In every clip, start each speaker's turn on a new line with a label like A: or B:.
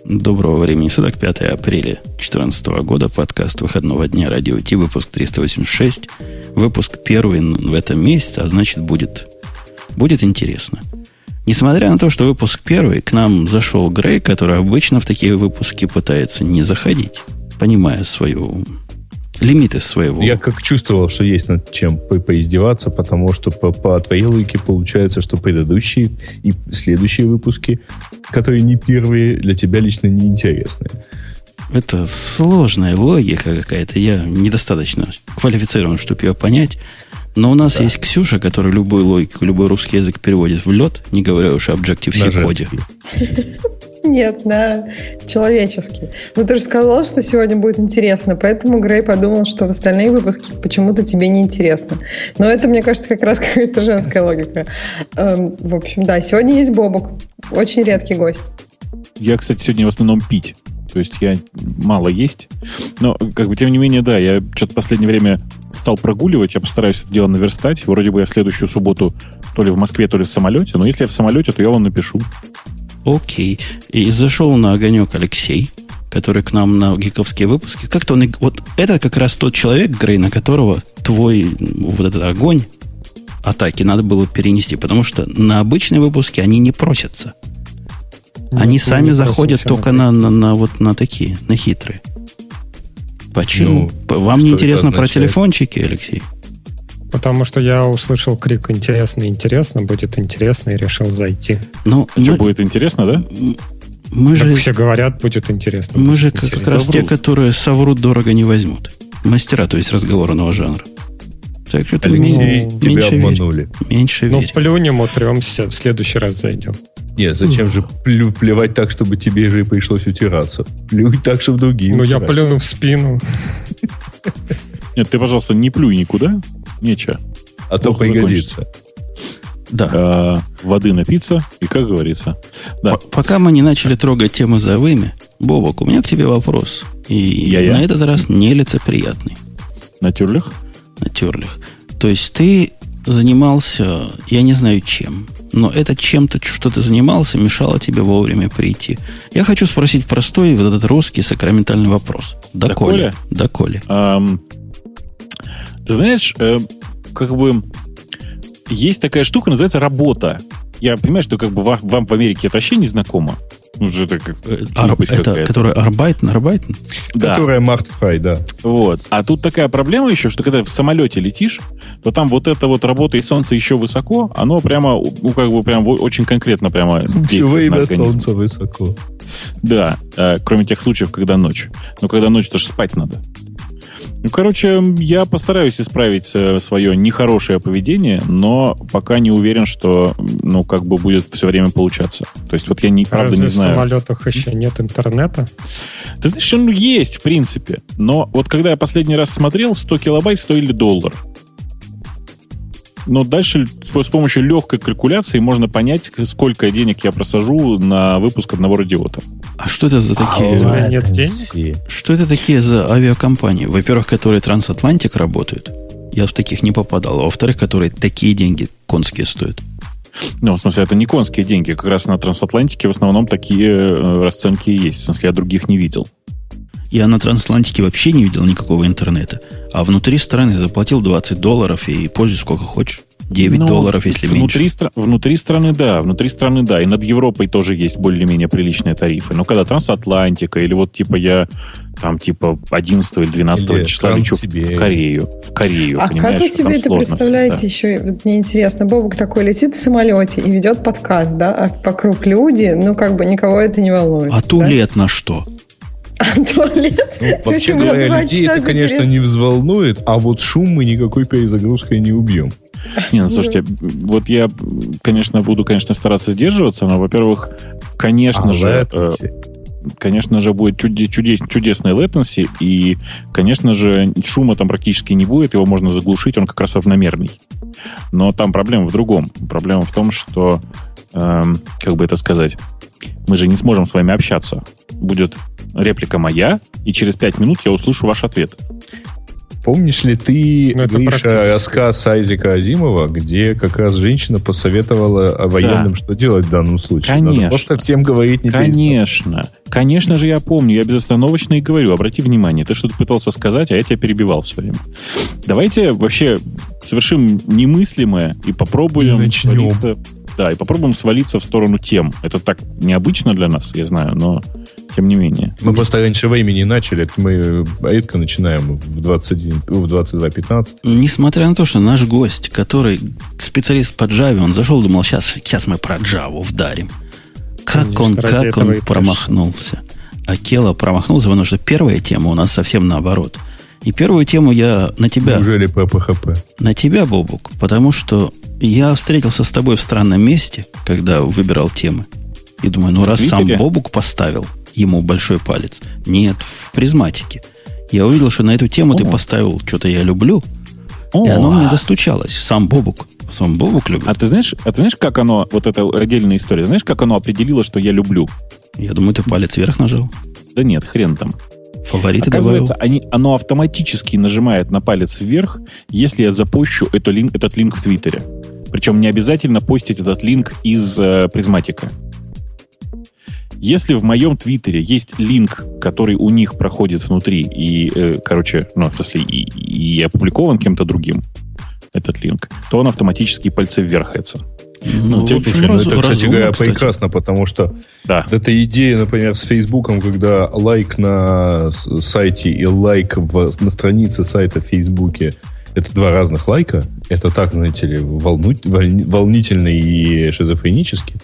A: Доброго времени суток, 5 апреля 2014 года, подкаст выходного дня Радио Ти, выпуск 386, выпуск первый в этом месяце, а значит будет интересно. Несмотря на то, что выпуск первый, к нам зашел Грей, который обычно в такие выпуски пытается не заходить, понимая лимиты своего.
B: Я как чувствовал, что есть над чем поиздеваться, потому что по твоей логике получается, что предыдущие и следующие выпуски, которые не первые, для тебя лично неинтересны.
A: Это сложная логика какая-то. Я недостаточно квалифицирован, чтобы ее понять. Но у нас есть Ксюша, которая любую логику, любой русский язык переводит в лед, не говоря уж о Objective-C коде.
C: Нет, на человеческий. Но ты же сказал, что сегодня будет интересно, поэтому Грей подумал, что в остальные выпуски почему-то тебе не интересно. Но это, мне кажется, как раз какая-то женская логика. В общем, да, сегодня есть Бобук. Очень редкий гость.
D: Я, кстати, сегодня в основном пить. То есть я мало есть. Но, тем не менее, да, я что-то в последнее время стал прогуливать. Я постараюсь это дело наверстать. Вроде бы я в следующую субботу то ли в Москве, то ли в самолете. Но если я в самолете, то я вам напишу.
A: Окей. И зашел на огонек Алексей, который к нам на гиковские выпуски. Как-то он... Вот это как раз тот человек, Грей, на которого твой вот этот огонь атаки надо было перенести. Потому что на обычные выпуски они не просятся. Они сами заходят только на такие, на хитрые. Почему? Вам не интересно про телефончики, Алексей?
E: Потому что я услышал крик «интересно, интересно», будет интересно и решил зайти.
D: Что, будет интересно, да?
E: Все говорят, будет интересно.
A: Мы же как раз те, которые соврут, дорого не возьмут. Мастера, то есть разговорного жанра. Так что
B: Алексей, тебя обманули.
A: Меньше верь.
E: Плюнем, утремся, в следующий раз зайдем.
B: Нет, зачем же плевать так, чтобы тебе же и пришлось утираться? Плюй так, чтобы другие
E: я плюну в спину.
D: Нет, ты, пожалуйста, не плюй никуда. Нечего.
B: А то пригодится.
A: Да.
D: Воды напиться, и как говорится. Да.
A: Пока мы не начали трогать тему завыми, Бобок, у меня к тебе вопрос. И на этот раз нелицеприятный.
D: На тюрлях?
A: На тюрлях. То есть ты занимался, я не знаю чем, но это чем-то, что ты занимался, мешало тебе вовремя прийти. Я хочу спросить простой, вот этот русский сакраментальный вопрос. Доколе?
D: Ты знаешь, есть такая штука, называется работа. Я понимаю, что вам в Америке это вообще не знакомо. Это
A: которая Арбайтен?
D: Да.
B: Которая Мартфрай, да.
D: Вот. А тут такая проблема еще, что когда в самолете летишь, то там вот эта вот работа и солнце еще высоко, оно прямо, прям очень конкретно прямо действует на организм.
B: Солнце высоко.
D: Да, кроме тех случаев, когда ночь. Но когда ночь, то же спать надо. Я постараюсь исправить свое нехорошее поведение, но пока не уверен, что, будет все время получаться. То есть я правда не знаю.
E: В самолетах еще нет интернета?
D: Ты знаешь, есть, в принципе. Но вот когда я последний раз смотрел, 100 килобайт стоили $1. Но дальше с помощью легкой калькуляции можно понять, сколько денег я просажу на выпуск одного радиота.
A: А что это за такие...
E: нет денег?
A: Что это такие за авиакомпании? Во-первых, которые Трансатлантик работают. Я в таких не попадал. А во-вторых, которые такие деньги конские стоят.
D: В смысле, это не конские деньги. Как раз на Трансатлантике в основном такие расценки и есть. В смысле, я других не видел.
A: Я на Трансатлантике вообще не видел никакого интернета. А внутри страны заплатил $20 и пользуйся сколько хочешь. $9, если меньше.
D: Внутри страны, да. И над Европой тоже есть более-менее приличные тарифы. Но когда Трансатлантика, или я 11 или 12 числа лечу в Корею.
C: А как вы себе это представляете еще? Мне интересно, Бобок такой летит в самолете и ведет подкаст, да? А вокруг люди, никого это не волнует.
A: А туалет на что?
C: Туалет?
B: Вообще говоря, людей это, конечно, не взволнует, а вот шум мы никакой перезагрузкой не убьем.
D: Слушайте, я, буду стараться сдерживаться, но, во-первых, конечно же, будет чудесный latency, и, конечно же, шума там практически не будет, его можно заглушить, он как раз равномерный. Но там проблема в другом. Проблема в том, что, мы же не сможем с вами общаться. Будет реплика моя, и через 5 минут я услышу ваш ответ.
B: Помнишь ли ты, Гриша, рассказ Айзека Азимова, где как раз женщина посоветовала военным, что делать в данном случае?
D: Конечно.
B: Надо просто всем говорить не
D: Конечно. Конечно же, я помню. Я безостановочно и говорю. Обрати внимание, ты что-то пытался сказать, а я тебя перебивал все время. Давайте вообще совершим немыслимое и попробуем свалиться... Да, и попробуем свалиться в сторону тем. Это так необычно для нас, я знаю, но тем не менее.
B: Мы просто раньше времени начали. Мы редко начинаем в 22:15.
A: Несмотря на то, что наш гость, который специалист по Java, он зашел и думал, сейчас мы про Java вдарим. Как он промахнулся. Акела промахнулся, потому что первая тема у нас совсем наоборот. И первую тему я на тебя...
B: Неужели по PHP?
A: На тебя, Бобук, потому что я встретился с тобой в странном месте, когда выбирал темы. И думаю, ну раз сам Бобук поставил ему большой палец. Нет, в призматике. Я увидел, что на эту тему ты поставил «Что-то я люблю», и оно мне достучалось. Сам Бобук любит.
D: А ты знаешь, как оно, вот это отдельная история, знаешь, как оно определило, что я люблю?
A: Я думаю, ты палец вверх нажал.
D: Да нет, хрен там.
A: Фавориты
D: оказывается, оно автоматически нажимает на палец вверх, если я запущу этот линк в Твиттере. Причем не обязательно постить этот линк из призматика. Если в моем Твиттере есть линк, который у них проходит внутри, и, в смысле, и опубликован кем-то другим, этот линк, то он автоматически пальцы вверхается.
B: Это, кстати говоря, прекрасно, потому что эта идея, например, с Фейсбуком, когда лайк на сайте и лайк на странице сайта в Фейсбуке это два разных лайка, это так, знаете ли, волнительно и шизофренически.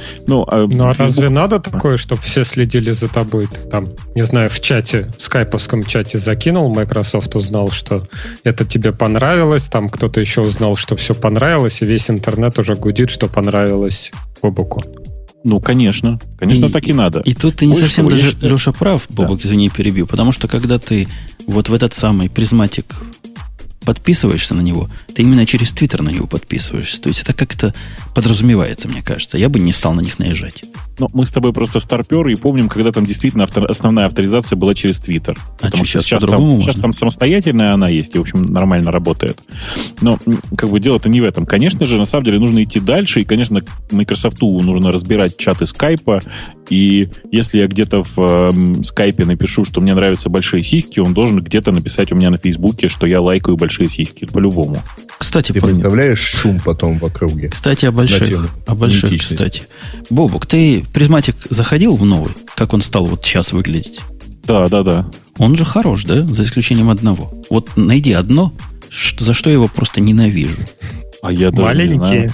E: А разве надо такое, чтобы все следили за тобой? Ты там, не знаю, в чате, в скайповском чате закинул, Microsoft узнал, что это тебе понравилось, там кто-то еще узнал, что все понравилось, и весь интернет уже гудит, что понравилось Бобуку.
D: Конечно, так и надо.
A: И тут ты не совсем даже, Леша, прав, Бобук, извини, перебью, потому что когда ты вот в этот самый призматик подписываешься на него, ты именно через Твиттер на него подписываешься. То есть это как-то подразумевается, мне кажется. Я бы не стал на них наезжать.
D: Мы с тобой просто старперы и помним, когда там действительно основная авторизация была через Твиттер. Потому что сейчас там самостоятельная она есть и, в общем, нормально работает. Но дело-то не в этом. Конечно же, на самом деле нужно идти дальше. И, конечно, Microsoft нужно разбирать чаты скайпа. И если я где-то в скайпе напишу, что мне нравятся большие сиськи, он должен где-то написать у меня на Фейсбуке, что я лайкаю большие сиськи. По-любому.
A: Кстати,
B: ты представляешь шум потом в округе?
A: Кстати, о больших, кстати. Бобук, ты призматик заходил в новый? Как он стал вот сейчас выглядеть?
D: Да.
A: Он же хорош, да? За исключением одного. Вот найди одно, за что я его просто ненавижу.
D: А я даже
E: маленькие.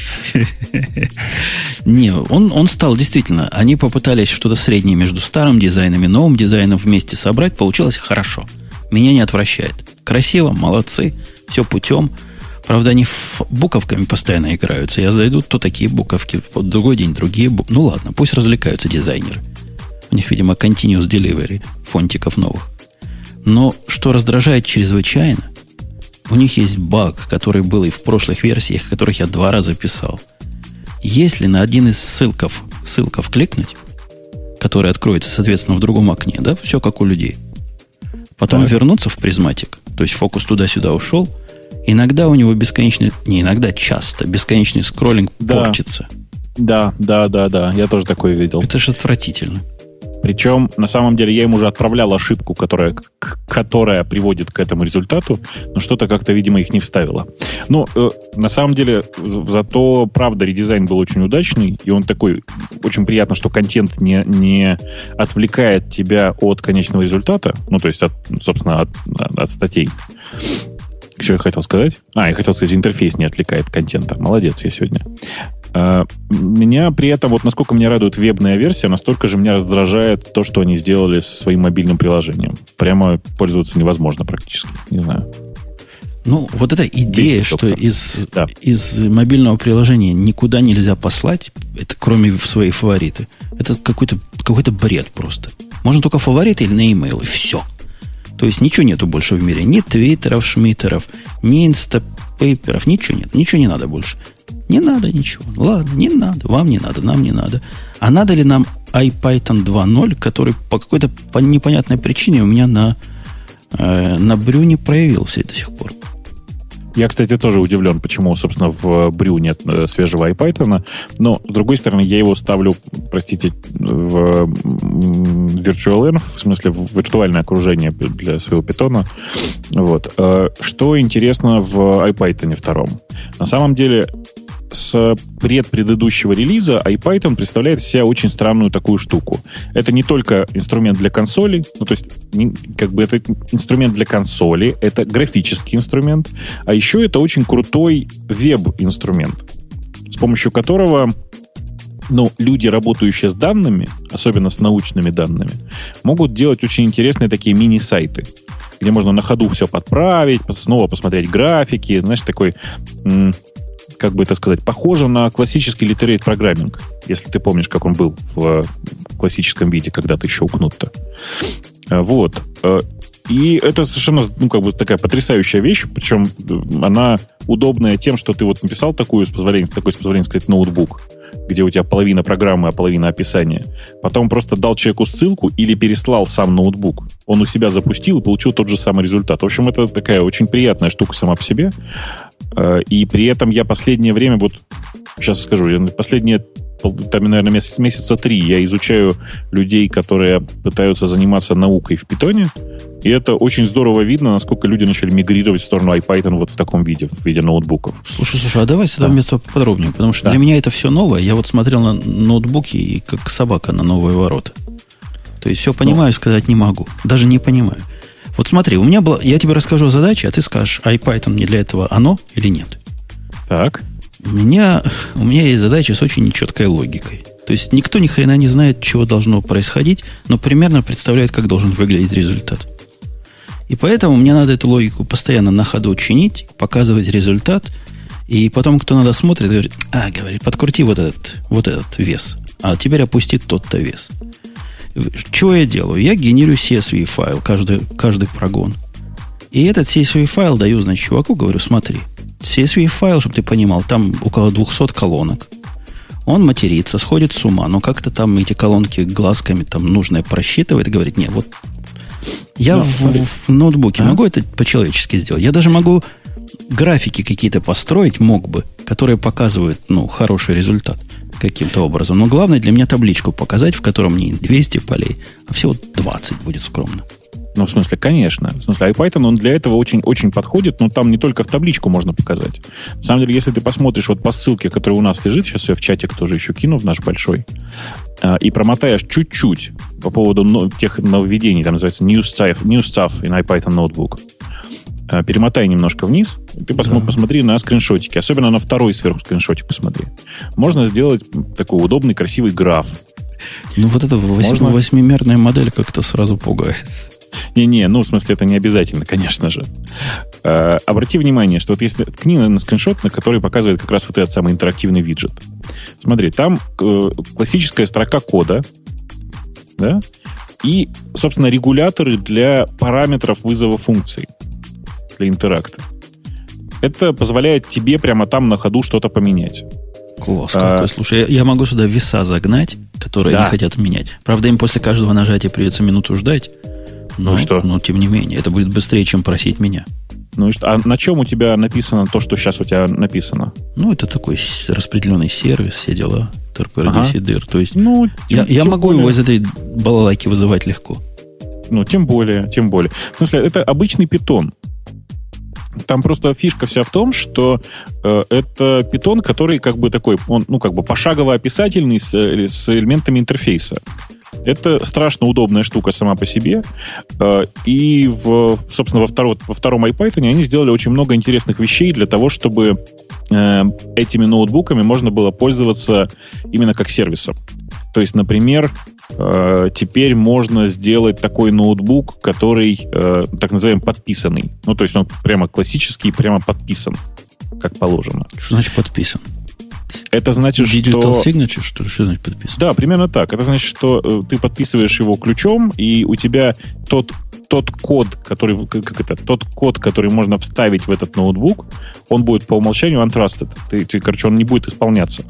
A: Не, он стал действительно... Они попытались что-то среднее между старым дизайном и новым дизайном вместе собрать. Получилось хорошо. Меня не отвращает. Красиво, молодцы. Все путем. Правда, они буковками постоянно играются. Я зайду, то такие буковки, в другой день другие буковки. Ну ладно, пусть развлекаются дизайнеры. У них, видимо, continuous delivery фонтиков новых. Но что раздражает чрезвычайно, у них есть баг, который был и в прошлых версиях, которых я 2 раза писал. Если на один из ссылков кликнуть, который откроется, соответственно, в другом окне, да, все как у людей. Потом вернуться в призматик, то есть фокус туда-сюда ушел, иногда у него часто бесконечный скроллинг порчится.
D: Да, я тоже такое видел.
A: Это же отвратительно.
D: Причем, на самом деле, я им уже отправлял ошибку, которая приводит к этому результату, но что-то как-то, видимо, их не вставило. Но, на самом деле, зато, правда, редизайн был очень удачный, и он такой, очень приятно, что контент не отвлекает тебя от конечного результата, то есть, от статей. Что я хотел сказать? Я хотел сказать, интерфейс не отвлекает контента. Молодец я сегодня. Меня при этом, насколько меня радует вебная версия, настолько же меня раздражает то, что они сделали со своим мобильным приложением. Прямо пользоваться невозможно практически. Не знаю.
A: Вот эта идея, что из мобильного приложения никуда нельзя послать, это кроме в свои фавориты, это какой-то бред просто. Можно только фавориты или на e-mail, и все. То есть ничего нету больше в мире. Ни твиттеров, шмиттеров, ни инстапейперов, ничего нет. Ничего не надо больше. Не надо ничего. Ладно, не надо. Вам не надо, нам не надо. А надо ли нам IPython 2.0, который по какой-то непонятной причине у меня на на Брю не проявился до сих пор.
D: Я, кстати, тоже удивлен, почему, собственно, в Брю нет свежего iPython. Но, с другой стороны, я его ставлю, простите, в VirtualEnv, в смысле, в виртуальное окружение для своего питона. Вот. Что интересно в iPython 2? На самом деле, с предыдущего релиза iPython представляет из себя очень странную такую штуку. Это не только инструмент для консоли, ну, то есть, как бы это инструмент для консоли, это графический инструмент, а еще это очень крутой веб-инструмент, с помощью которого, ну, люди, работающие с данными, особенно с научными данными, могут делать очень интересные такие мини-сайты, где можно на ходу все подправить, снова посмотреть графики, знаешь, такой... как бы это сказать, похоже на классический literate программинг, если ты помнишь, как он был в классическом виде, когда-то еще укнут-то. Вот. И это совершенно, ну, как бы такая потрясающая вещь, причем она удобная тем, что ты вот написал такой, с позволения сказать, ноутбук, где у тебя половина программы, а половина описания. Потом просто дал человеку ссылку или переслал сам ноутбук. Он у себя запустил и получил тот же самый результат. В общем, это такая очень приятная штука сама по себе. И при этом я последнее время, вот сейчас скажу, последние, там, наверное, месяца 3 я изучаю людей, которые пытаются заниматься наукой в питоне. И это очень здорово видно, насколько люди начали мигрировать в сторону iPython вот в таком виде, в виде ноутбуков.
A: Слушай, а давай с этого места поподробнее, потому что для меня это все новое. Я вот смотрел на ноутбуки и как собака на новые ворота. То есть все понимаю, сказать не могу. Даже не понимаю. Вот смотри, у меня была... Я тебе расскажу задачи, а ты скажешь, iPython не для этого оно или нет.
D: Так.
A: У меня есть задача с очень нечеткой логикой. То есть никто ни хрена не знает, чего должно происходить, но примерно представляет, как должен выглядеть результат. И поэтому мне надо эту логику постоянно на ходу чинить, показывать результат, и потом, кто надо смотрит, говорит, подкрути вот этот вес, а теперь опусти тот-то вес. Чего я делаю? Я генерирую CSV файл, каждый прогон. И этот CSV файл даю, значит, чуваку, говорю, смотри, CSV файл, чтобы ты понимал, там около 200 колонок. Он матерится, сходит с ума, но как-то там эти колонки глазками там нужное просчитывает и говорит, нет, вот я в ноутбуке могу это по-человечески сделать. Я даже могу графики какие-то построить, мог бы, которые показывают, ну, хороший результат каким-то образом. Но главное для меня табличку показать, в котором не 200 полей, а всего 20 будет скромно.
D: Ну, в смысле, конечно. В смысле, iPython, он для этого очень-очень подходит, но там не только в табличку можно показать. На самом деле, если ты посмотришь вот по ссылке, которая у нас лежит, сейчас я в чатик тоже еще кину, в наш большой, и промотаешь чуть-чуть по поводу тех нововведений, там называется New Stuff in iPython Notebook, перемотай немножко вниз, и ты посмотри на скриншотики, особенно на второй сверху скриншотик посмотри. Можно сделать такой удобный, красивый граф.
A: Ну, вот эта восьмимерная модель как-то сразу пугает.
D: Не, ну, в смысле, это не обязательно, конечно же. Обрати внимание, что вот если ткни на скриншот, на который показывает как раз вот этот самый интерактивный виджет. Смотри, там классическая строка кода, да, и, собственно, регуляторы для параметров вызова функций, для интеракта. Это позволяет тебе прямо там на ходу что-то поменять.
A: Класс какой. Слушай, я могу сюда веса загнать, которые не хотят менять. Правда, им после каждого нажатия придется минуту ждать.
D: Ну что?
A: Но тем не менее, это будет быстрее, чем просить меня.
D: Ну и что? А на чем у тебя написано то, что сейчас у тебя написано?
A: Ну, это такой распределенный сервис, все дела. TRPRDCDR. То есть я могу
D: более...
A: его из этой балалайки вызывать легко.
D: Ну, тем более. В смысле, это обычный питон. Там просто фишка вся в том, что это питон, который как бы такой, он, ну, как бы пошагово описательный с элементами интерфейса. Это страшно удобная штука сама по себе. И, собственно, во втором iPython они сделали очень много интересных вещей для того, чтобы этими ноутбуками можно было пользоваться именно как сервисом. То есть, например, теперь можно сделать такой ноутбук, который, так называемый, подписанный. Ну, то есть он прямо классический, прямо подписан, как положено.
A: Что значит подписан?
D: Это значит,
A: Digital signature, что ли? Что значит подписан?
D: Да, примерно так. Это значит, что ты подписываешь его ключом, и у тебя тот код, который можно вставить в этот ноутбук, он будет по умолчанию untrusted. Короче, он не будет исполняться.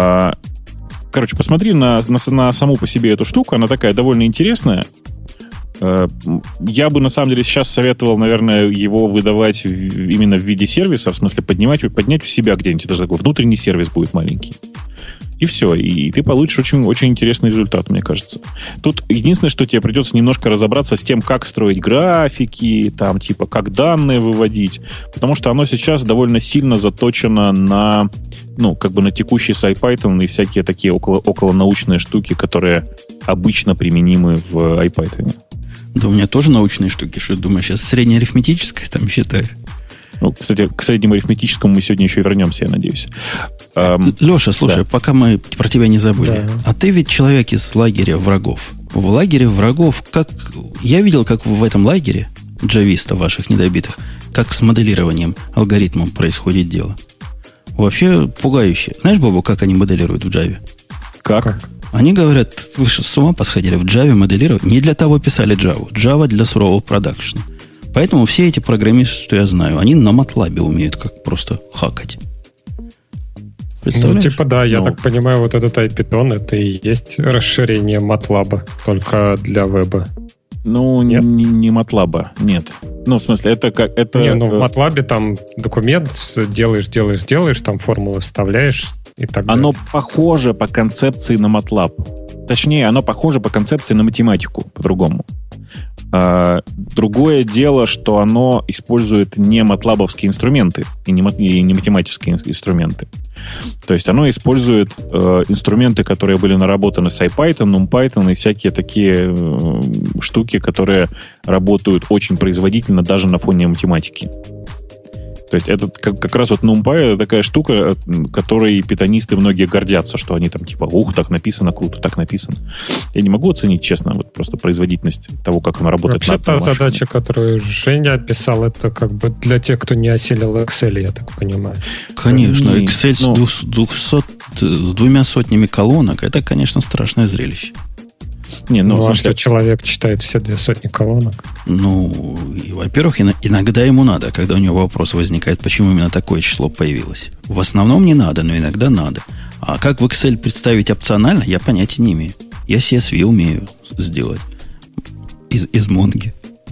D: Короче, посмотри на саму по себе эту штуку. Она такая довольно интересная. Я бы, на самом деле, сейчас советовал, наверное, его выдавать именно в виде сервиса, в смысле поднять в себя где-нибудь. Даже такой внутренний сервис будет маленький. И все. И ты получишь очень, очень интересный результат, мне кажется. Тут единственное, что тебе придется немножко разобраться с тем, как строить графики, там, типа, как данные выводить. Потому что оно сейчас довольно сильно заточено на, на текущий SciPython и всякие такие околонаучные штуки, которые обычно применимы в IPython.
A: Да у меня тоже научные штуки. Что, думаешь, сейчас среднеарифметическое там считаю?
D: Кстати, к среднему арифметическому мы сегодня еще и вернемся, я надеюсь.
A: Леша, слушай, пока мы про тебя не забыли. Да. А ты ведь человек из лагеря врагов. В лагере врагов, я видел, как в этом лагере джавистов ваших недобитых, как с моделированием алгоритмом происходит дело. Вообще пугающе. Знаешь, Бобу, как они моделируют в Java?
D: Как?
A: Они говорят, вы что, с ума посходили? В Java моделировать? Не для того писали Java. Java для сурового продакшена. Поэтому все эти программисты, что я знаю, они на MATLAB умеют как просто хакать. Представляешь?
E: Я так понимаю, вот этот IPython, это и есть расширение MATLAB, только для веба.
D: Нет? Не MATLAB, нет. В смысле, это как... Это...
E: в MATLAB там документ делаешь, там формулы вставляешь и так далее.
D: Оно похоже по концепции на MATLAB. Точнее, оно похоже по концепции на математику, по-другому. Другое дело, что оно использует не матлабовские инструменты и не математические инструменты. То есть оно использует инструменты, которые были наработаны с IPython, NumPython и всякие такие штуки, которые работают очень производительно даже на фоне математики. То есть это как раз вот NumPy это такая штука, которой питонисты многие гордятся, что они там типа, так написано, круто, так написано. Я не могу оценить, честно, вот просто производительность того, как она работает.
E: Вообще та задача, которую Женя описал, это как бы для тех, кто не осилил Excel, я так понимаю.
A: Конечно, Excel с 200 колонок, это, конечно, страшное зрелище.
E: А что человек читает все 200 колонок?
A: Во-первых, иногда ему надо, когда у него вопрос возникает, почему именно такое число появилось. В основном не надо, но иногда надо. А как в Excel представить опционально, я понятия не имею. Я CSV умею сделать из Монги.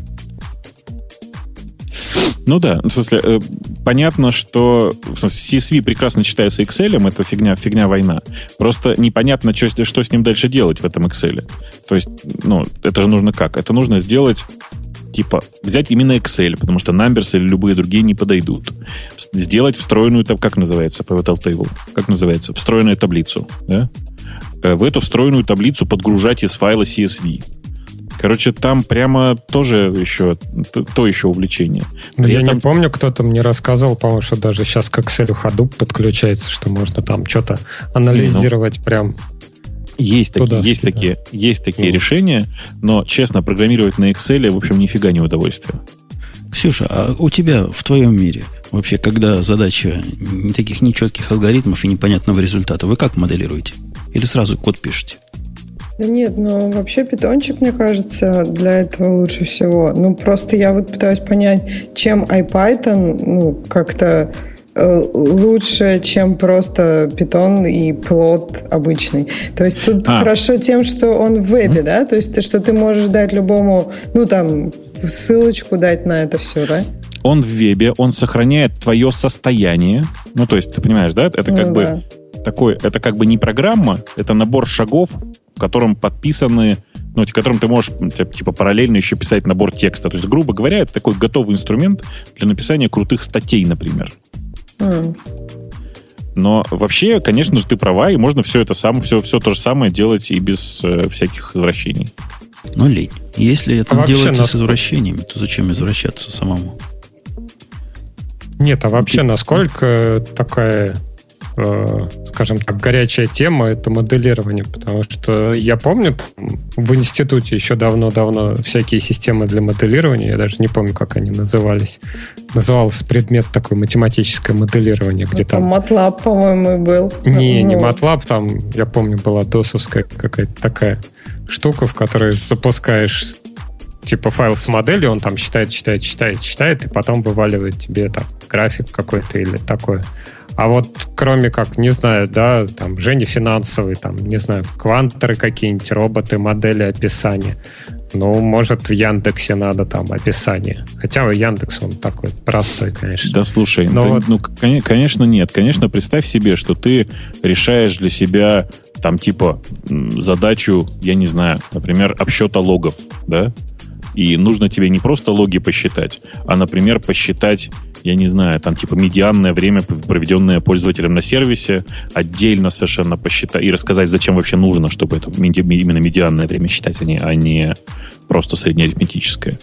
D: В смысле, понятно, что CSV прекрасно читается Excel, это фигня война. Просто непонятно, что с ним дальше делать в этом Excel. То есть, это же нужно как? Это нужно сделать, взять именно Excel, потому что Numbers или любые другие не подойдут. Сделать встроенную, как называется, Pivotal Table? Как называется? Встроенную таблицу. Да? В эту встроенную таблицу подгружать из файла CSV. Короче, там прямо тоже то еще увлечение.
E: Я не помню, кто-то мне рассказывал, по-моему, что даже сейчас к Excel Hadoop подключается, что можно там что-то анализировать прям.
D: Есть такие решения, но, честно, программировать на Excel, в общем, нифига не удовольствие.
A: Ксюша, а у тебя в твоем мире вообще, когда задача таких нечетких алгоритмов и непонятного результата, вы как моделируете? Или сразу код пишете?
C: Да нет, вообще питончик, мне кажется, для этого лучше всего. Просто я вот пытаюсь понять, чем IPython, как-то лучше, чем просто Python и плот обычный. То есть тут хорошо тем, что он в вебе, да? То есть что ты можешь дать любому, ссылочку дать на это все, да?
D: Он в вебе, он сохраняет твое состояние. То есть, ты понимаешь, да? Это это как бы не программа, это набор шагов, в котором подписаны, в котором ты можешь параллельно еще писать набор текста. То есть, грубо говоря, это такой готовый инструмент для написания крутых статей, например. Но вообще, конечно же, ты права, и можно все то же самое делать и без всяких извращений.
A: Лень. Если это делается с извращениями, то зачем извращаться самому?
E: Нет, а вообще насколько такая, скажем так, горячая тема — это моделирование, потому что я помню, в институте еще давно-давно всякие системы для моделирования, я даже не помню, как они назывались. Назывался предмет такой математическое моделирование, где там...
C: MATLAB, по-моему, был.
E: Не MATLAB, там, я помню, была досовская какая-то такая штука, в которой запускаешь файл с моделью, он там считает, и потом вываливает тебе там график какой-то или такое. А вот кроме как, не знаю, да, там Женя финансовый, там, не знаю, квантеры какие-нибудь, роботы, модели, описания. Ну, может, в Яндексе надо там описание. Хотя Яндекс, он такой простой, конечно.
D: Да, слушай, конечно, нет. Конечно, представь себе, что ты решаешь для себя там типа задачу, я не знаю, например, обсчета логов, да? И нужно тебе не просто логи посчитать, а, например, посчитать, я не знаю, там типа медианное время, проведенное пользователем на сервисе, отдельно совершенно посчитать и рассказать, зачем вообще нужно, чтобы это именно медианное время считать, а не просто среднеарифметическое.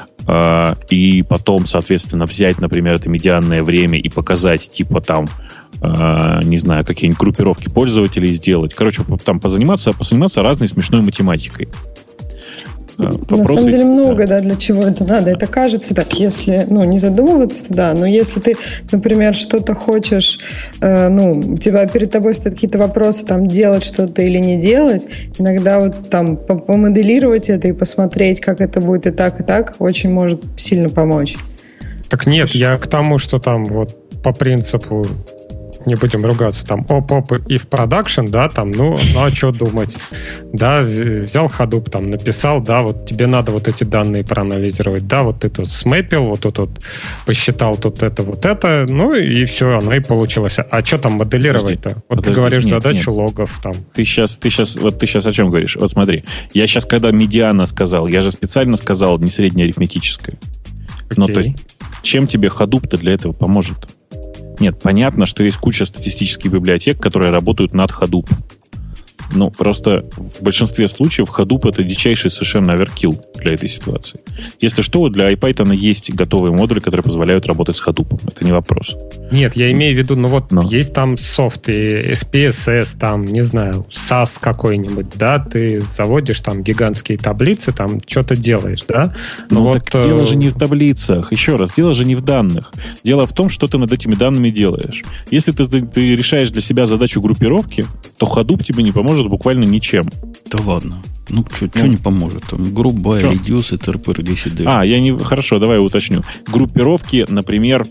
D: И потом, соответственно, взять, например, это медианное время и показать типа там, не знаю, какие-нибудь группировки пользователей сделать. Короче, там позаниматься разной смешной математикой.
C: Вопросы? На самом деле много, да, для чего это надо. Это кажется так, если, не задумываться, да, но если ты, например, что-то хочешь, у тебя перед тобой стоят какие-то вопросы, там, делать что-то или не делать, иногда вот там помоделировать это и посмотреть, как это будет и так, очень может сильно помочь.
E: Так нет, я к тому, что там вот по принципу не будем ругаться, там, оп, и в продакшн, да, там, а что думать, да, взял Hadoop, там, написал, да, вот тебе надо вот эти данные проанализировать, да, вот ты тут смэпил, вот тут посчитал тут это, и все, оно и получилось. А что там моделировать-то? Ты говоришь задачу логов, там.
D: Ты сейчас о чем говоришь? Вот смотри, я сейчас, когда медиана сказал, я же специально сказал не среднеарифметическое. То есть, чем тебе Hadoop-то для этого поможет? Нет, понятно, что есть куча статистических библиотек, которые работают над Hadoop. Но просто в большинстве случаев Hadoop — это дичайший совершенно оверкилл для этой ситуации. Если что, для IPython есть готовые модули, которые позволяют работать с Hadoop. Это не вопрос.
E: Нет, я имею в виду, есть там софт, и SPSS, там, не знаю, SAS какой-нибудь, да, ты заводишь там гигантские таблицы, там что-то делаешь, да?
D: Так дело же не в таблицах. Еще раз, дело же не в данных. Дело в том, что ты над этими данными делаешь. Если ты решаешь для себя задачу группировки, то Hadoop тебе не поможет буквально ничем.
A: Да ладно. Что не поможет? Там group by, reduce, trpr, decide.
D: Хорошо, давай я уточню. Группировки, например,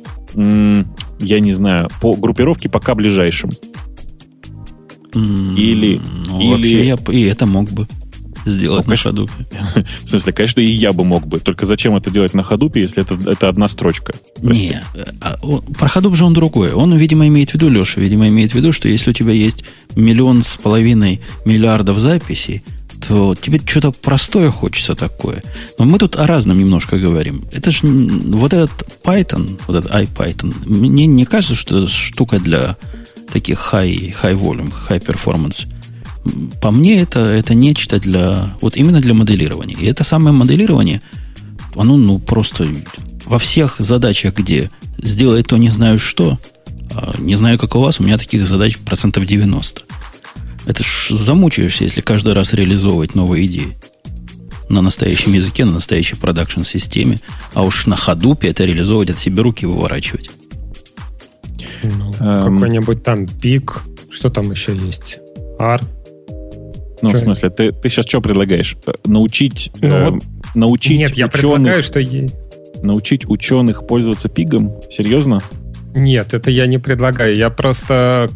D: я не знаю, по группировке по К ближайшим.
A: Вообще я и это мог бы сделать на Hadoop.
D: В смысле, конечно, и я бы мог бы. Только зачем это делать на Hadoop, если это одна строчка?
A: Не, про Hadoop же он другой. Он, видимо, имеет в виду, Леша, что если у тебя есть 1,5 миллиарда записей, то тебе что-то простое хочется такое. Но мы тут о разном немножко говорим. Это же вот этот Python, вот этот IPython, мне не кажется, что это штука для таких high volume, high performance. По мне, это нечто именно для моделирования. И это самое моделирование, оно просто во всех задачах, где сделай то не знаю что, не знаю, как у вас, у меня таких задач 90%. Это ж замучаешься, если каждый раз реализовывать новые идеи на настоящем языке, на настоящей продакшн-системе. А уж на Hadoop это реализовывать, от себе руки выворачивать.
E: Какой-нибудь там пик, что там еще есть? R.
D: В смысле, ты сейчас что предлагаешь? Научить
E: нет, я предлагаю, что
D: научить ученых пользоваться пигом? Серьезно?
E: Нет, это я не предлагаю. Я просто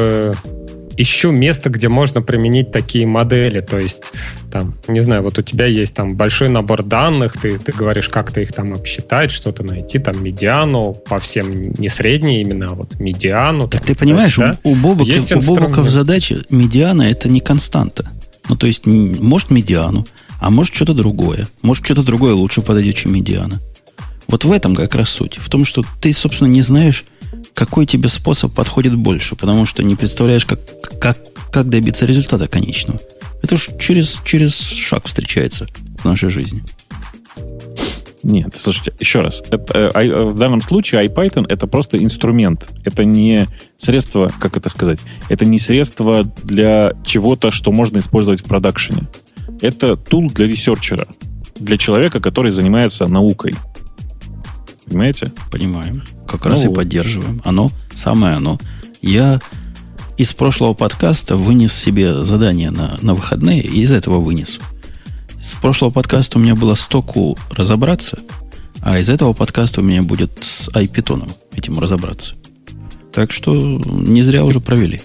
E: ищу место, где можно применить такие модели. То есть, там, не знаю, вот у тебя есть там большой набор данных, ты говоришь, как ты их там обсчитать, что-то найти, там, медиану, по всем не средние именно, а вот медиану.
A: Так ты понимаешь, да? у Бобуков задача медиана — это не константа. То есть, может медиану, а может что-то другое. Может что-то другое лучше подойдет, чем медиана. Вот в этом как раз суть. В том, что ты, собственно, не знаешь, какой тебе способ подходит больше, потому что не представляешь, как добиться результата конечного. Это уж через шаг встречается в нашей жизни.
D: Нет, слушайте, еще раз. В данном случае IPython — это просто инструмент. Это не средство, как это сказать, это не средство для чего-то, что можно использовать в продакшене. Это тул для ресерчера, для человека, который занимается наукой. Понимаете?
A: Понимаем. Как раз и поддерживаем. Самое оно. Я из прошлого подкаста вынес себе задание на выходные, и из этого вынесу. С прошлого подкаста у меня было 100 разобраться, а из этого подкаста у меня будет с IPython этим разобраться. Так что не зря уже провели.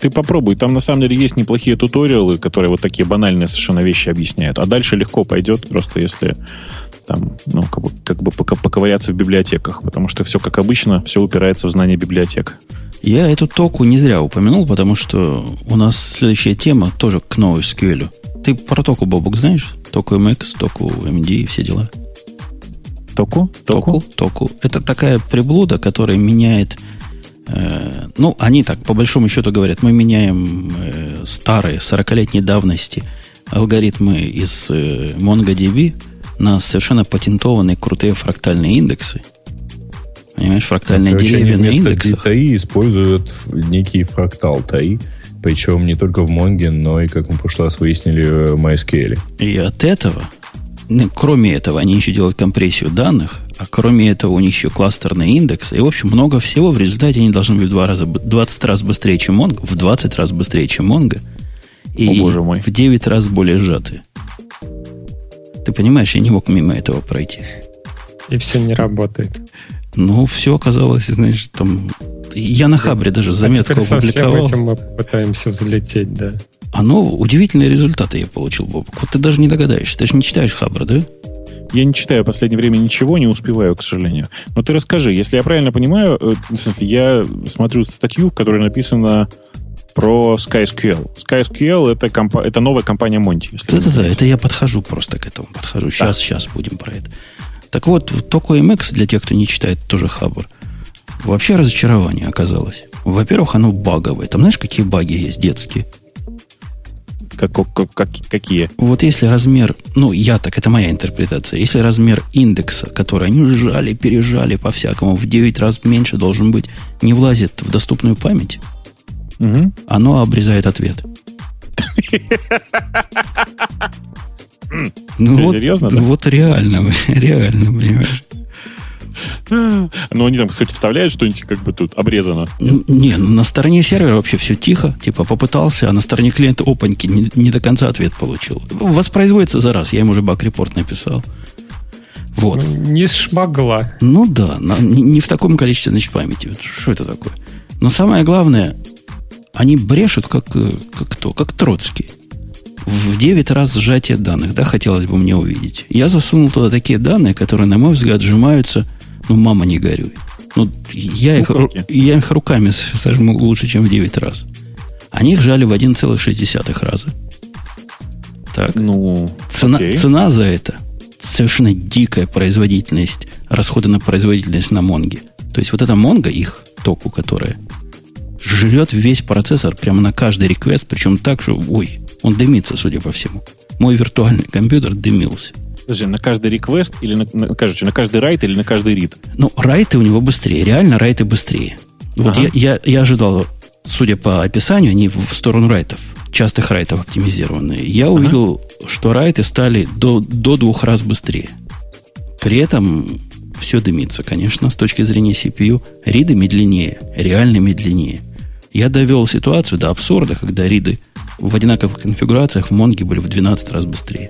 D: Ты попробуй. Там на самом деле есть неплохие туториалы, которые вот такие банальные совершенно вещи объясняют. А дальше легко пойдет, просто если там, как бы поковыряться в библиотеках. Потому что все как обычно, все упирается в знание библиотек.
A: Я эту току не зря упомянул, потому что у нас следующая тема тоже к NoSQL. Ты про току, Бобук, знаешь? Току MX, току MD и все дела.
D: Току?
A: Току. Это такая приблуда, которая меняет... они так, по большому счету говорят, мы меняем старые, 40-летней давности алгоритмы из MongoDB на совершенно патентованные крутые фрактальные индексы. Понимаешь, фрактальные деревья на индексах.
B: TI используют некий фрактал TI, причем не только в Mongo, но и, как мы в прошлый раз выяснили, в MySQL.
A: И от этого, кроме этого, они еще делают компрессию данных, а кроме этого у них еще кластерные индексы. И, в общем, много всего. В результате они должны быть в 20 раз быстрее, чем Mongo, в 20 раз быстрее, чем Mongo. И
D: боже мой.
A: в 9 раз более сжатые. Ты понимаешь, я не мог мимо этого пройти.
E: И все не работает.
A: Все оказалось, знаешь, там... Я на Хабре даже заметку опубликовал.
E: Со всем этим мы пытаемся взлететь, да.
A: Удивительные результаты я получил, Бобок. Вот ты даже не догадаешься. Ты же не читаешь Хабра, да?
D: Я не читаю в последнее время ничего, не успеваю, к сожалению. Но ты расскажи, если я правильно понимаю, в смысле, я смотрю статью, в которой написано про SkySQL. SkySQL это новая компания Monty.
A: Да, это я подхожу просто к этому. Сейчас будем про это. Так вот, Toku MX, для тех, кто не читает, тоже Хабр. Вообще разочарование оказалось. Во-первых, оно баговое. Там знаешь, какие баги есть детские?
D: Какие?
A: Вот если размер... это моя интерпретация. Если размер индекса, который они сжали, пережали по-всякому, в 9 раз меньше должен быть, не влазит в доступную память, оно обрезает ответ.
D: Серьезно?
A: Вот реально, понимаешь?
D: Они там, кстати, вставляют что-нибудь как бы тут обрезано.
A: На стороне сервера вообще все тихо, попытался, а на стороне клиента опаньки не до конца ответ получил. Воспроизводится за раз, я им уже баг-репорт написал. Вот.
E: Не шмогла.
A: Не в таком количестве, значит, памяти. Что это такое? Но самое главное, они брешут, как Троцкий. В 9 раз сжатие данных, хотелось бы мне увидеть. Я засунул туда такие данные, которые, на мой взгляд, сжимаются, мама не горюй. Я их руками сожму лучше, чем в 9 раз. Они их жали в 1,6 раза. Так. Цена за это совершенно дикая производительность, расходы на производительность на Монге. То есть вот эта Монго, их току, которая жрет весь процессор прямо на каждый реквест, причем так, что, он дымится, судя по всему. Мой виртуальный компьютер дымился.
D: Подожди, на каждый реквест или на каждый райт или на каждый рид?
A: Райты у него быстрее. Реально райты быстрее. Вот я ожидал, судя по описанию, они в сторону райтов, частых райтов оптимизированные. Я увидел, что райты стали до 2 раз быстрее. При этом все дымится, конечно, с точки зрения CPU. Риды медленнее, реально медленнее. Я довел ситуацию до абсурда, когда риды в одинаковых конфигурациях в Монге были в 12 раз быстрее.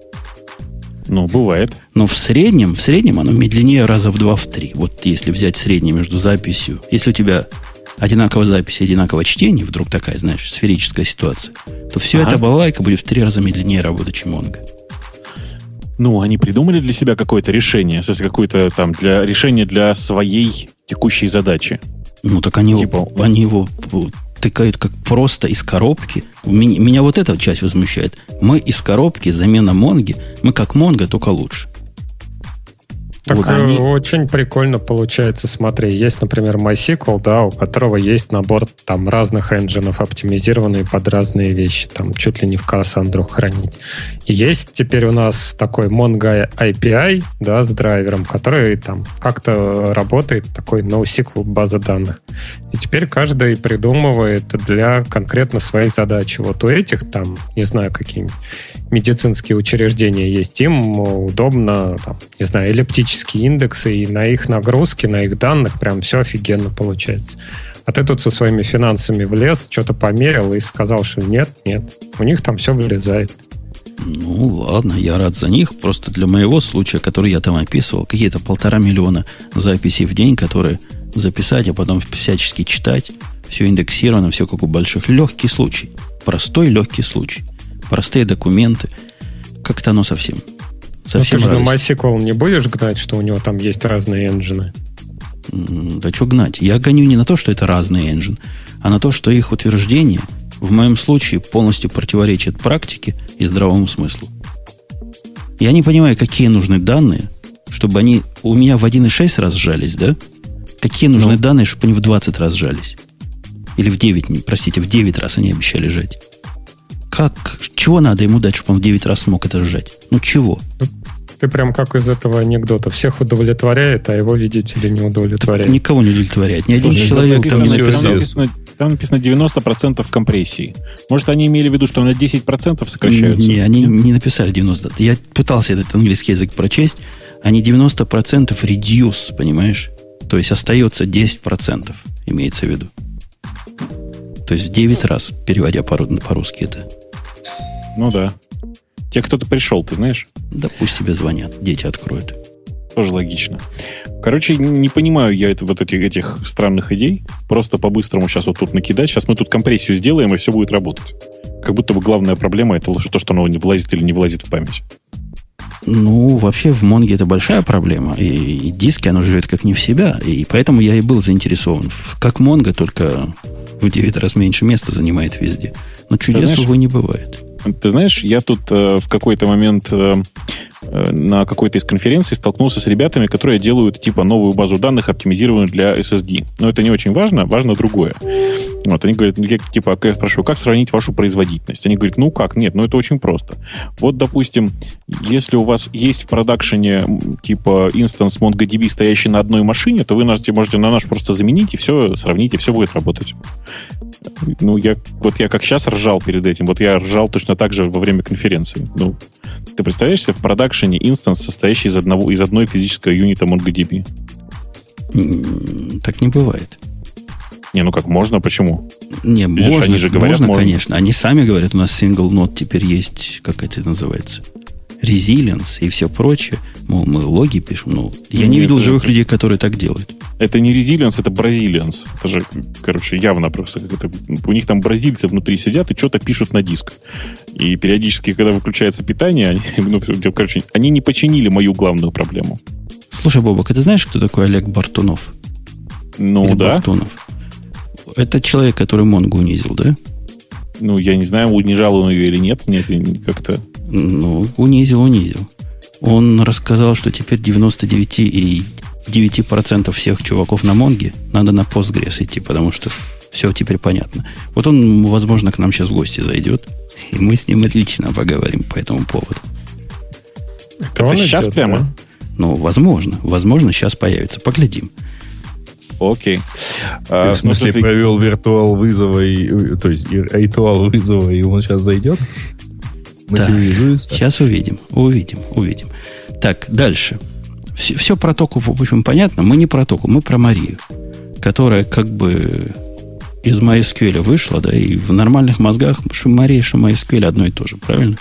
D: Бывает.
A: Но в среднем оно медленнее раза в 2-3. Вот если взять среднее между записью. Если у тебя одинаковая запись и одинаковое чтение, вдруг такая, знаешь, сферическая ситуация, то все это балалайка будет в 3 раза медленнее работать, чем Монго.
D: Они придумали для себя какое-то решение, какое-то там решение для своей текущей задачи.
A: Так они его тыкают как просто из коробки. Меня вот эта часть возмущает. Мы из коробки, замена Монги, мы как Монго, только лучше.
E: Так очень прикольно получается, смотри, есть, например, MySQL, у которого есть набор там разных энджинов, оптимизированные под разные вещи, там чуть ли не в Cassandra хранить. И есть теперь у нас такой Mongo API, с драйвером, который там как-то работает, такой NoSQL база данных. И теперь каждый придумывает для конкретно своей задачи. Вот у этих там, не знаю, какие-нибудь медицинские учреждения есть, им удобно, там, не знаю, эллиптические индексы, и на их нагрузки, на их данных прям все офигенно получается. А ты тут со своими финансами влез, что-то померил и сказал, что нет, у них там все вылезает.
A: Ладно, я рад за них. Просто для моего случая, который я там описывал, какие-то 1,5 миллиона записей в день, которые записать, а потом всячески читать, все индексировано, все как у больших. Легкий случай. Простой легкий случай. Простые документы. Как-то оно совсем
E: ты же на MySQL не будешь гнать, что у него там есть разные энджины?
A: Да что гнать? Я гоню не на то, что это разные энджины, а на то, что их утверждение в моем случае полностью противоречит практике и здравому смыслу. Я не понимаю, какие нужны данные, чтобы они у меня в 1,6 раз сжались, да? Какие нужны данные, чтобы они в 20 раз сжались? Или в 9, простите, в 9 раз они обещали сжать. Чего надо ему дать, чтобы он в 9 раз смог это сжать? Ну, чего?
E: Ты прям как из этого анекдота. Всех удовлетворяет, а его, видите ли, не удовлетворяет.
A: Так никого не удовлетворяет. Ни один человек
D: там написано 90% компрессии. Может, они имели в виду, что на 10% сокращаются?
A: Не, они не написали 90%. Я пытался этот английский язык прочесть. Они 90% reduce, понимаешь? То есть остается 10%, имеется в виду. То есть в 9 раз, переводя по-русски это.
D: Ну да. Тебе кто-то пришел, ты знаешь?
A: Да пусть тебе звонят, дети откроют.
D: Тоже логично. Короче, не понимаю я этих странных идей. Просто по-быстрому сейчас вот тут накидать. Сейчас мы тут компрессию сделаем, и все будет работать. Как будто бы главная проблема это то, что оно не влазит или не влазит в память.
A: Ну, вообще в Монге это большая проблема. И диски, оно живет как не в себя. И поэтому я и был заинтересован. Как Монго, только в 9 раз меньше места занимает везде. Но чудес, увы, не бывает.
D: Ты знаешь, я тут в какой-то момент на какой-то из конференций столкнулся с ребятами, которые делают типа новую базу данных, оптимизированную для SSD. Но это не очень важно, важно другое. Вот, они говорят, я спрашиваю, как сравнить вашу производительность? Они говорят, нет, это очень просто. Вот, допустим, если у вас есть в продакшене типа инстанс MongoDB, стоящий на одной машине, то вы можете на наш просто заменить, и все сравнить, и все будет работать. Я как сейчас ржал перед этим. Вот я ржал точно так же во время конференции. Ты представляешь себе в продакшене инстанс, состоящий из одной физической юнита MongoDB?
A: Так не бывает.
D: Как можно? Почему?
A: Не,
D: видишь,
A: можно,
D: они же говорят,
A: можно, конечно. Они сами говорят, у нас single node теперь есть, как это называется, resilience и все прочее. Мол, мы логи пишем. Я не видел живых людей, которые так делают.
D: Это не resilience, это бразилианс. Это же, явно просто у них там бразильцы внутри сидят и что-то пишут на диск. И периодически, когда выключается питание, они не починили мою главную проблему.
A: Слушай, Бобок, а ты знаешь, кто такой Олег Бартунов?
D: Или да.
A: Бартунов? Это человек, который Монгу унизил, да?
D: Я не знаю, унижал он ее или нет. Нет, как-то...
A: Унизил. Он рассказал, что теперь 99,9% всех чуваков на Монге надо на Postgres идти, потому что все теперь понятно. Вот он, возможно, к нам сейчас в гости зайдет, и мы с ним лично поговорим по этому поводу.
D: Это сейчас идет, прямо?
A: Да? Возможно, сейчас появится. Поглядим.
D: Окей.
B: В смысле, провел виртуал вызова, то есть ритуал вызова, и он сейчас зайдет?
A: Да, сейчас увидим. Так, дальше. Все про току, в общем, понятно. Мы не про току, мы про Марию, которая как бы из MySQL вышла, да, и в нормальных мозгах, что Мария, что MySQL одно и то же, правильно?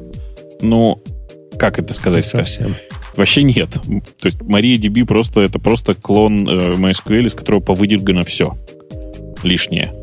D: Как это сказать? Совсем. Вообще нет. То есть MariaDB это просто клон MySQL, из которого повыдергано все лишнее.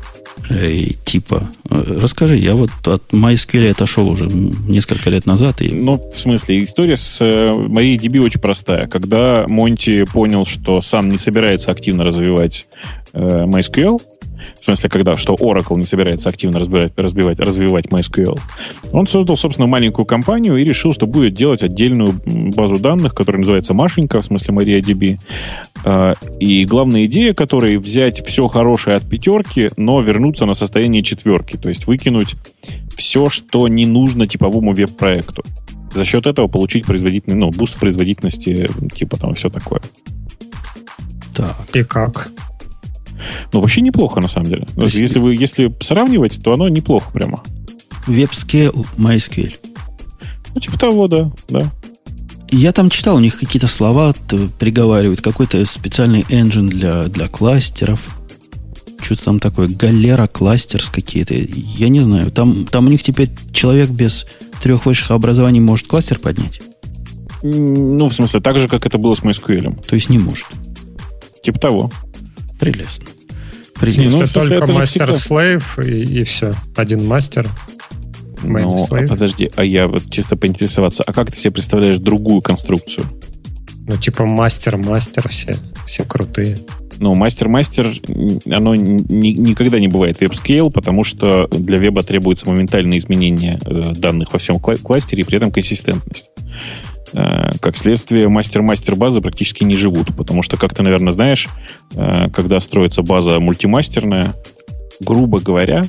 A: Расскажи, я вот от MySQL отошел уже несколько лет назад.
D: В смысле, история с MariaDB очень простая. Когда Монти понял, что сам не собирается активно развивать MySQL, в смысле, что Oracle не собирается активно развивать MySQL, он создал, собственно, маленькую компанию и решил, что будет делать отдельную базу данных, которая называется Машенька, в смысле MariaDB. И главная идея которой взять все хорошее от 5, но вернуться на состояние 4. То есть выкинуть все, что не нужно типовому веб-проекту. За счет этого получить буст производительности, все такое.
E: Так. И как?
D: Вообще неплохо, на самом деле. Если сравнивать, то оно неплохо прямо.
A: WebScale, MySQL.
D: Того, да.
A: Я там читал, у них какие-то слова приговаривают, какой-то специальный engine для кластеров. Что-то там такое, галера кластерс какие-то. Я не знаю. Там у них теперь человек без 3 высших образований может кластер поднять?
D: В смысле, так же, как это было с MySQL.
A: То есть не может?
D: Того.
A: Прелестно.
E: только мастер-слейв и все. Один мастер.
D: Ну, подожди, а я вот чисто поинтересоваться, а как ты себе представляешь другую конструкцию?
E: Ну, типа мастер-мастер, все крутые.
D: Ну, мастер-мастер, оно никогда не бывает веб-скейл, потому что для веба требуется моментальное изменение данных во всем кластере и при этом консистентность. Как следствие, мастер-мастер базы практически не живут, потому что, как ты, наверное, знаешь, когда строится база мультимастерная, грубо говоря,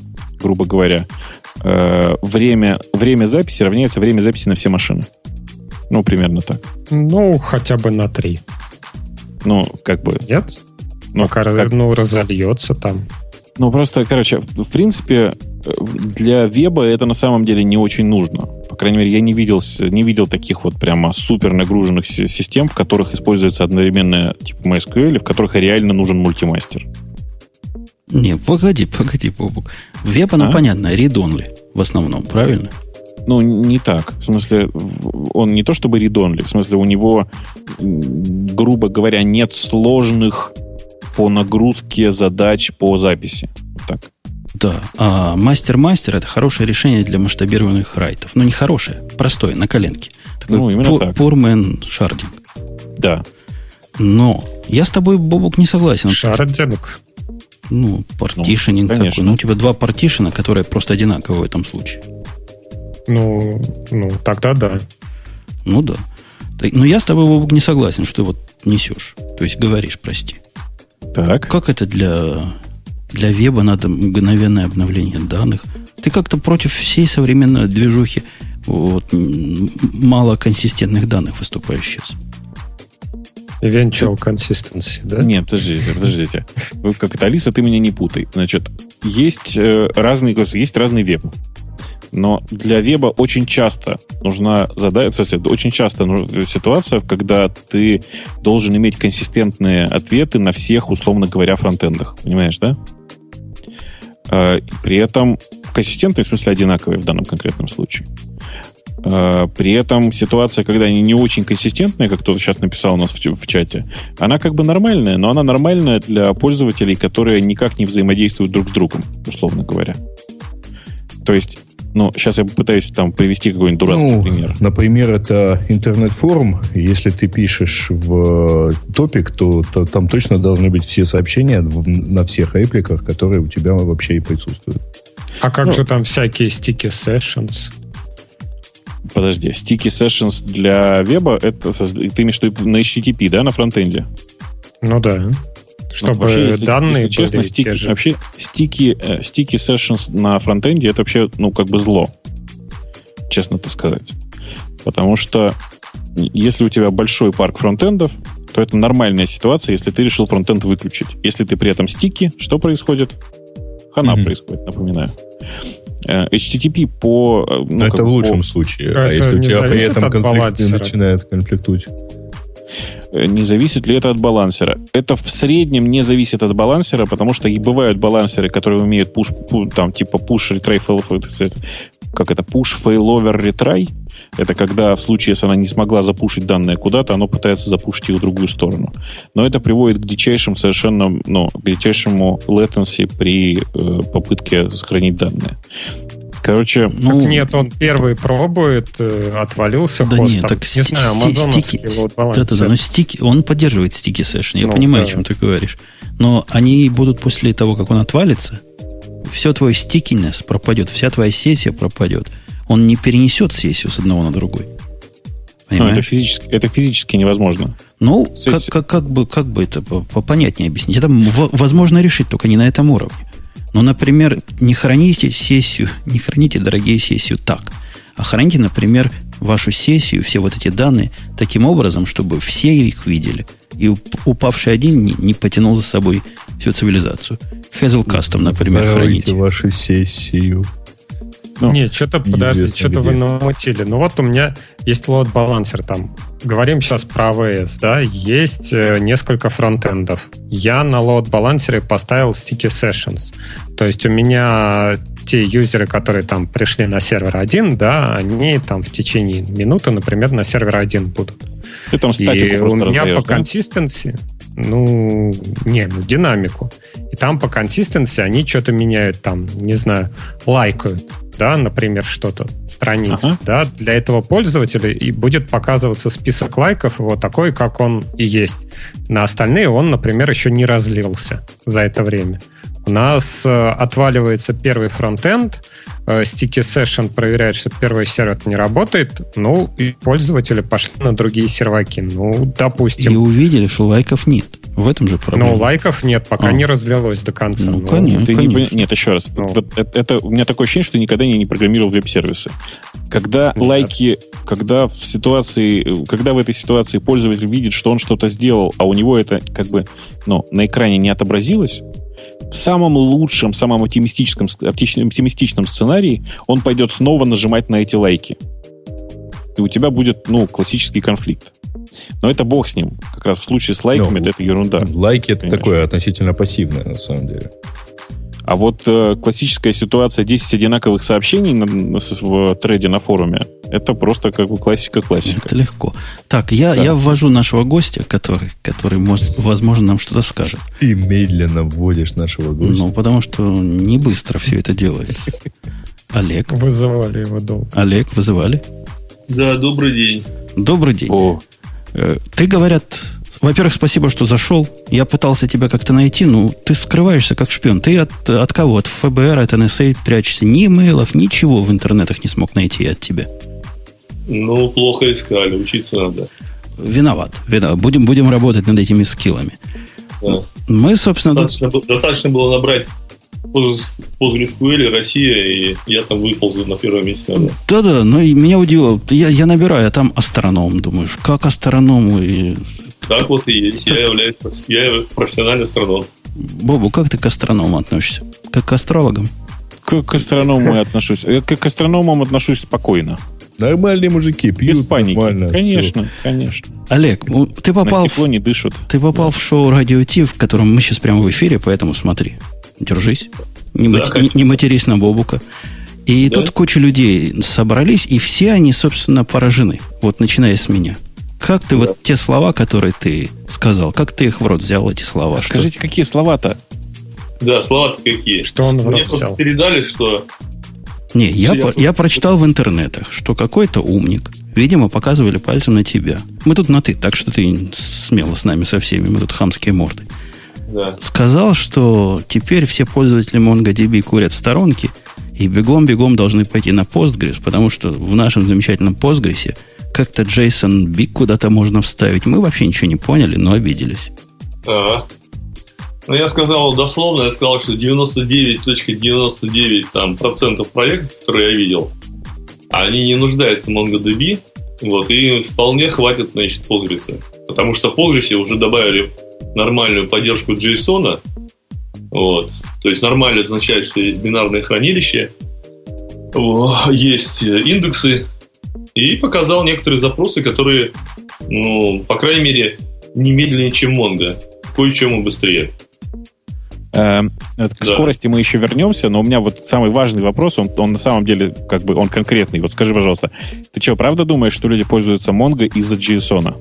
D: время записи равняется время записи на все машины. Ну, примерно так.
E: Ну, хотя бы на 3.
D: Ну, как бы...
E: Нет? Разольется там.
D: Ну, просто, короче, в принципе, для веба это на самом деле не очень нужно. По крайней мере, я не видел таких вот прямо супер нагруженных систем, в которых используется одновременно типа MySQL, в которых реально нужен мультимастер.
A: Не, погоди, Бобук. Веб, оно понятно, read-only в основном, правильно?
D: Ну, не так. В смысле, он не то чтобы read-only, в смысле, у него, грубо говоря, нет сложных по нагрузке задач по записи. Так.
A: Да, а мастер-мастер — это хорошее решение для масштабированных райтов. Ну, не хорошее, простое, на коленке. Такой
D: именно так.
A: Poor man sharding.
D: Да.
A: Но я с тобой, Бобук, не согласен.
E: Шардинг.
A: Ну, партишенинг такой. Ну, у тебя два партишена, которые просто одинаковые в этом случае.
E: Ну, тогда да.
A: Ну, да. Но я с тобой, Бобук, не согласен, что ты вот несешь. То есть говоришь, прости.
D: Так.
A: Как это для веба надо мгновенное обновление данных? Ты как-то против всей современной движухи вот, мало консистентных данных выступаешь сейчас.
E: Eventual consistency, да?
D: Нет, подождите. Вы капиталист, а ты меня не путай. Значит, есть разный веб. Но для веба очень часто нужна ситуация, когда ты должен иметь консистентные ответы на всех, условно говоря, фронтендах. Понимаешь, да? При этом консистентные, в смысле, одинаковые в данном конкретном случае. При этом ситуация, когда они не очень консистентные, как кто-то сейчас написал у нас в чате, она как бы нормальная, но она нормальная для пользователей, которые никак не взаимодействуют друг с другом, условно говоря. То есть, сейчас я попытаюсь там привести какой-нибудь дурацкий пример.
B: Например, это интернет-форум. Если ты пишешь в топик, то там точно должны быть все сообщения на всех репликах, которые у тебя вообще и присутствуют.
E: А как же там всякие sticky sessions?
D: Подожди, sticky sessions для веба, это ты имеешь в виду на HTTP, да, на фронтенде?
E: Ну да. Чтобы вообще, данные
D: если честно, вообще sticky sessions на фронтенде это вообще, как бы зло. Честно так сказать. Потому что если у тебя большой парк фронтендов, то это нормальная ситуация, если ты решил фронтенд выключить. Если ты при этом стики, что происходит? Хана происходит, напоминаю. HTTP
B: это в лучшем случае. А если у тебя при этом конфликты начинают конфликтовать?
D: Не зависит ли это от балансера? Это в среднем не зависит от балансера, потому что и бывают балансеры, которые умеют push retry push failover retry. Это когда в случае, если она не смогла запушить данные куда-то, оно пытается запушить их в другую сторону. Но это приводит к дичайшему latency при попытке сохранить данные. Короче,
E: так нет, он первый пробует, отвалился
A: да
E: хостом.
A: Нет, так не знаю, амазоновский да, но стики, он поддерживает sticky session. Я понимаю, о чем ты говоришь. Но они будут после того, как он отвалится, все твое стикинес пропадет, вся твоя сессия пропадет. Он не перенесет сессию с одного на другой.
D: Понимаешь? Это физически невозможно.
A: Ну, как бы это попонятнее объяснить. Это возможно решить, только не на этом уровне. Ну, например, не храните, дорогие, сессию так. А храните, например, вашу сессию, все вот эти данные, таким образом, чтобы все их видели. И упавший один не потянул за собой всю цивилизацию. Hazel Custom, например, храните.
B: Вашу сессию.
E: Нет, что-то вы намутили. Ну вот у меня есть лоад-балансер там. Говорим сейчас про AWS, да? Есть несколько фронтендов. Я на лоад-балансере поставил sticky sessions. То есть у меня те юзеры, которые там пришли на сервер 1, да, они там в течение минуты, например, на сервер 1 будут.
D: Ты там статику просто
E: у меня
D: раздаешь,
E: по консистенции, динамику. И там по консистенции они что-то меняют, там, не знаю, лайкают, да, например, что-то, страницу, да, для этого пользователя и будет показываться список лайков вот такой, как он и есть. На остальные он, например, еще не разлился за это время. У нас отваливается первый фронтенд, Sticky Session проверяет, что первый сервер не работает, ну, и пользователи пошли на другие серваки. Ну, допустим.
A: И увидели, что лайков нет. В этом же проблема.
E: Ну, лайков нет, пока не разлилось до конца.
A: Ну, конечно.
D: Нет, еще раз. Ну. Это, у меня такое ощущение, что я никогда не программировал веб-сервисы. Когда лайки, когда в этой ситуации пользователь видит, что он что-то сделал, а у него это как бы, ну, на экране не отобразилось, в самом лучшем, самом оптимистичном сценарии он пойдет снова нажимать на эти лайки. И у тебя будет, ну, классический конфликт. Но это бог с ним. Как раз в случае с лайками это ерунда.
B: Лайки это такое относительно пассивное, на самом деле.
D: А вот классическая ситуация 10 одинаковых сообщений в треде на форуме, это просто как бы классика.
A: Это легко. Так, я ввожу нашего гостя, который может, возможно, нам что-то скажет.
B: Ты медленно вводишь нашего гостя.
A: Ну, потому что не быстро все это делается. Олег.
E: Вызывали его долго.
A: Олег, вызывали?
F: Да, добрый день.
A: Добрый день. Ты, говорят... Во-первых, спасибо, что зашел. Я пытался тебя как-то найти, но ты скрываешься как шпион. Ты от кого? От ФБР, от НСА прячешься. Ни имейлов, ничего в интернетах не смог найти от тебя.
F: Ну, плохо искали, учиться надо.
A: Виноват. Будем работать над этими скиллами.
F: Да.
A: Мы, собственно...
F: Достаточно было набрать PostgreSQL, Россия, и я там выползу на первое место.
A: Да-да, но меня удивило. Я набираю, а там астроном. Думаешь, как астроному?
F: Так вот и есть. Я профессиональный астроном.
A: Бобу, как ты к астроному относишься? Как к астрологам?
D: Как к астроному я отношусь? Как к астрономам отношусь спокойно.
B: Нормальные мужики, пьют.
D: Без паники.
B: Нормально.
D: Конечно.
A: Олег, ты попал,
D: на стекло не дышат.
A: Ты попал в шоу «Радио Ти», в котором мы сейчас прямо в эфире, поэтому смотри. Держись. Не матерись на Бобука. И тут куча людей собрались, и все они, собственно, поражены. Вот начиная с меня. Как ты вот те слова, которые ты сказал, как ты их в рот взял, эти слова?
D: Скажите, какие слова-то?
F: Да, слова-то какие.
E: Что он в рот
F: Мне просто
E: взял?
F: передали, что...
A: Не, я прочитал в интернетах, что какой-то умник, видимо, показывали пальцем на тебя. Мы тут на «ты», так что ты смело с нами со всеми, мы тут хамские морды.
F: Да.
A: Сказал, что теперь все пользователи MongoDB курят в сторонке и бегом-бегом должны пойти на Postgres, потому что в нашем замечательном Postgres как-то JSON Big куда-то можно вставить. Мы вообще ничего не поняли, но обиделись.
F: Ага. Ну, я сказал дословно, я сказал, что 99.99% там, процентов проектов, которые я видел, они не нуждаются в MongoDB, вот, и вполне хватит, значит, Postgres. Потому что в Postgres уже добавили нормальную поддержку JSON. Вот. То есть нормально означает, что есть бинарное хранилище, есть индексы, и показал некоторые запросы, которые, ну, по крайней мере, не медленнее, чем Mongo, кое-чему быстрее.
D: К скорости мы еще вернемся, но у меня вот самый важный вопрос, он на самом деле, как бы, он конкретный. Вот скажи, пожалуйста, ты что, правда думаешь, что люди пользуются Mongo из-за JSON?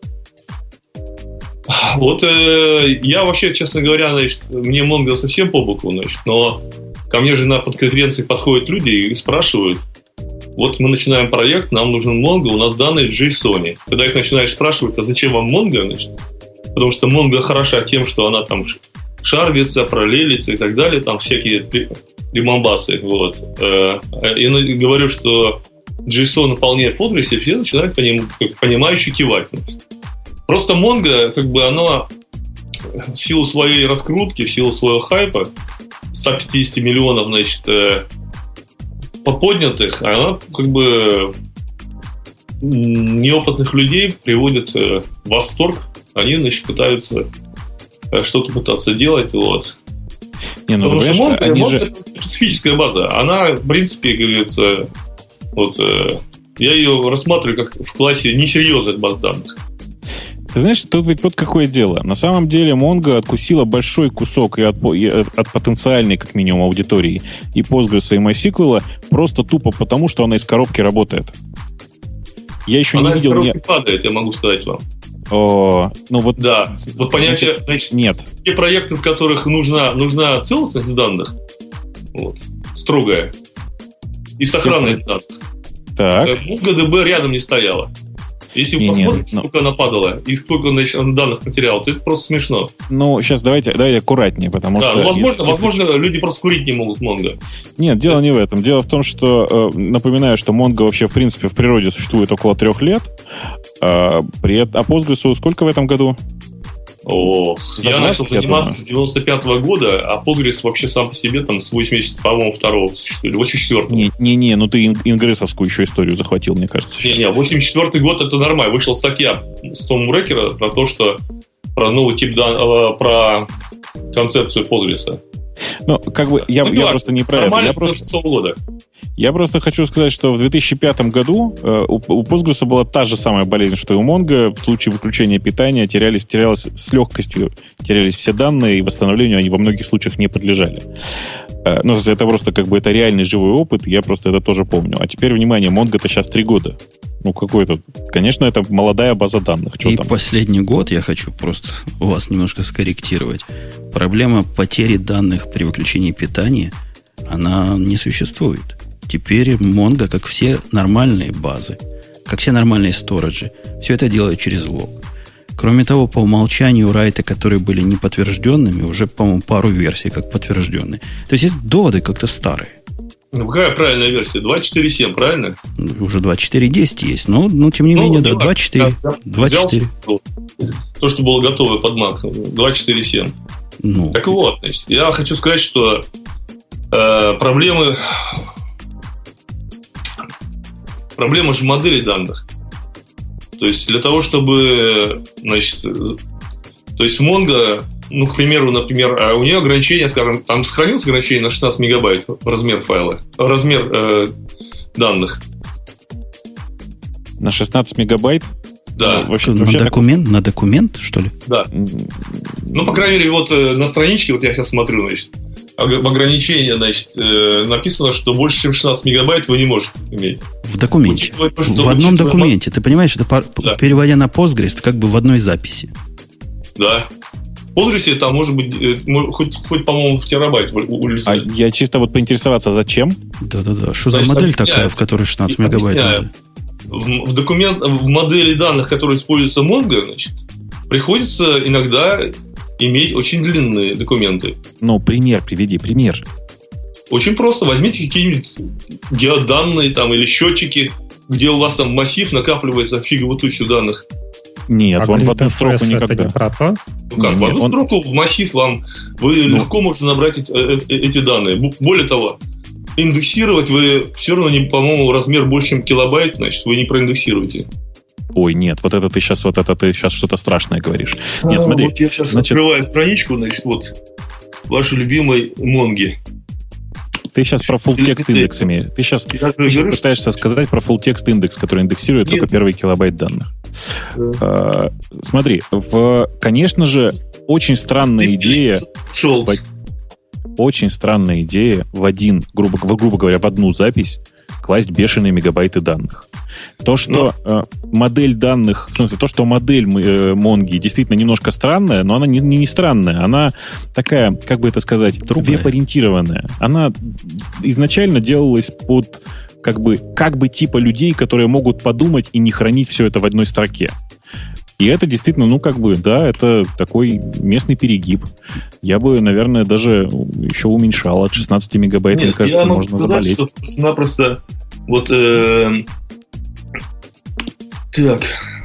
F: Вот я вообще, честно говоря, значит, мне Mongo совсем по боку, значит, но ко мне же на подконференции подходят люди и спрашивают, вот мы начинаем проект, нам нужен Mongo, у нас данные в JSON. Когда их начинаешь спрашивать, а зачем вам Mongo, значит, потому что Mongo хороша тем, что она там шарвится, параллелится и так далее, там всякие ремамбасы, вот. И говорю, что JSON вполне в Postgres, все начинают понимающе кивать. Просто Mongo, как бы, оно в силу своей раскрутки, в силу своего хайпа, 150 миллионов, значит, поднятых, она, как бы, неопытных людей приводит в восторг. Они, значит, пытаются что-то пытаться делать, вот.
D: Не, ну,
F: потому что Mongo это специфическая база. Она, в принципе, как говорится, вот, я ее рассматриваю как в классе несерьезных баз данных.
D: Ты знаешь, тут ведь вот какое дело. На самом деле Mongo откусила большой кусок и от потенциальной, как минимум, аудитории и Postgres, и MySQL просто тупо потому, что она из коробки работает. Я еще
F: она
D: не видел...
F: Она из коробки падает, я могу сказать вам. вот понятие, значит,
D: нет.
F: Те проекты, в которых нужна целостность данных, строгая, и сохранность данных.
D: Так.
F: MongoDB рядом не стояла. Если вы посмотрите, сколько она падала и сколько данных потеряла, то это просто смешно.
D: Сейчас давайте аккуратнее, потому что...
F: возможно, люди просто курить не могут Mongo.
D: Нет, дело не в этом. Дело в том, что, напоминаю, что Mongo вообще, в принципе, в природе существует около 3 лет, а Postgres сколько в этом году?
F: Я начал заниматься с 95-го года, а Postgres вообще сам по себе там с 82-го или 84-го.
D: Не, ты ингрессовскую еще историю захватил, мне кажется.
F: Не, 84-й год это нормально. Вышла статья с Томом Рекера про новый тип про концепцию Postgres.
D: Я просто не про это.
F: Я просто с 6 года.
D: Я просто хочу сказать, что в 2005 году у Postgres была та же самая болезнь, что и у Mongo. В случае выключения питания терялись с легкостью все данные, и восстановлению они во многих случаях не подлежали. Это просто это реальный живой опыт, я просто это тоже помню. А теперь, внимание, Mongo-то сейчас 3 года. Конечно, это молодая база данных.
A: Последний год я хочу просто вас немножко скорректировать. Проблема потери данных при выключении питания, она не существует. Теперь Mongo, как все нормальные базы, как все нормальные сториджи, все это делает через лог. Кроме того, по умолчанию райты, которые были неподтвержденными, уже, по-моему, пару версий как подтвержденные. То есть эти доводы как-то старые.
F: Какая правильная версия? 2.4.7, правильно?
A: Уже 2.4.10 есть, но тем не менее, да, 2.4.
F: То, что было готово под Mac, 2.4.7. Так вот, значит, я хочу сказать, что проблема же модели данных. То есть для того, чтобы, то есть Mongo, к примеру, например, у нее ограничение, скажем, там сохранилось ограничение на 16 мегабайт размер файла, размер данных.
D: На 16 мегабайт?
F: Да.
A: На документ, что ли?
F: Да. По крайней мере, на страничке, я сейчас смотрю, ограничение, написано, что больше, чем 16 мегабайт вы не можете иметь.
A: В документе. В одном документе. Ты понимаешь, это переводя на Postgres, это как бы в одной записи.
F: Да. В Postgres там может быть хоть по-моему, в терабайт улезает.
D: Я чисто поинтересоваться, зачем?
A: Да. Что за модель такая, в которой 16 мегабайт?
F: В модели данных, которые используются Mongo, приходится иногда иметь очень длинные документы.
D: Приведи пример.
F: Очень просто. Возьмите какие-нибудь геоданные или счетчики, где у вас там массив накапливается фиговую тучу данных.
D: Нет, он в одну строку никогда.
E: Это не про то?
F: В одну строку в массив вы легко можете набрать эти данные. Более того, индексировать вы все равно, по-моему, размер больше, чем килобайт, вы не проиндексируете.
D: Ой, нет, ты сейчас что-то страшное говоришь. Нет, смотри.
F: Я сейчас открываю страничку, вашей любимой Mongo.
D: Ты сейчас про full текст индекс имеешь. Ты сейчас пытаешься сказать про full текст индекс, который индексирует только первый килобайт данных. Смотри, конечно же, очень странная идея. Очень странная идея грубо говоря, в одну запись класть бешеные мегабайты данных. То, что модель данных, в смысле, то, что модель Mongo действительно немножко странная, но она не странная, она такая, как бы это сказать, веб-ориентированная. Она изначально делалась под как бы типа людей, которые могут подумать и не хранить все это в одной строке. И это действительно, это такой местный перегиб. Я бы, наверное, даже еще уменьшал от 16 мегабайт, мне кажется, можно заболеть.
F: Напросто так.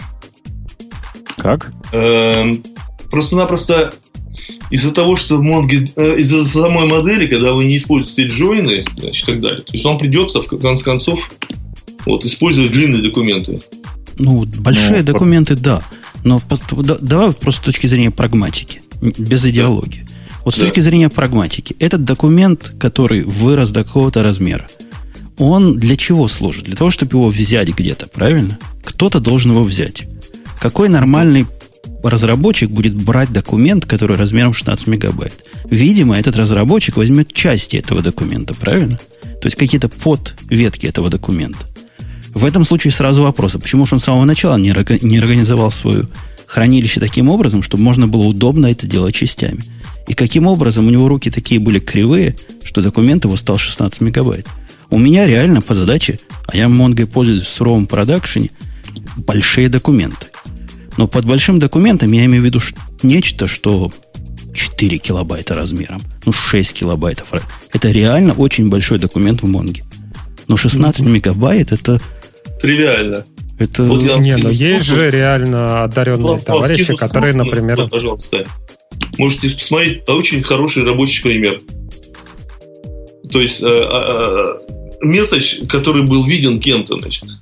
D: Как?
F: Просто-напросто из-за того, что Mongo, из-за самой модели, когда вы не используете джойны, и так далее, то есть вам придется, в конце концов, использовать длинные документы.
A: Большие документы, да. Но давай просто с точки зрения прагматики, без идеологии. С точки зрения прагматики, этот документ, который вырос до какого-то размера, он для чего служит? Для того, чтобы его взять где-то, правильно? Кто-то должен его взять. Какой нормальный разработчик будет брать документ, который размером 16 мегабайт? Видимо, этот разработчик возьмет части этого документа, правильно? То есть какие-то подветки этого документа. В этом случае сразу вопрос, почему же он с самого начала не организовал свою хранилище таким образом, чтобы можно было удобно это делать частями. И каким образом у него руки такие были кривые, что документ его стал 16 мегабайт. У меня реально по задаче, а я Mongo пользуюсь в суровом продакшене, большие документы. Но под большим документом я имею в виду нечто, что 4 килобайта размером, 6 килобайтов. Это реально очень большой документ в Mongo. Но 16 мегабайт это...
F: Тривиально.
A: Это...
E: Вот но есть же реально одаренные товарищи, которые, например...
F: Вот, пожалуйста. Можете посмотреть очень хороший рабочий пример. То есть месседж, который был виден кем-то,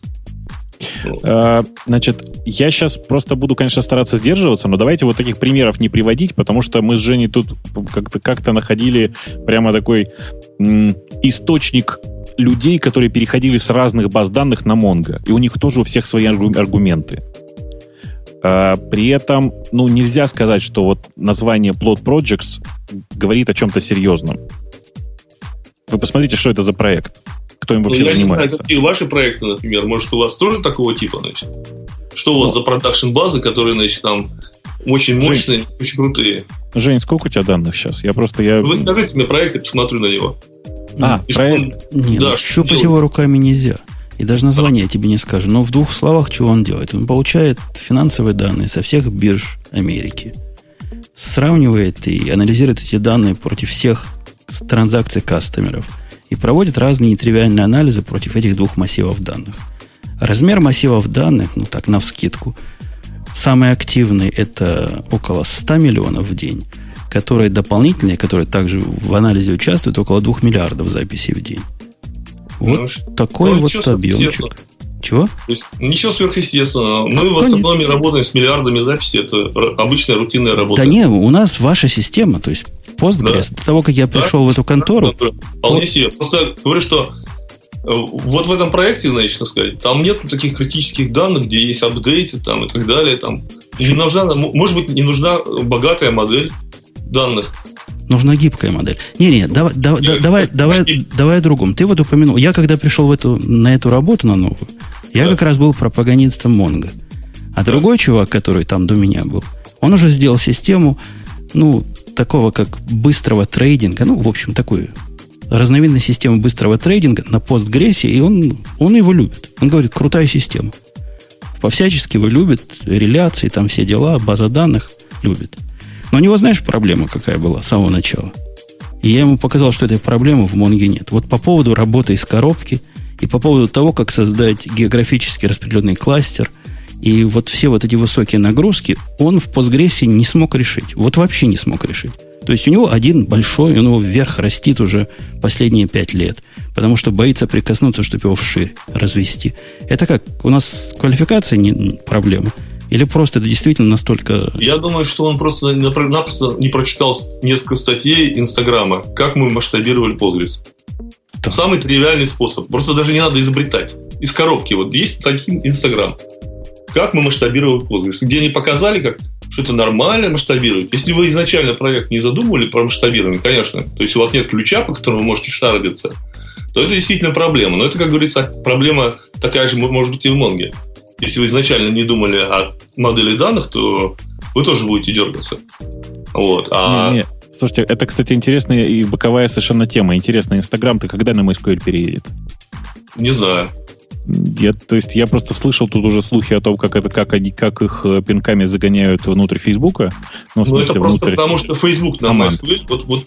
D: значит, я сейчас просто буду, конечно, стараться сдерживаться, но давайте вот таких примеров не приводить, потому что мы с Женей тут как-то находили прямо такой источник людей, которые переходили с разных баз данных на Mongo. И у них тоже у всех свои аргументы. При этом, нельзя сказать, что вот название Plot Projects говорит о чем-то серьезном. Вы посмотрите, что это за проект. Кто им вообще занимается.
F: Я не знаю, какие ваши проекты, например. Может, у вас тоже такого типа, Что у вас за продакшн-базы, которые, там очень мощные, очень крутые?
D: Жень, сколько у тебя данных сейчас?
F: Вы скажите мне проект, я посмотрю на него.
A: Проект? Нет, щупать его руками нельзя. И даже название я тебе не скажу. Но в 2 словах, что он делает? Он получает финансовые данные со всех бирж Америки. Сравнивает и анализирует эти данные против всех транзакций кастомеров. И проводит разные нетривиальные анализы против этих 2 массивов данных. Размер массивов данных, навскидку, самый активный это около 100 миллионов в день. Которые дополнительные, которые также в анализе участвуют, около 2 миллиардов записей в день. Вот такой вот объемчик. Чего?
F: То есть, ничего сверхъестественного. Мы в астрономии работаем с миллиардами записей. Это обычная рутинная работа.
A: Да не, у нас ваша система, то есть Postgres. До того, как я пришел в эту контору...
F: Вполне себе. Просто говорю, что вот в этом проекте, там нет таких критических данных, где есть апдейты и так далее. Не нужна, может быть, не нужна богатая модель данных.
A: Нужна гибкая модель. Давай о другом. Ты вот упомянул. Я когда пришел на эту работу, на новую, я как раз был пропагандистом Mongo. А другой чувак, который там до меня был, он уже сделал систему, такого как быстрого трейдинга, в общем, такую разновидную систему быстрого трейдинга на Postgres, и он его любит. Он говорит, крутая система. По-всячески его любит, реляции, там все дела, база данных любит. Но у него, знаешь, проблема какая была с самого начала? И я ему показал, что этой проблемы в Mongo нет. Вот по поводу работы из коробки и по поводу того, как создать географически распределенный кластер и вот все вот эти высокие нагрузки, он в Postgres не смог решить. Вот вообще не смог решить. То есть у него один большой, он его вверх растит уже последние 5 лет, потому что боится прикоснуться, чтобы его вширь развести. Это как? У нас квалификация не проблема? Или просто это действительно настолько...
F: Я думаю, что он просто-напросто не прочитал несколько статей Инстаграма, как мы масштабировали Postgres. Да. Самый тривиальный способ. Просто даже не надо изобретать. Из коробки. Вот есть такой Инстаграм. Как мы масштабировали Postgres. Где они показали, что это нормально масштабировать. Если вы изначально проект не задумывали про масштабирование, конечно, то есть у вас нет ключа, по которому вы можете шарабиться, то это действительно проблема. Но это, как говорится, проблема такая же, может быть, и в Mongo. Если вы изначально не думали о модели данных, то вы тоже будете дергаться. Вот.
D: Слушайте, это, кстати, интересная и боковая совершенно тема. Интересно, Инстаграм-то когда на MySQL переедет?
F: Не знаю.
D: Я просто слышал тут уже слухи о том, как их пинками загоняют внутрь Фейсбука.
F: Это просто потому, что Facebook на MySQL,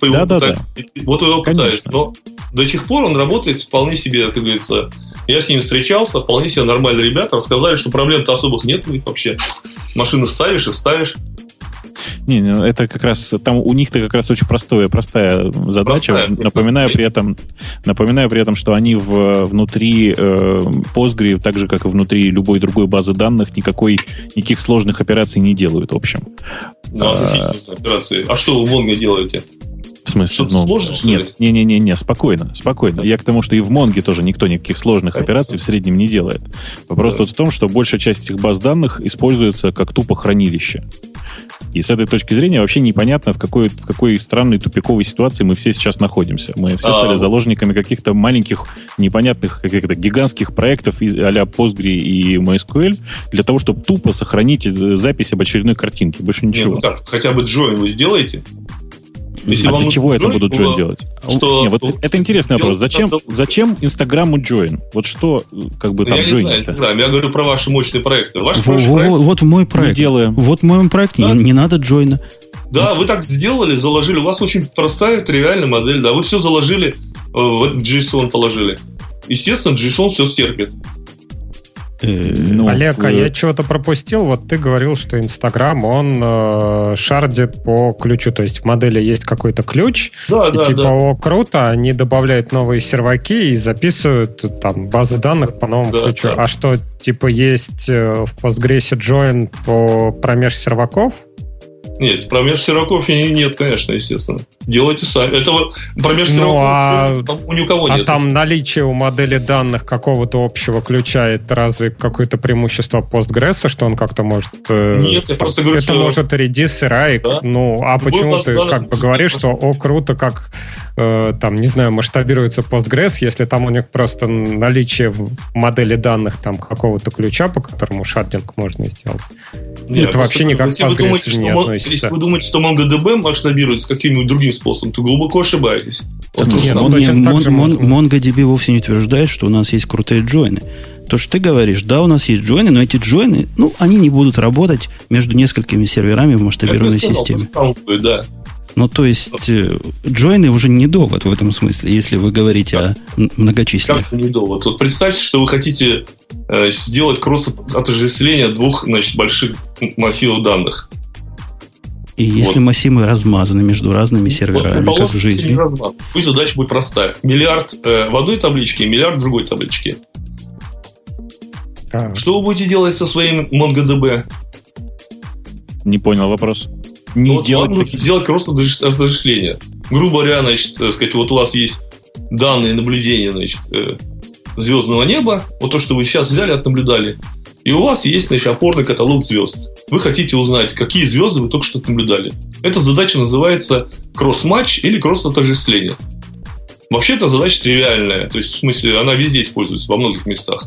F: вот его пытается. Но до сих пор он работает вполне себе, как говорится. Я с ними встречался, вполне себе нормальные ребята. Рассказали, что проблем-то особых нет у них вообще. Машины ставишь и ставишь.
D: Не, это как раз там у них-то как раз очень простая задача. Напоминаю при этом, что они внутри Postgre, так же как и внутри любой другой базы данных, никаких сложных операций не делают, в общем.
F: Операции. А что вы в Mongo делаете?
D: В смысле?
F: Что-то сложно, что ли?
D: Не, спокойно. Я к тому, что и в Mongo тоже никто никаких сложных операций в среднем не делает. Вопрос тут в том, что большая часть этих баз данных используется как тупо хранилище. И с этой точки зрения вообще непонятно, в какой странной тупиковой ситуации мы все сейчас находимся. Мы все стали заложниками каких-то маленьких, непонятных, каких-то гигантских проектов а-ля Postgre и MySQL для того, чтобы тупо сохранить запись об очередной картинке. Больше ничего.
F: Нет, хотя бы join вы сделаете?
D: Если для чего это будут join делать? Что, это интересный вопрос. Зачем Инстаграму join? Вот что там join?
F: Я не знаю Инстаграм, я говорю про ваши мощные проекты.
A: Вот мой проект. Вот в моем проекте не надо join.
F: Да, вы так сделали, заложили. У вас очень простая, тривиальная модель. Да, вы все заложили, в JSON положили. Естественно, JSON все стерпит.
E: Олег, а я чего-то пропустил. Вот ты говорил, что Инстаграм, он шардит по ключу. То есть в модели есть какой-то ключ. О, круто, они добавляют новые серваки и записывают там базы данных по новому ключу. Да. А что, есть в Postgres join про межсерваков?
F: Нет, про межсерваков нет, конечно, естественно. Делайте сами. Это про межсерваков у никого нет.
E: А там наличие у модели данных какого-то общего ключа, это разве какое-то преимущество Postgres, что он как-то может...
F: Нет, я просто говорю,
E: это может Redis и Rai. Да? Почему ты говоришь, что круто, как масштабируется Postgres, если там у них просто наличие в модели данных там какого-то ключа, по которому шардинг можно сделать.
F: Нет,
E: это вообще никак к Postgres не относится.
F: Если вы думаете, что MongoDB масштабируется каким-нибудь другим способом, то глубоко ошибаетесь.
A: MongoDB вовсе не утверждает, что у нас есть крутые джойны. То, что ты говоришь, да, у нас есть джойны, но эти джойны, они не будут работать между несколькими серверами в масштабированной системе.
F: Да.
A: То есть, джойны уже не довод в этом смысле, если вы говорите о многочисленных.
F: Как не довод? Вот представьте, что вы хотите сделать кросс-отождествление двух, больших массивов данных.
A: И если массивы размазаны между разными серверами, как в жизни.
F: Пусть задача будет простая. Миллиард в одной табличке, миллиард в другой табличке. Что вы будете делать со своим MongoDB?
D: Не понял вопрос.
F: Сделать кросс-отождествление. Грубо говоря, вот у вас есть данные наблюдения, звездного неба, вот то, что вы сейчас взяли, отнаблюдали. И у вас есть, опорный каталог звезд. Вы хотите узнать, какие звезды вы только что наблюдали. Эта задача называется кросс-матч или кросс-отождествление. Вообще-то задача тривиальная. То есть, в смысле, она везде используется, во многих местах.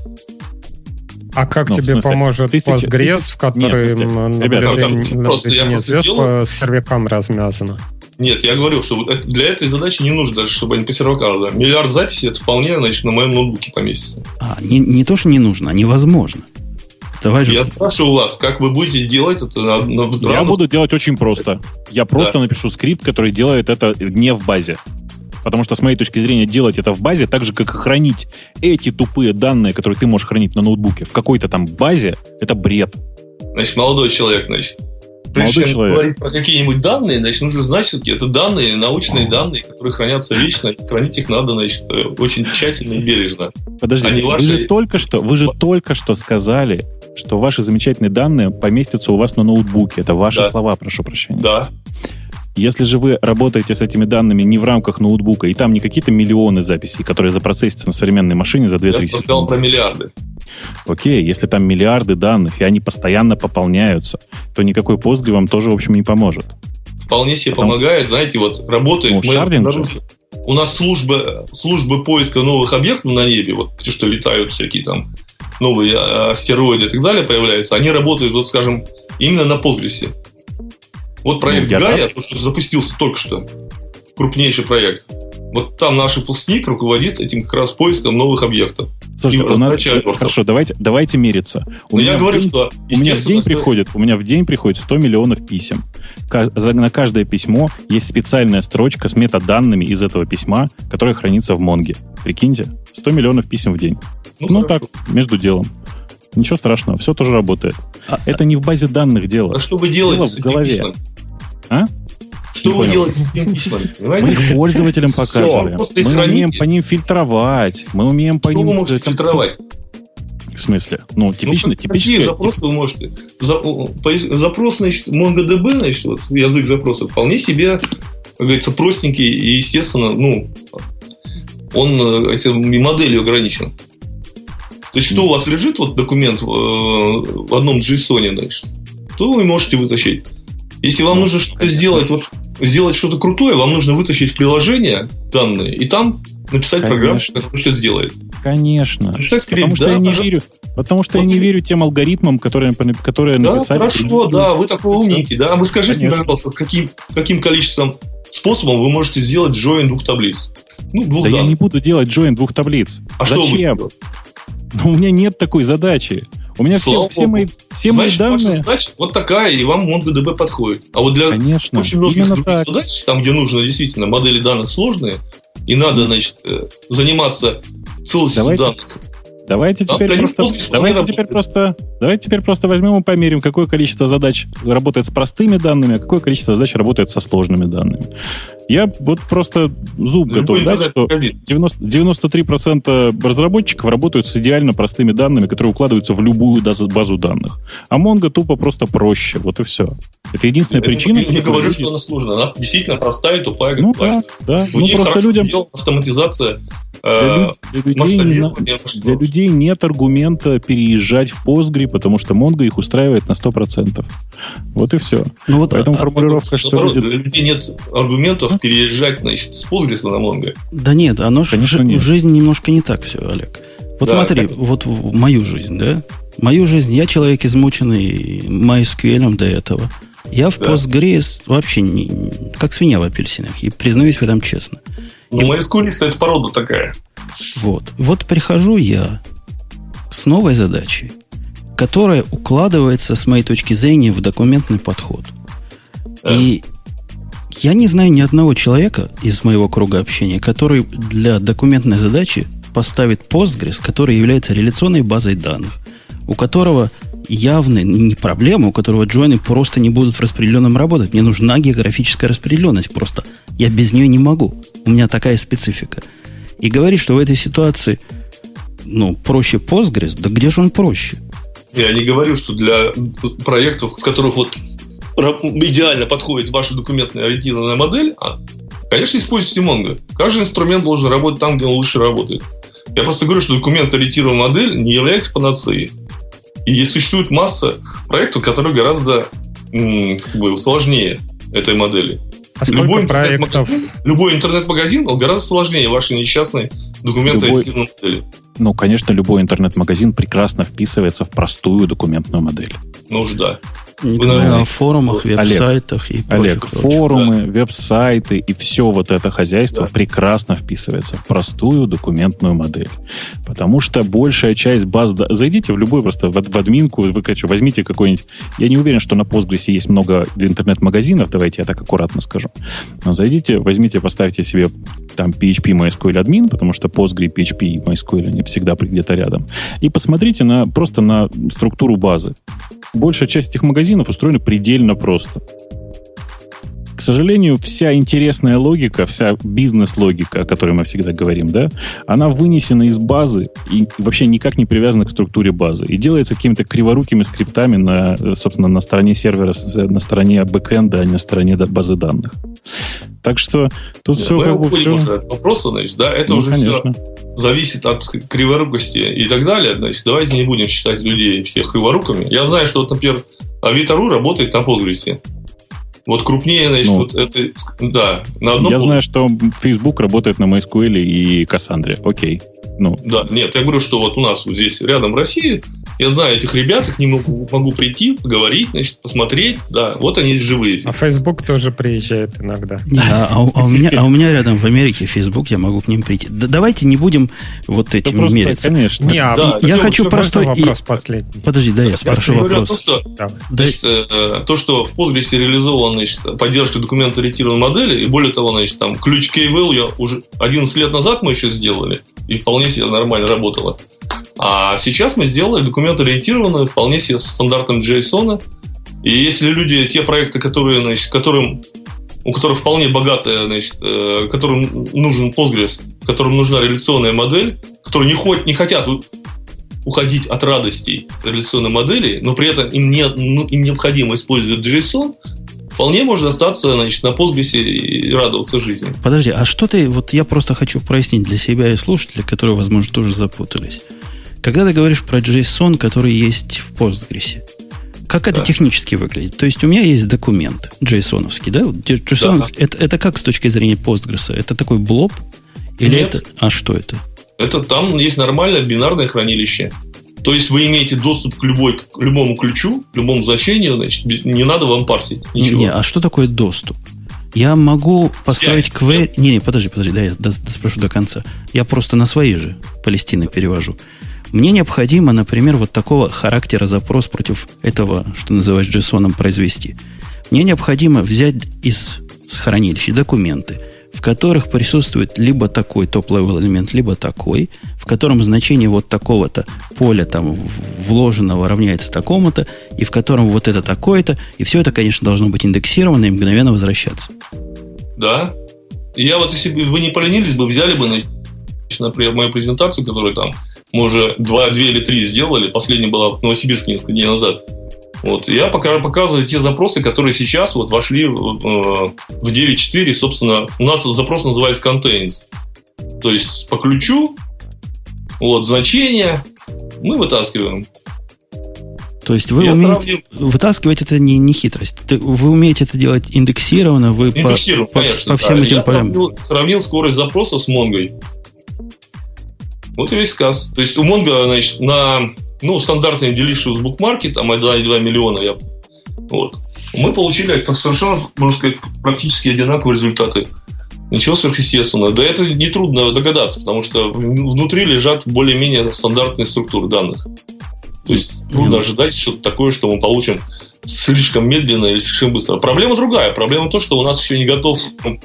E: А как тебе поможет Postgres, в котором наблюдение звезд по сервакам размазано?
F: Нет, я говорю, что для этой задачи не нужно даже, чтобы они по сервакам. Да. Миллиард записей, это вполне, на моем ноутбуке поместится.
A: Не то, что не нужно, а невозможно.
F: Я спрашиваю вас, как вы будете делать это?
D: Я буду делать очень просто. Я просто напишу скрипт, который делает это не в базе. Потому что, с моей точки зрения, делать это в базе, так же, как и хранить эти тупые данные, которые ты можешь хранить на ноутбуке, в какой-то там базе, это бред.
F: Молодой человек, Прежде чем говорить про какие-нибудь данные, нужно знать, все-таки это данные, научные данные, которые хранятся вечно. Хранить их надо, очень тщательно и бережно.
D: Подождите, вы же только что сказали, что ваши замечательные данные поместятся у вас на ноутбуке. Это ваши слова, прошу прощения.
F: Да.
D: Если же вы работаете с этими данными не в рамках ноутбука, и там не какие-то миллионы записей, которые запроцессятся на современной машине за 2-3 секунды.
F: Я сказал про миллиарды.
D: Окей, если там миллиарды данных, и они постоянно пополняются, то никакой Postgre вам тоже, в общем, не поможет.
F: Вполне себе помогает. Знаете, работает... У нас службы поиска новых объектов на небе, те, что летают всякие там новые астероиды и так далее, появляются, они работают, скажем, именно на Postgres. Проект Gaia, то, что запустился только что, крупнейший проект. Там наш выпускник руководит этим как раз поиском новых объектов.
D: Слушайте, хорошо, давайте мериться. У меня в день приходит 100 миллионов писем. На каждое письмо есть специальная строчка с метаданными из этого письма, которая хранится в Монге. Прикиньте, 100 миллионов писем в день. Так, между делом. Ничего страшного, все тоже работает. Это не в базе данных дело.
F: А что вы делаете с этими письмами? Что вы делаете с этими письмами?
D: Мы их пользователям показываем. Мы умеем по ним фильтровать. Мы умеем по ним...
F: Что вы можете фильтровать?
D: В смысле? Типично.
F: Какие запросы вы можете? Запрос, MongoDB, язык запроса, вполне себе, как говорится, простенький и, естественно, он этой моделью ограничен. То есть, что у вас лежит документ в одном JSON, то вы можете вытащить. Если вам нужно что-то сделать что-то крутое, вам нужно вытащить в приложение данные и там написать программу, которая все сделает.
D: Конечно. Потому что я не верю тем алгоритмам, которые написали.
F: Хорошо, вы такой умненький. Да? Вы скажите, пожалуйста, каким количеством способом вы можете сделать join двух таблиц?
D: Я не буду делать join двух таблиц. Зачем? У меня нет такой задачи. У меня все мои данные...
F: Задача вот такая, и вам MongoDB подходит. А вот для очень многих других задач, там, где нужно действительно модели данных сложные, и надо, заниматься целостью данных.
D: Давайте теперь просто возьмем и померим, какое количество задач работает с простыми данными, а какое количество задач работает со сложными данными. Я вот просто зуб готов дать, что 93% разработчиков работают с идеально простыми данными, которые укладываются в любую базу данных. А Mongo тупо просто проще. Вот и все. Это единственная причина.
F: Я не говорю, что она сложная. Она действительно простая, тупая.
D: Да.
F: У них просто людям автоматизация.
D: Для людей нет аргумента переезжать в Postgre, потому что Mongo их устраивает на 100%. Вот и все. Поэтому формулировка, что...
F: Для людей нет аргументов переезжать, с Postgres на Mongo.
A: Да нет, оно в жизни немножко не так все, Олег. Вот смотри, вот в мою жизнь, да? Мою жизнь, я человек, измученный MySQL до этого. Я в Postgres вообще как свинья в апельсинах. И признаюсь в этом честно.
F: MySQL это порода такая.
A: Вот прихожу я с новой задачей, которая укладывается, с моей точки зрения, в документный подход. И я не знаю ни одного человека из моего круга общения, который для документной задачи поставит Postgres, который является реляционной базой данных, у которого явно не проблема, у которого джойны просто не будут в распределенном работать. Мне нужна географическая распределенность просто. Я без нее не могу. У меня такая специфика. И говорит, что в этой ситуации проще Postgres, да где же он проще?
F: Я не говорю, что для проектов, в которых идеально подходит ваша документно-ориентированная модель, конечно, используйте Mongo. Каждый инструмент должен работать там, где он лучше работает. Я просто говорю, что документно-ориентированная модель не является панацеей. И существует масса проектов, которые гораздо сложнее этой модели. Любой интернет-магазин гораздо сложнее вашей несчастной документно-ориентированной модели.
D: Конечно, любой интернет-магазин прекрасно вписывается в простую документную модель.
F: Да.
A: Не говоря о форумах, веб-сайтах и прочих.
D: Форумы, веб-сайты и все вот это хозяйство прекрасно вписывается в простую документную модель. Потому что большая часть баз... Зайдите в любой просто в админку, возьмите какой-нибудь... Я не уверен, что на Postgres есть много интернет-магазинов, давайте я так аккуратно скажу. Но зайдите, возьмите, поставьте себе там PHP MySQL админ, потому что Postgre, PHP и MySQL, они всегда где-то рядом. И посмотрите просто на структуру базы. Большая часть этих магазинов устроена предельно просто. К сожалению, вся интересная логика, вся бизнес-логика, о которой мы всегда говорим, она вынесена из базы и вообще никак не привязана к структуре базы. И делается какими-то криворукими скриптами собственно, на стороне сервера, на стороне бэкэнда, а не на стороне базы данных. Так что тут все
F: как бы все... Вопросы, это уже конечно. Все зависит от криворукости и так далее. Давайте не будем считать людей всех криворуками. Я знаю, что, например, Авито.ру работает на Postgres. Крупнее, это... на одном...
D: Я знаю, что Facebook работает на MySQL и Cassandra. Окей.
F: Да, нет, я говорю, что у нас здесь рядом в России, я знаю этих ребят, к ним могу прийти, поговорить, посмотреть, они живые.
E: А Facebook тоже приезжает иногда.
A: У меня рядом в Америке Facebook, я могу к ним прийти. Давайте не будем этим мериться.
D: Конечно.
A: Я хочу простой...
E: Вопрос последний.
A: Подожди, я спрошу вопрос.
F: То, что в Postgres реализована поддержка документоориентированной модели, и более того, там ключ KVL уже 11 лет назад мы еще сделали, и вполне себе нормально работало. А сейчас мы сделали документоориентированную, вполне себе с стандартом JSON. И если люди, те проекты, у которых вполне богатая, которым нужен Postgres, которым нужна реляционная модель, которые не хотят уходить от радостей реляционной модели, но при этом им необходимо использовать JSON, вполне можно остаться на Postgres и радоваться жизни.
A: Подожди, а что ты... я просто хочу прояснить для себя и слушателей, которые, возможно, тоже запутались. Когда ты говоришь про JSON, который есть в Postgres, Как это технически выглядит? То есть у меня есть документ JSON-овский, да? JSON, это как с точки зрения Postgres? Это такой блоб? Или
F: Нет.
A: это... А что это?
F: Это там есть нормальное бинарное хранилище. То есть вы имеете доступ к любому ключу, к любому значению, значит, не надо вам парсить ничего.
A: Не, а что такое доступ? Я могу построить query... Не, подожди, да, я спрошу до конца. Я просто на свои же Палестины перевожу. Мне необходимо, например, вот такого характера запрос против этого, что называешь JSON, произвести. Мне необходимо взять из хранилища документы, в которых присутствует либо такой топ-левел элемент, либо такой, в котором значение вот такого-то поля там вложенного равняется такому-то, и в котором вот это такое-то, и все это, конечно, должно быть индексировано и мгновенно возвращаться.
F: Да. Я вот, если бы вы не поленились бы, взяли бы, например, мою презентацию, которую там мы уже 2 или 3 сделали, последняя была в Новосибирске несколько дней назад. Вот, я показываю те запросы, которые сейчас вот вошли в 9.4. Собственно, у нас запрос называется contains. То есть по ключу вот, значения мы вытаскиваем.
A: То есть вы умеете вытаскивать это не хитрость. Вы умеете это делать индексированно, вы по всем этим полям.
F: Я сравнил скорость запроса с Монгой. Вот и весь сказ. То есть у Mongo, значит, на стандартный delicious bookmark, там 1,2 миллиона, мы получили совершенно, можно сказать, практически одинаковые результаты. Ничего сверхъестественного. Да это нетрудно догадаться, потому что внутри лежат более-менее стандартные структуры данных. То есть трудно ожидать что-то такое, что мы получим слишком медленно или слишком быстро. Проблема другая. Проблема в том, что у нас еще не готов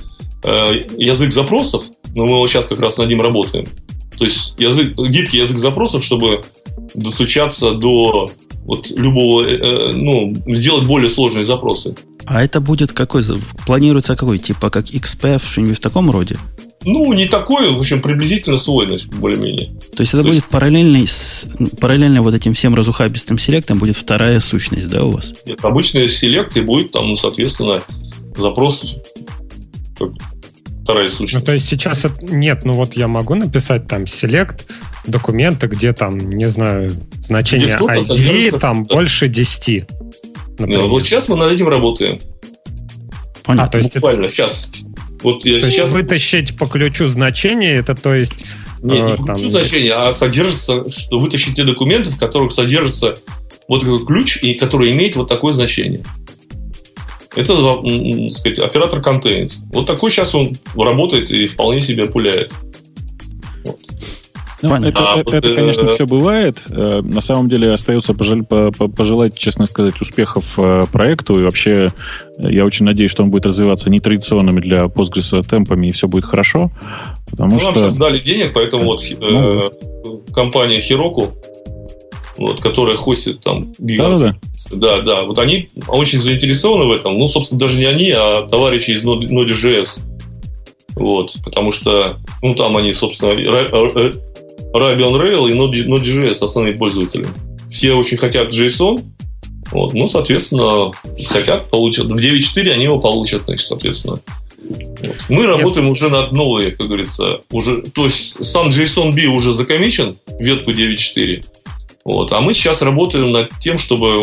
F: язык запросов, но мы вот сейчас как раз над ним работаем. То есть гибкий язык запросов, чтобы достучаться до вот любого, сделать более сложные запросы.
A: А это будет какой? Планируется какой? Типа как XPF, что-нибудь в таком роде?
F: Не такой, в общем, приблизительно свой, значит, более-менее.
A: То есть это будет параллельно вот этим всем разухабистым селектам будет вторая сущность, да, у вас?
F: Нет, обычный селект и будет там, соответственно, запрос вторая сущность.
E: То есть сейчас нет, я могу написать там select документы, где там, не знаю, значение ID там больше 10.
F: Вот сейчас мы над этим работаем.
A: Понятно.
E: То есть
F: буквально сейчас. Вот я
E: сейчас вытащить по ключу значение, это то есть...
F: Нет, не по ключу значение, а содержится, что вытащить те документы, в которых содержится вот такой ключ, и который имеет вот такое значение. Это, так сказать, оператор contains. Вот такой сейчас он работает и вполне себе пуляет. Вот.
D: Это, конечно, все бывает. На самом деле остается пожелать, честно сказать, успехов проекту. И вообще я очень надеюсь, что он будет развиваться нетрадиционными для Postgres темпами, и все будет хорошо. Потому что...
F: Нам сейчас дали денег, поэтому компания Heroku, которая хостит там гигантские... Да. Вот они очень заинтересованы в этом. Собственно, даже не они, а товарищи из Node.js. Потому что, там они, собственно, Ruby on Rails и Node.js основные пользователи. Все очень хотят JSON. Соответственно, хотят, получат. В 9.4 они его получат, значит, соответственно. Мы работаем уже над новой, как говорится, уже, то есть сам JSON-B уже закомичен, ветку 9.4. А мы сейчас работаем над тем, чтобы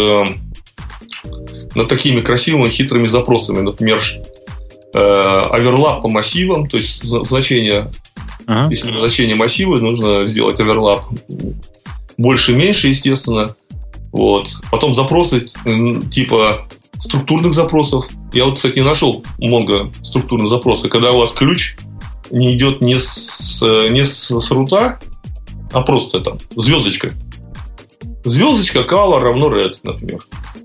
F: над такими красивыми, хитрыми запросами, например, оверлап по массивам, то есть значение, если значение массива, нужно сделать оверлап больше-меньше, естественно. Потом запросы типа структурных запросов. Я кстати, не нашел много структурных запросов, когда у вас ключ не идет не с рута, а просто там звездочка. Звездочка color равно red, например.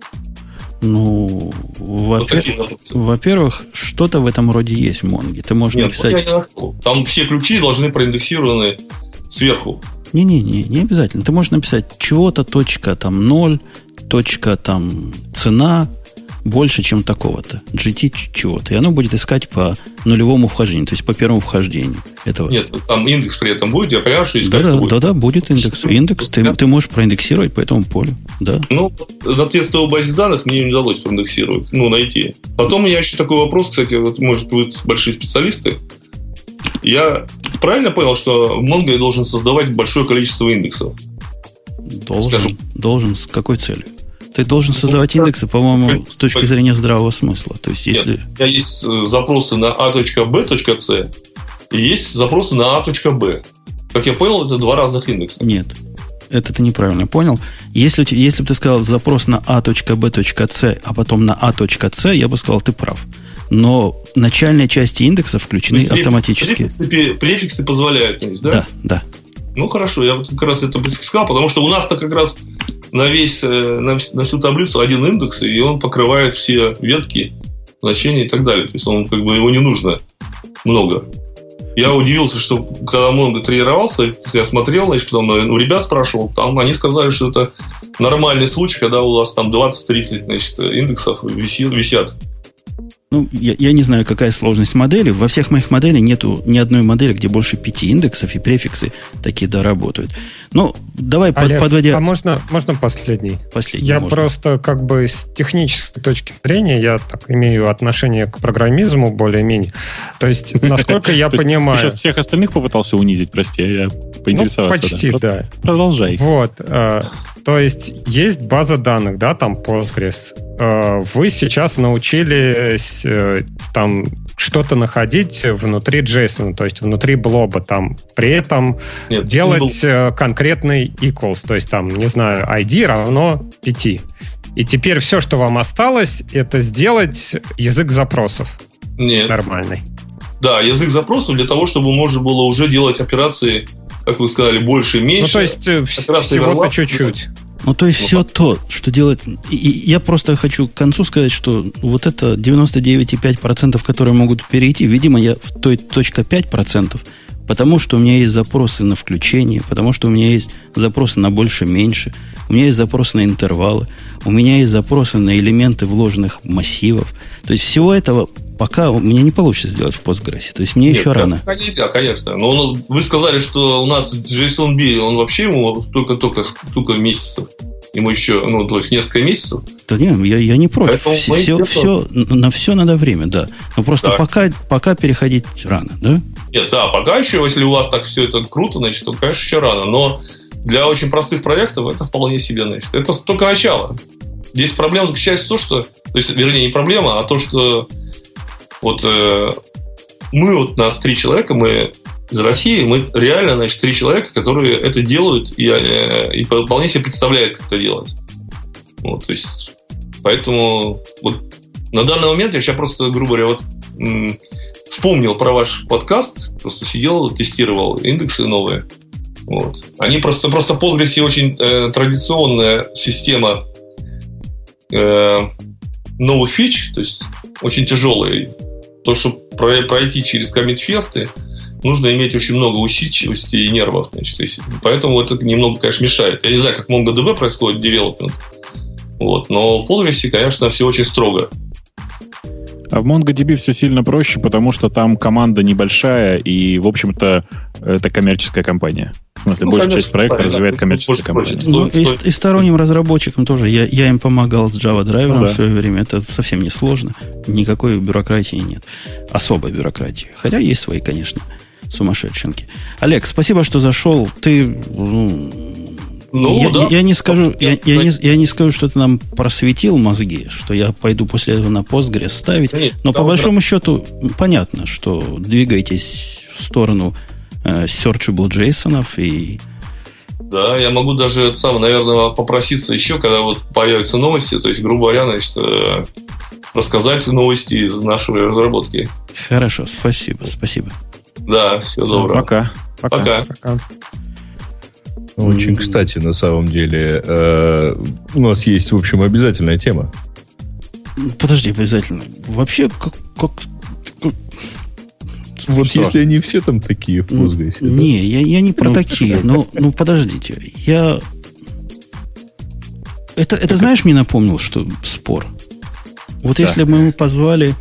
A: Во-первых, что-то в этом роде есть в Монге. Ты можешь написать...
F: Я не нашел. Там все ключи должны проиндексированы сверху.
A: Не обязательно. Ты можешь написать чего-то, точка там 0, точка там цена больше, чем такого-то. GT чего-то. И оно будет искать по нулевому вхождению, то есть по первому вхождению этого.
F: Нет, там индекс при этом будет. Я понимаю, что искать будет.
A: Да, будет индекс. Индекс ты можешь проиндексировать по этому полю. Да.
F: На тестовой базе данных мне не удалось проиндексировать. Найти. Потом у меня еще такой вопрос, кстати, может, вы большие специалисты. Я правильно понял, что Mongo должен создавать большое количество индексов?
A: Должен. С какой целью? Ты должен создавать индексы, по-моему, с точки зрения здравого смысла. То есть, если...
F: Нет, у меня есть запросы на a.b.c и есть запросы на a.b. Как я понял, это два разных индекса.
A: Нет, это ты неправильно понял. Если бы ты сказал запрос на a.b.c, а потом на a.c, я бы сказал, ты прав. Но начальные части индекса включены автоматически.
F: Префиксы позволяют, да?
A: Да.
F: Ну, хорошо, я вот как раз это сказал, потому что у нас-то как раз на всю таблицу один индекс, и он покрывает все ветки, значения и так далее. То есть, он как бы его не нужно много. Я удивился, что когда Mongo тренировался, я смотрел, значит, потом у ребят спрашивал, там они сказали, что это нормальный случай, когда у вас там 20-30, значит, индексов висят.
A: Ну, я не знаю, какая сложность модели. Во всех моих моделях нету ни одной модели, где больше 5 индексов, и префиксы такие доработают. Ну, давай,
E: Олег,
A: подводя...
E: А можно последний?
A: Последний можно.
E: Просто как бы с технической точки зрения, я так имею отношение к программизму более-менее. То есть, насколько я понимаю...
D: Ты сейчас всех остальных попытался унизить, прости, я поинтересовался.
E: Почти, да.
D: Продолжай.
E: Вот. То есть база данных, да, там Postgres. Вы сейчас научились там что-то находить внутри JSON, то есть внутри блоба, там при этом делать конкретный equals, то есть там, не знаю, ID равно 5. И теперь все, что вам осталось, это сделать язык запросов.
F: Нет.
E: Нормальный.
F: Да, язык запросов для того, чтобы можно было уже делать операции, как вы сказали, больше и меньше.
E: Ну, то есть всего-то чуть-чуть.
A: Ну, то есть, все то, что делает... И я просто хочу к концу сказать, что вот это 99,5%, которые могут перейти, видимо, я в той точка 5%, потому что у меня есть запросы на включение, потому что у меня есть запросы на больше-меньше, у меня есть запросы на интервалы, у меня есть запросы на элементы вложенных массивов. То есть, всего этого пока у меня не получится сделать в Postgres. То есть, мне еще рано.
F: Пока нельзя, конечно. Но вы сказали, что у нас JSON-B, он вообще ему только месяцев. Ему еще, то есть, несколько месяцев.
A: Да нет, я не против. На все надо время, да. Но просто пока переходить рано, да?
F: Нет, да, пока еще, если у вас так все это круто, значит, то, конечно, еще рано. Но для очень простых проектов это вполне себе, значит. Это только начало. Здесь проблема заключается в том, что... То есть, вернее, не проблема, а то, что вот нас 3 человека, мы из России, мы реально, значит, 3 человека, которые это делают и вполне себе представляют, как это делать. Вот, то есть, поэтому вот на данный момент я сейчас просто, грубо говоря, вспомнил про ваш подкаст, просто сидел, тестировал индексы новые. Вот. Они просто в Postgres очень традиционная система новых фич, то есть очень тяжелая. То, чтобы пройти через коммит-фесты, нужно иметь очень много усидчивости и нервов. Значит, поэтому это немного, конечно, мешает. Я не знаю, как в MongoDB происходит девелопмент. Вот, но в Postgres, конечно, все очень строго.
D: А в MongoDB все сильно проще, потому что там команда небольшая, и, в общем-то, это коммерческая компания. В смысле, большая часть проекта развивает коммерческая компания.
A: И сторонним разработчикам тоже. Я им помогал с Java драйвером в свое время. Это совсем не сложно. Никакой бюрократии нет. Особой бюрократии. Хотя есть свои, конечно, сумасшедшенки. Олег, спасибо, что зашел. Ты... Я не скажу, что ты нам просветил мозги, что я пойду после этого на Postgres ставить. Но по большому счету понятно, что двигаетесь в сторону searchable JSON и...
F: Да, я могу даже наверное, попроситься еще, когда вот появятся новости, то есть, грубо говоря, значит, рассказать новости из нашей разработки.
A: Хорошо, спасибо.
F: Да, всего доброго.
D: Пока.
B: Очень кстати, на самом деле, у нас есть, в общем, обязательная тема.
A: Подожди, обязательно. Вообще, как...
B: Вот что? Если они все там такие в Postgres.
A: Не, я не про такие. Ну, подождите. Это, знаешь, мне напомнил, что спор. Вот если бы мы позвали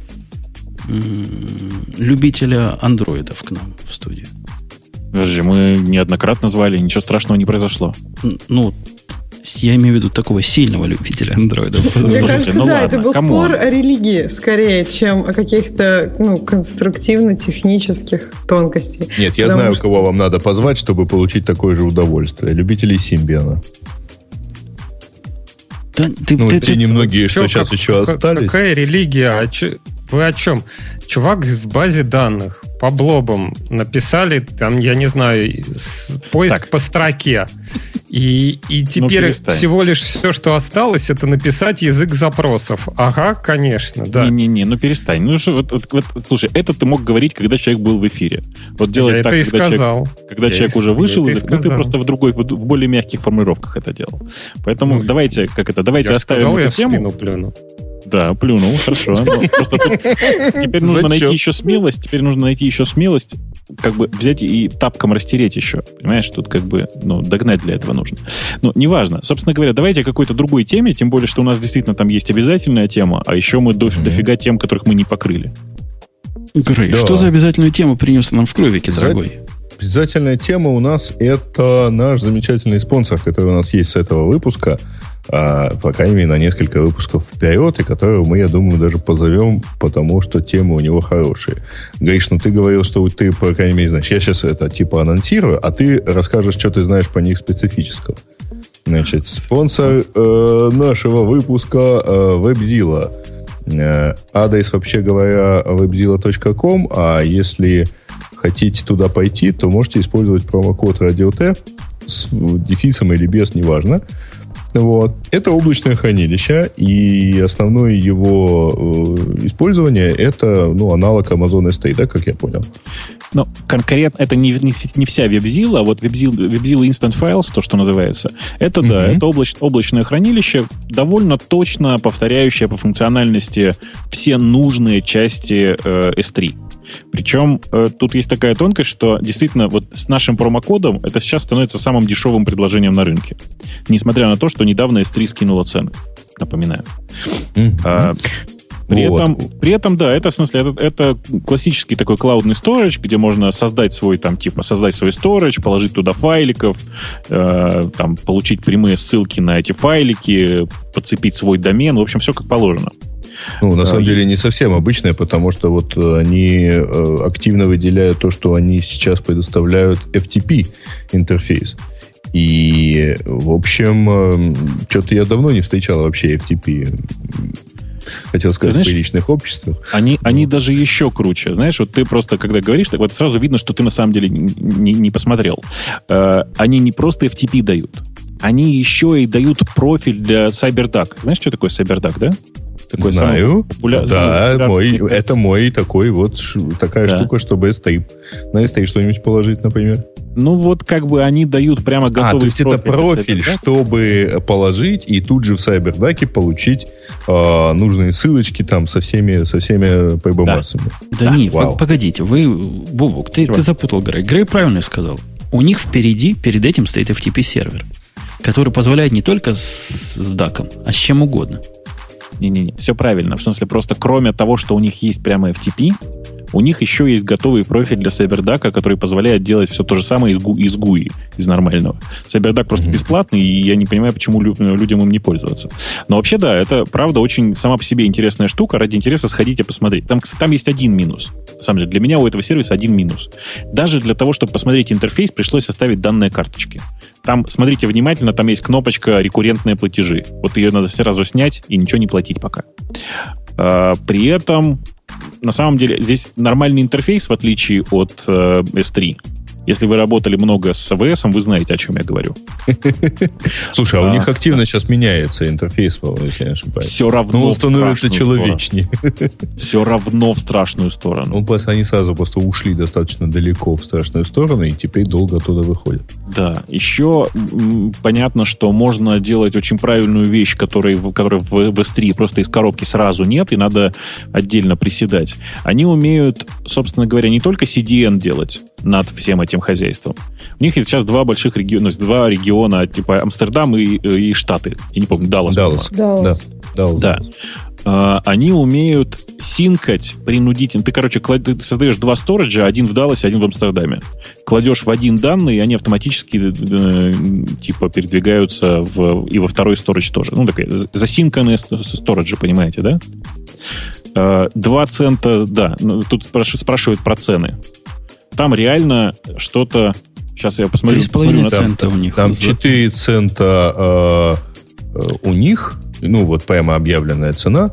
A: любителя андроидов к нам в студию.
D: Подожди, мы неоднократно звали, ничего страшного не произошло.
A: Ну, я имею в виду такого сильного любителя андроидов.
C: Мне кажется, это был спор о религии, скорее, чем о каких-то конструктивно-технических тонкостях.
B: Нет, я знаю, кого вам надо позвать, чтобы получить такое же удовольствие. Любителей Symbian. Те немногие, что сейчас еще остались.
E: Какая религия? Вы о чем? Чувак в базе данных по блобам написали, там, я не знаю, поиск по строке. И теперь всего лишь все, что осталось, это написать язык запросов. Ага, конечно, да.
D: Не-не-не, перестань. Слушай, это ты мог говорить, когда человек был в эфире. Вот делать
E: я
D: так,
E: это
D: когда человек уже вышел, ты просто в более мягких формулировках это делал. Поэтому давайте оставим эту тему.
E: Плюну.
D: Да, плюнул, хорошо. Просто теперь нужно найти еще смелость, как бы взять и тапком растереть еще. Понимаешь, тут как бы, догнать для этого нужно. Неважно. Собственно говоря, давайте о какой-то другой теме, тем более, что у нас действительно там есть обязательная тема, а еще мы дофига тем, которых мы не покрыли.
A: Грей, что за обязательную тему принес нам в Кровике, дорогой?
B: Обязательная тема у нас — это наш замечательный спонсор, который у нас есть с этого выпуска, по крайней мере, на несколько выпусков вперед, и которого мы, я думаю, даже позовем, потому что темы у него хорошие. Гриш, ты говорил, что ты, по крайней мере, знаешь. Я сейчас это типа анонсирую, а ты расскажешь, что ты знаешь по них специфического. Значит, спонсор нашего выпуска Webzilla. Адрес, вообще говоря, webzilla.com, а если хотите туда пойти, то можете использовать промокод RadioT с дефисом или без, неважно. Вот. Это облачное хранилище, и основное его использование — это аналог Amazon S3, да, как я понял?
D: Конкретно это не вся WebZilla, а вот WebZilla Instant Files, то, что называется, это, это облачное хранилище, довольно точно повторяющее по функциональности все нужные части S3. Причем тут есть такая тонкость, что действительно вот с нашим промокодом это сейчас становится самым дешевым предложением на рынке. Несмотря на то, что недавно S3 скинула цены. Напоминаю. При этом, да, это в смысле, это классический такой клаудный storage, где можно создать свой свой storage, положить туда файликов, получить прямые ссылки на эти файлики, подцепить свой домен, в общем, все как положено.
B: На самом деле не совсем обычное, потому что вот они активно выделяют то, что они сейчас предоставляют FTP интерфейс. И, в общем, что-то я давно не встречал вообще FTP. Хотел сказать, в приличных обществах.
D: Они даже еще круче. Знаешь, вот ты просто, когда говоришь, вот сразу видно, что ты на самом деле не посмотрел. Они не просто FTP дают, они еще и дают профиль для CyberDuck. Знаешь, что такое CyberDuck, да?
B: Такой знаю. Это мой такой такая штука, чтобы S3. На S3 что-нибудь положить, например.
D: Они дают прямо готовый
B: то есть это профиль, чтобы положить и тут же в CyberDuck получить нужные ссылочки там со всеми прибамбасами.
A: Да нет, погодите, Бобук, ты запутал Грей. Грей правильно сказал. У них перед этим стоит FTP-сервер, который позволяет не только с даком, а с чем угодно.
D: Не-не-не, все правильно. В смысле, просто кроме того, что у них есть прямо FTP, у них еще есть готовый профиль для CyberDuck, который позволяет делать все то же самое из GUI, из нормального. CyberDuck просто бесплатный, и я не понимаю, почему людям им не пользоваться. Но вообще, да, это, правда, очень сама по себе интересная штука. Ради интереса сходите посмотреть. Там есть один минус. На самом деле, для меня у этого сервиса один минус. Даже для того, чтобы посмотреть интерфейс, пришлось оставить данные карточки. Там, смотрите внимательно, там есть кнопочка «Рекуррентные платежи». Вот ее надо сразу снять и ничего не платить пока. При этом, на самом деле, здесь нормальный интерфейс, в отличие от S3. Если вы работали много с AWS, вы знаете, о чем я говорю.
B: Слушай, у них активно сейчас меняется интерфейс, если я не ошибаюсь.
D: Все равно
B: он становится человечнее.
D: Все равно в страшную сторону.
B: Они сразу просто ушли достаточно далеко в страшную сторону, и теперь долго оттуда выходят.
D: Да. Еще понятно, что можно делать очень правильную вещь, которой в S3 просто из коробки сразу нет, и надо отдельно приседать. Они умеют, собственно говоря, не только CDN делать над всем этим хозяйством. У них есть сейчас два региона, типа Амстердам и Штаты. Я не помню, Даллас. Да. Они умеют синкать принудительно. Ты создаешь два сториджа, один в Далласе, один в Амстердаме. Кладешь в один данные, и они автоматически передвигаются и во второй сторидж тоже. Такие засинканные сториджи, понимаете, да? 2 цента, да. Тут спрашивают про цены. Там реально что-то... Сейчас я посмотрю.
A: 3,5 цента у них.
B: Там 4 цента у них, ну, вот прямо объявленная цена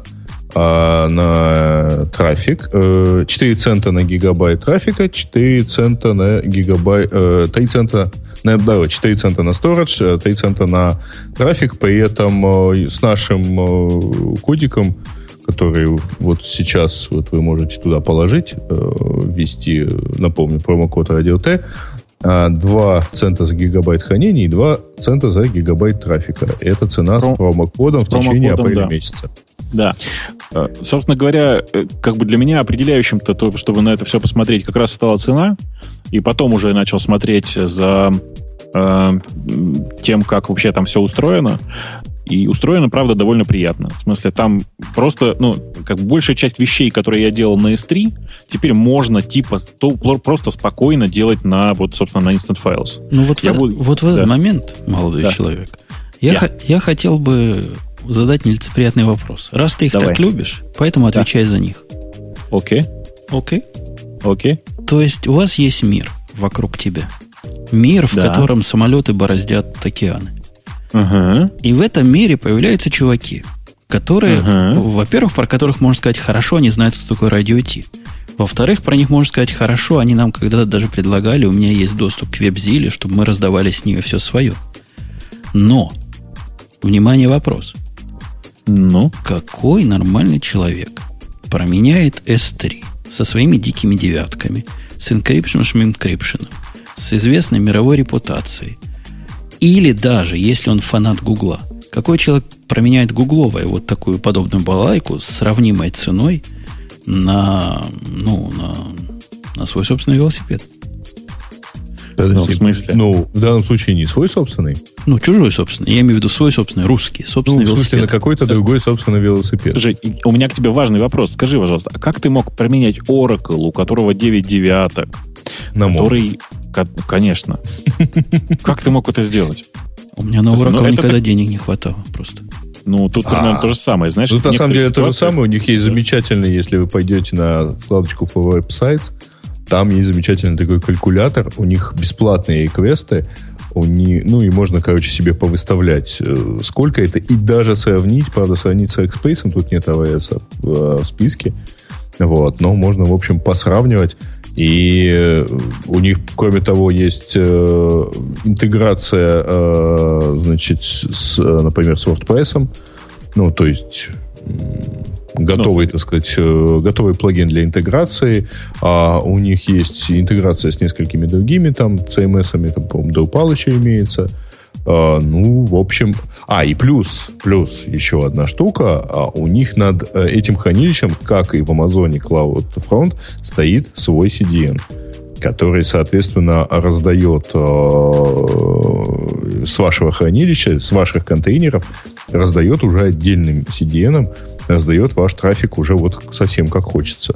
B: на трафик. 4 цента на гигабайт трафика, 4 цента на гигабайт... 3 цента... 4 цента на storage, 3 цента на трафик. При этом с нашим кодиком, который вот сейчас вот вы можете туда положить, ввести, напомню, промокод Radio T, 2 цента за гигабайт хранения и 2 цента за гигабайт трафика. Это цена с промокодом в течение апреля месяца.
D: Да. Собственно говоря, как бы для меня определяющим-то, чтобы на это все посмотреть, как раз стала цена. И потом уже я начал смотреть за тем, как вообще там все устроено. И устроено, правда, довольно приятно. В смысле, там просто, ну, как бы большая часть вещей, которые я делал на S3, теперь можно типа просто спокойно делать на, вот, собственно, на Instant Files.
A: Ну, вот в этот момент, молодой человек, я хотел бы задать нелицеприятный вопрос. Раз ты их так любишь, поэтому отвечай за них.
D: Окей.
A: То есть у вас есть мир вокруг тебя. Мир, в котором самолеты бороздят океаны. И в этом мире появляются чуваки, которые, во-первых, про которых можно сказать хорошо, они знают, кто такой радио Ти. Во-вторых, про них можно сказать хорошо, они нам когда-то даже предлагали, у меня есть доступ к WebZilla, чтобы мы раздавали с нее все свое. Но, внимание, вопрос. Какой нормальный человек променяет S3 со своими дикими девятками, с инкрипшеном, с известной мировой репутацией, или даже, если он фанат Гугла, какой человек променяет гугловую вот такую подобную балалайку с сравнимой ценой на свой собственный велосипед?
B: В смысле? В данном случае не свой собственный.
A: Чужой собственный. Я имею в виду свой собственный, русский, собственный велосипед.
B: В смысле, на какой-то другой собственный велосипед.
D: Жень, у меня к тебе важный вопрос. Скажи, пожалуйста, а как ты мог променять Oracle, у которого 9 девяток,
B: на
D: который... Конечно. Как ты мог это сделать?
A: У меня на Oracle никогда денег не хватало просто.
D: Тут примерно то же самое. Знаешь,
B: на самом деле то же самое. У них есть замечательный, если вы пойдете на вкладочку for websites, там есть замечательный такой калькулятор, у них бесплатные реквесты, и можно, себе повыставлять, сколько это, и даже сравнить, правда, сравнить с Rackspace, тут нет AWS в списке, но можно, в общем, посравнивать, и у них, кроме того, есть интеграция, например, с WordPress, то есть... готовый плагин для интеграции. У них есть интеграция с несколькими другими там CMS-ами, там, по-моему, Drupal еще имеется. В общем... И плюс еще одна штука. У них над этим хранилищем, как и в Амазоне CloudFront, стоит свой CDN, который, соответственно, раздает с вашего хранилища, с ваших контейнеров, раздает уже отдельным CDN, раздает ваш трафик уже совсем как хочется.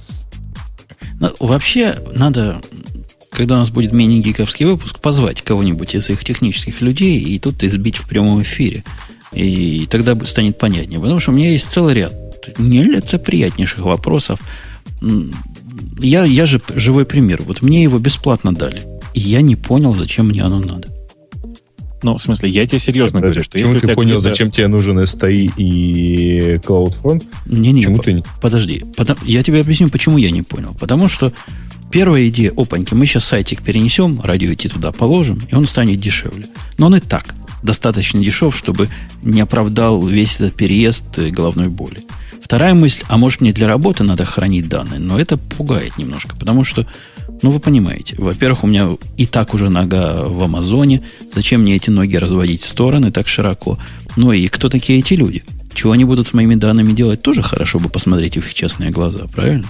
A: Вообще, надо, когда у нас будет мини-гиковский выпуск, позвать кого-нибудь из их технических людей и тут избить в прямом эфире. И тогда станет понятнее. Потому что у меня есть целый ряд нелицеприятнейших вопросов. Я же живой пример. Мне его бесплатно дали. И я не понял, зачем мне оно надо.
D: В смысле, я тебе серьезно говорю, что
B: если ты понял, зачем тебе нужен STI и CloudFront?
A: Подожди. Я тебе объясню, почему я не понял. Потому что первая идея, опаньки, мы сейчас сайтик перенесем, радио Ти туда положим, и он станет дешевле. Но он и так достаточно дешев, чтобы не оправдал весь этот переезд головной боли. Вторая мысль, а может мне для работы надо хранить данные, но это пугает немножко, потому что, вы понимаете, во-первых, у меня и так уже нога в Амазоне, зачем мне эти ноги разводить в стороны так широко? И кто такие эти люди? Чего они будут с моими данными делать, тоже хорошо бы посмотреть в их честные глаза, правильно?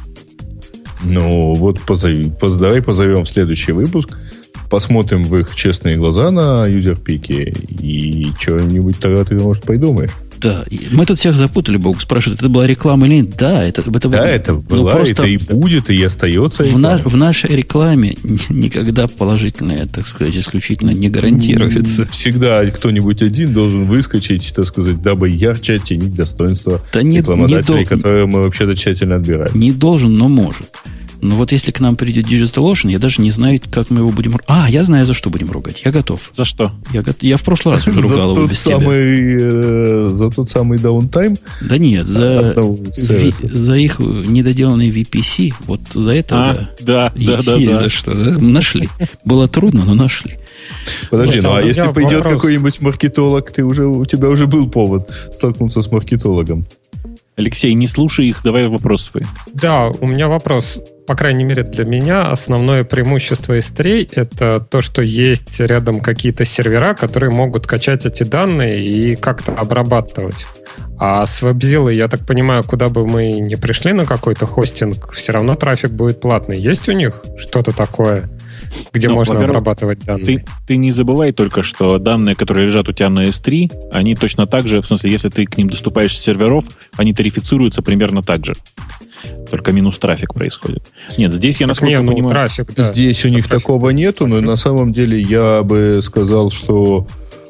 B: Давай позовем в следующий выпуск, посмотрим в их честные глаза на юзерпике, и что-нибудь тогда ты, может, придумаешь.
A: Да, мы тут всех запутали, Бог спрашивает, это была реклама или нет? Да, это
B: была, это и будет, и остается.
A: В нашей рекламе никогда положительное, так сказать, исключительно не гарантируется.
B: Всегда кто-нибудь один должен выскочить, так сказать, дабы ярче оттенить достоинство рекламодателей, которые мы вообще-то тщательно отбираем.
A: Не должен, но может. Ну вот если к нам придет DigitalOcean, я даже не знаю, как мы его будем... я знаю, за что будем ругать. Я готов.
D: За что?
A: Я в прошлый раз уже ругал его без тебя.
B: За тот самый даунтайм?
A: Да нет, за их недоделанный VPC. Вот за это,
D: да.
A: За что, да? Нашли. Было трудно, но нашли.
B: Подожди, если пойдет какой-нибудь маркетолог, у тебя уже был повод столкнуться с маркетологом.
D: Алексей, не слушай их, давай вопрос свой.
E: Да, у меня вопрос. По крайней мере, для меня основное преимущество S3 — это то, что есть рядом какие-то сервера, которые могут качать эти данные и как-то обрабатывать. А с WebZilla, я так понимаю, куда бы мы ни пришли на какой-то хостинг, все равно трафик будет платный. Есть у них что-то такое, где можно обрабатывать данные?
D: Ты не забывай только, что данные, которые лежат у тебя на S3, они точно так же, в смысле, если ты к ним доступаешь с серверов, они тарифицируются примерно так же. Только минус трафик происходит. Нет, здесь я насколько понимаю...
B: Трафик, да. Здесь у них такого нету, но на самом деле я бы сказал, что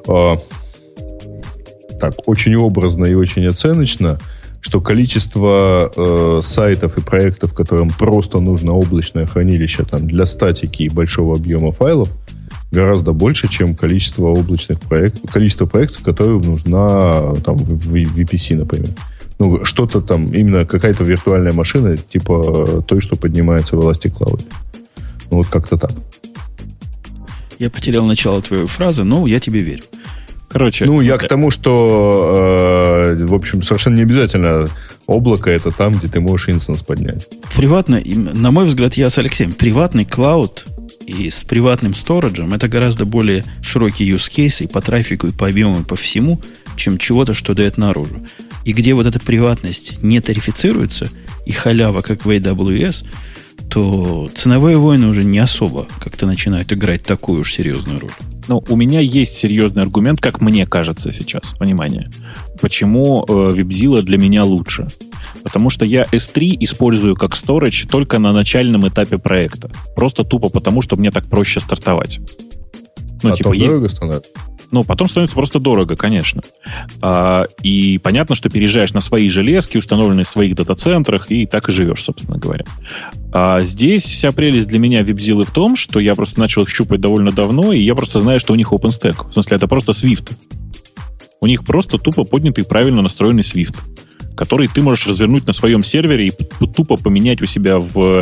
B: очень образно и очень оценочно, что количество сайтов и проектов, которым просто нужно облачное хранилище для статики и большого объема файлов, гораздо больше, чем количество проектов, которым нужна VPC, например. Что-то именно какая-то виртуальная машина, типа той, что поднимается в Elastic Cloud. Вот как-то так.
A: Я потерял начало твоей фразы, но я тебе верю.
D: Короче.
B: Я к тому, что, в общем, совершенно не обязательно облако — это там, где ты можешь инстанс поднять.
A: Приватный, на мой взгляд, я с Алексеем, приватный клауд и с приватным сториджем — это гораздо более широкий use case и по трафику, и по объему, и по всему, чем чего-то, что дает наружу. И где вот эта приватность не тарифицируется, и халява, как в AWS, то ценовые войны уже не особо как-то начинают играть такую уж серьезную роль.
D: У меня есть серьезный аргумент, как мне кажется сейчас, внимание. Почему WebZilla для меня лучше? Потому что я S3 использую как storage только на начальном этапе проекта. Просто тупо потому, что мне так проще стартовать.
B: Дорого становится?
D: Потом становится просто дорого, конечно. И понятно, что переезжаешь на свои железки, установленные в своих дата-центрах, и так и живешь, собственно говоря. Здесь вся прелесть для меня WebZilla в том, что я просто начал их щупать довольно давно, и я просто знаю, что у них OpenStack. В смысле, это просто Swift. У них просто тупо поднятый, правильно настроенный Swift, который ты можешь развернуть на своем сервере и тупо поменять у себя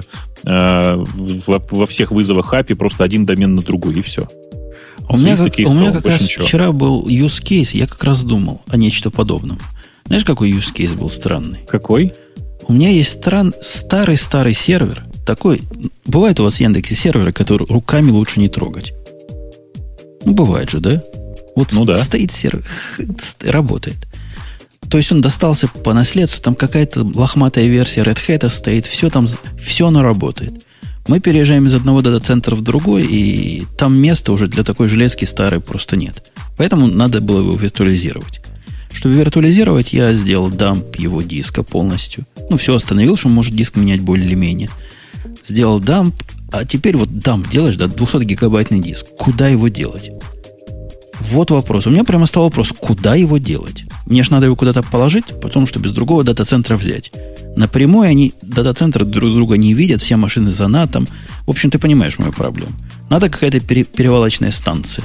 D: во всех вызовах API просто один домен на другой, и все.
A: У меня как раз вчера был use case, я как раз думал о нечто подобном. Знаешь, какой use case был странный?
D: Какой?
A: У меня есть старый сервер. Такой, бывает у вас в Яндексе серверы, которые руками лучше не трогать. Бывает же, да? Стоит сервер, работает. То есть он достался по наследству, там какая-то лохматая версия Red Hat стоит, все оно работает. Мы переезжаем из одного дата-центра в другой, и там места уже для такой железки старой просто нет. Поэтому надо было его виртуализировать. Чтобы виртуализировать, я сделал дамп его диска полностью. Все остановил, что может диск менять более или менее. Сделал дамп, а теперь дамп делаешь, 200-гигабайтный диск. Куда его делать? Вот вопрос. У меня прямо стал вопрос, куда его делать? Мне же надо его куда-то положить, потому что без другого дата-центра взять. Напрямую дата-центры друг друга не видят, все машины за NAT. В общем, ты понимаешь мою проблему. Надо какая-то перевалочная станция.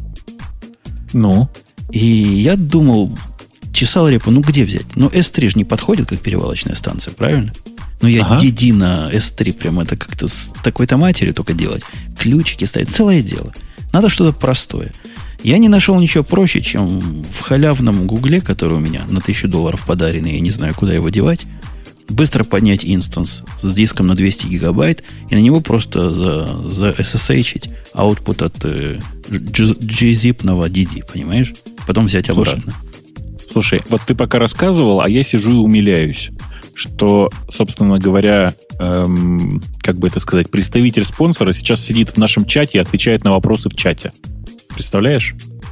A: И я думал, чесал репу, где взять? S3 же не подходит как перевалочная станция, правильно? Я DD на S3 прямо это как-то с такой-то матерью только делать. Ключики ставить, целое дело. Надо что-то простое. Я не нашел ничего проще, чем в халявном Гугле, который у меня на $1000 подаренный, я не знаю, куда его девать, быстро поднять инстанс с диском на 200 гигабайт и на него просто за SSH-ить output от gzip-ного DD, понимаешь? Потом взять обратно.
D: Слушай, вот ты пока рассказывал, а я сижу и умиляюсь, что, собственно говоря, представитель спонсора сейчас сидит в нашем чате и отвечает на вопросы в чате. Представляешь?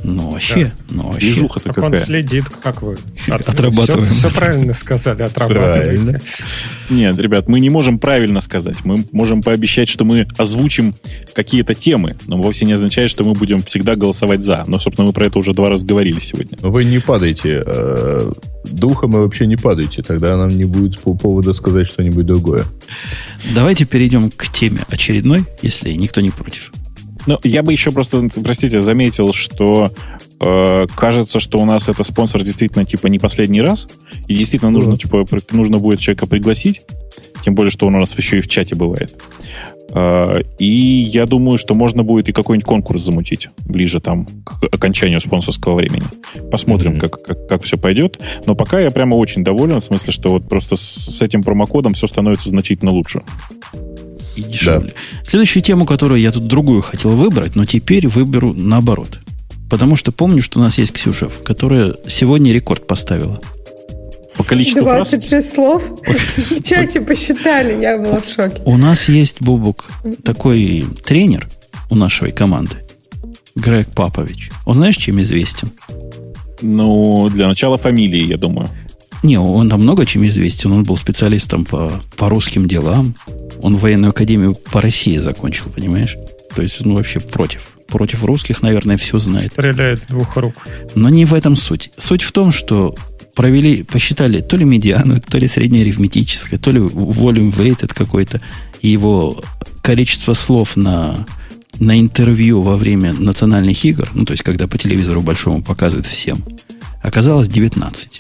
A: Ну, вообще.
E: Движуха-то какая. Он следит, как вы.
A: Отрабатываем.
E: Все правильно сказали, отрабатываете.
D: Нет, ребят, мы не можем правильно сказать. Мы можем пообещать, что мы озвучим какие-то темы, но вовсе не означает, что мы будем всегда голосовать за. Но, собственно, мы про это уже 2 раза говорили сегодня.
B: Но вы не падайте. Духом и вообще не падайте. Тогда нам не будет повода сказать что-нибудь другое.
A: Давайте перейдем к теме очередной, если никто не против.
D: Ну, я бы еще просто, простите, заметил, что кажется, что у нас это спонсор действительно типа не последний раз, и действительно нужно будет человека пригласить, тем более, что он у нас еще и в чате бывает. И я думаю, что можно будет и какой-нибудь конкурс замутить ближе там к окончанию спонсорского времени. Посмотрим, как все пойдет. Но пока я прямо очень доволен, в смысле, что вот просто с этим промокодом все становится значительно лучше.
A: И дешевле. Да. Следующую тему, которую я тут другую хотел выбрать, но теперь выберу наоборот. Потому что помню, что у нас есть Ксюша, которая сегодня рекорд поставила.
D: По количеству
C: 26 слов. В чате посчитали, я была в шоке.
A: У нас есть, Бобук, такой тренер у нашей команды, Грег Папович. Он знаешь, чем известен?
D: Ну, для начала фамилии, я думаю.
A: Не, он там много чем известен. Он был специалистом по русским делам. Он военную академию по России закончил, понимаешь? То есть он вообще против. Против русских, наверное, все знает.
E: Стреляет с 2 рук.
A: Но не в этом суть. Суть в том, что посчитали то ли медиану, то ли среднеарифметическое, то ли volume weighted какой-то. И его количество слов на интервью во время национальных игр, ну, то есть, когда по телевизору большому показывают всем, оказалось 19.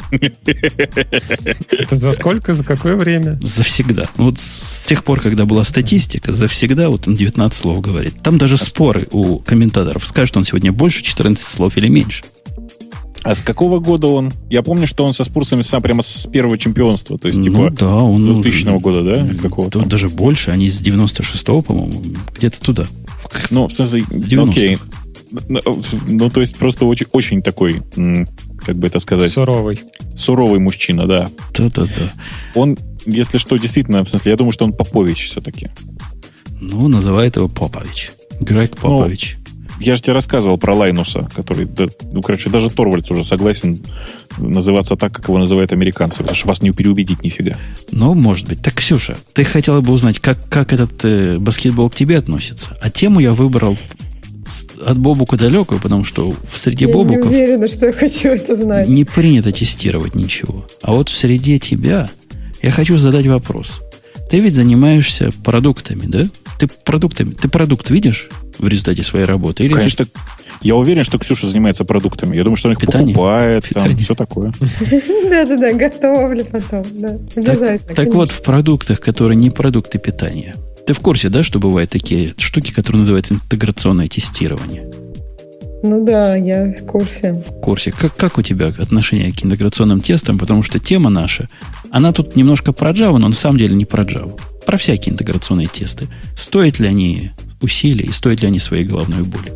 E: Это за сколько? За какое время?
A: Завсегда. Вот с тех пор, когда была статистика, завсегда вот он 19 слов говорит. Там даже споры у комментаторов. Скажут, он сегодня больше 14 слов или меньше.
D: А с какого года он? Я помню, что он со Спурсами прямо с первого чемпионства. То есть,
A: ну, да, он
D: с 2000 года, да? Какого-то?
A: Даже больше. Они с 96-го, по-моему, где-то туда.
D: Ну, в смысле, окей. Ну, то есть, просто очень, очень такой, как бы это сказать... Суровый мужчина, да.
A: Да-да-да.
D: Он, если что, действительно, в смысле, я думаю, что он Попович все-таки.
A: Ну, называет его Попович. Грег Попович.
D: Я же тебе рассказывал про Лайнуса, который, даже Торвальдс уже согласен называться так, как его называют американцы, потому что вас не переубедить нифига.
A: Ну, может быть. Так, Ксюша, ты хотела бы узнать, как этот баскетбол к тебе относится. А тему я выбрал от Бобука далекую, потому что в среде Бобуков...
C: Я не уверена, что я хочу это знать.
A: Не принято тестировать ничего. А вот в среде тебя я хочу задать вопрос. Ты ведь занимаешься продуктами, да? Ты продукт видишь в результате своей работы? Или
D: конечно, я уверен, что Ксюша занимается продуктами. Я думаю, что она их покупает, там, все такое.
C: Да-да-да, готовлю потом. Обязательно.
A: Так вот, в продуктах, которые не продукты питания, ты в курсе, да, что бывают такие штуки, которые называются интеграционное тестирование?
C: Ну да, я в курсе.
A: В курсе. Как у тебя отношение к интеграционным тестам? Потому что тема наша, она тут немножко про Java, но на самом деле не про Java. Про всякие интеграционные тесты. Стоят ли они усилий и стоят ли они своей головной боли?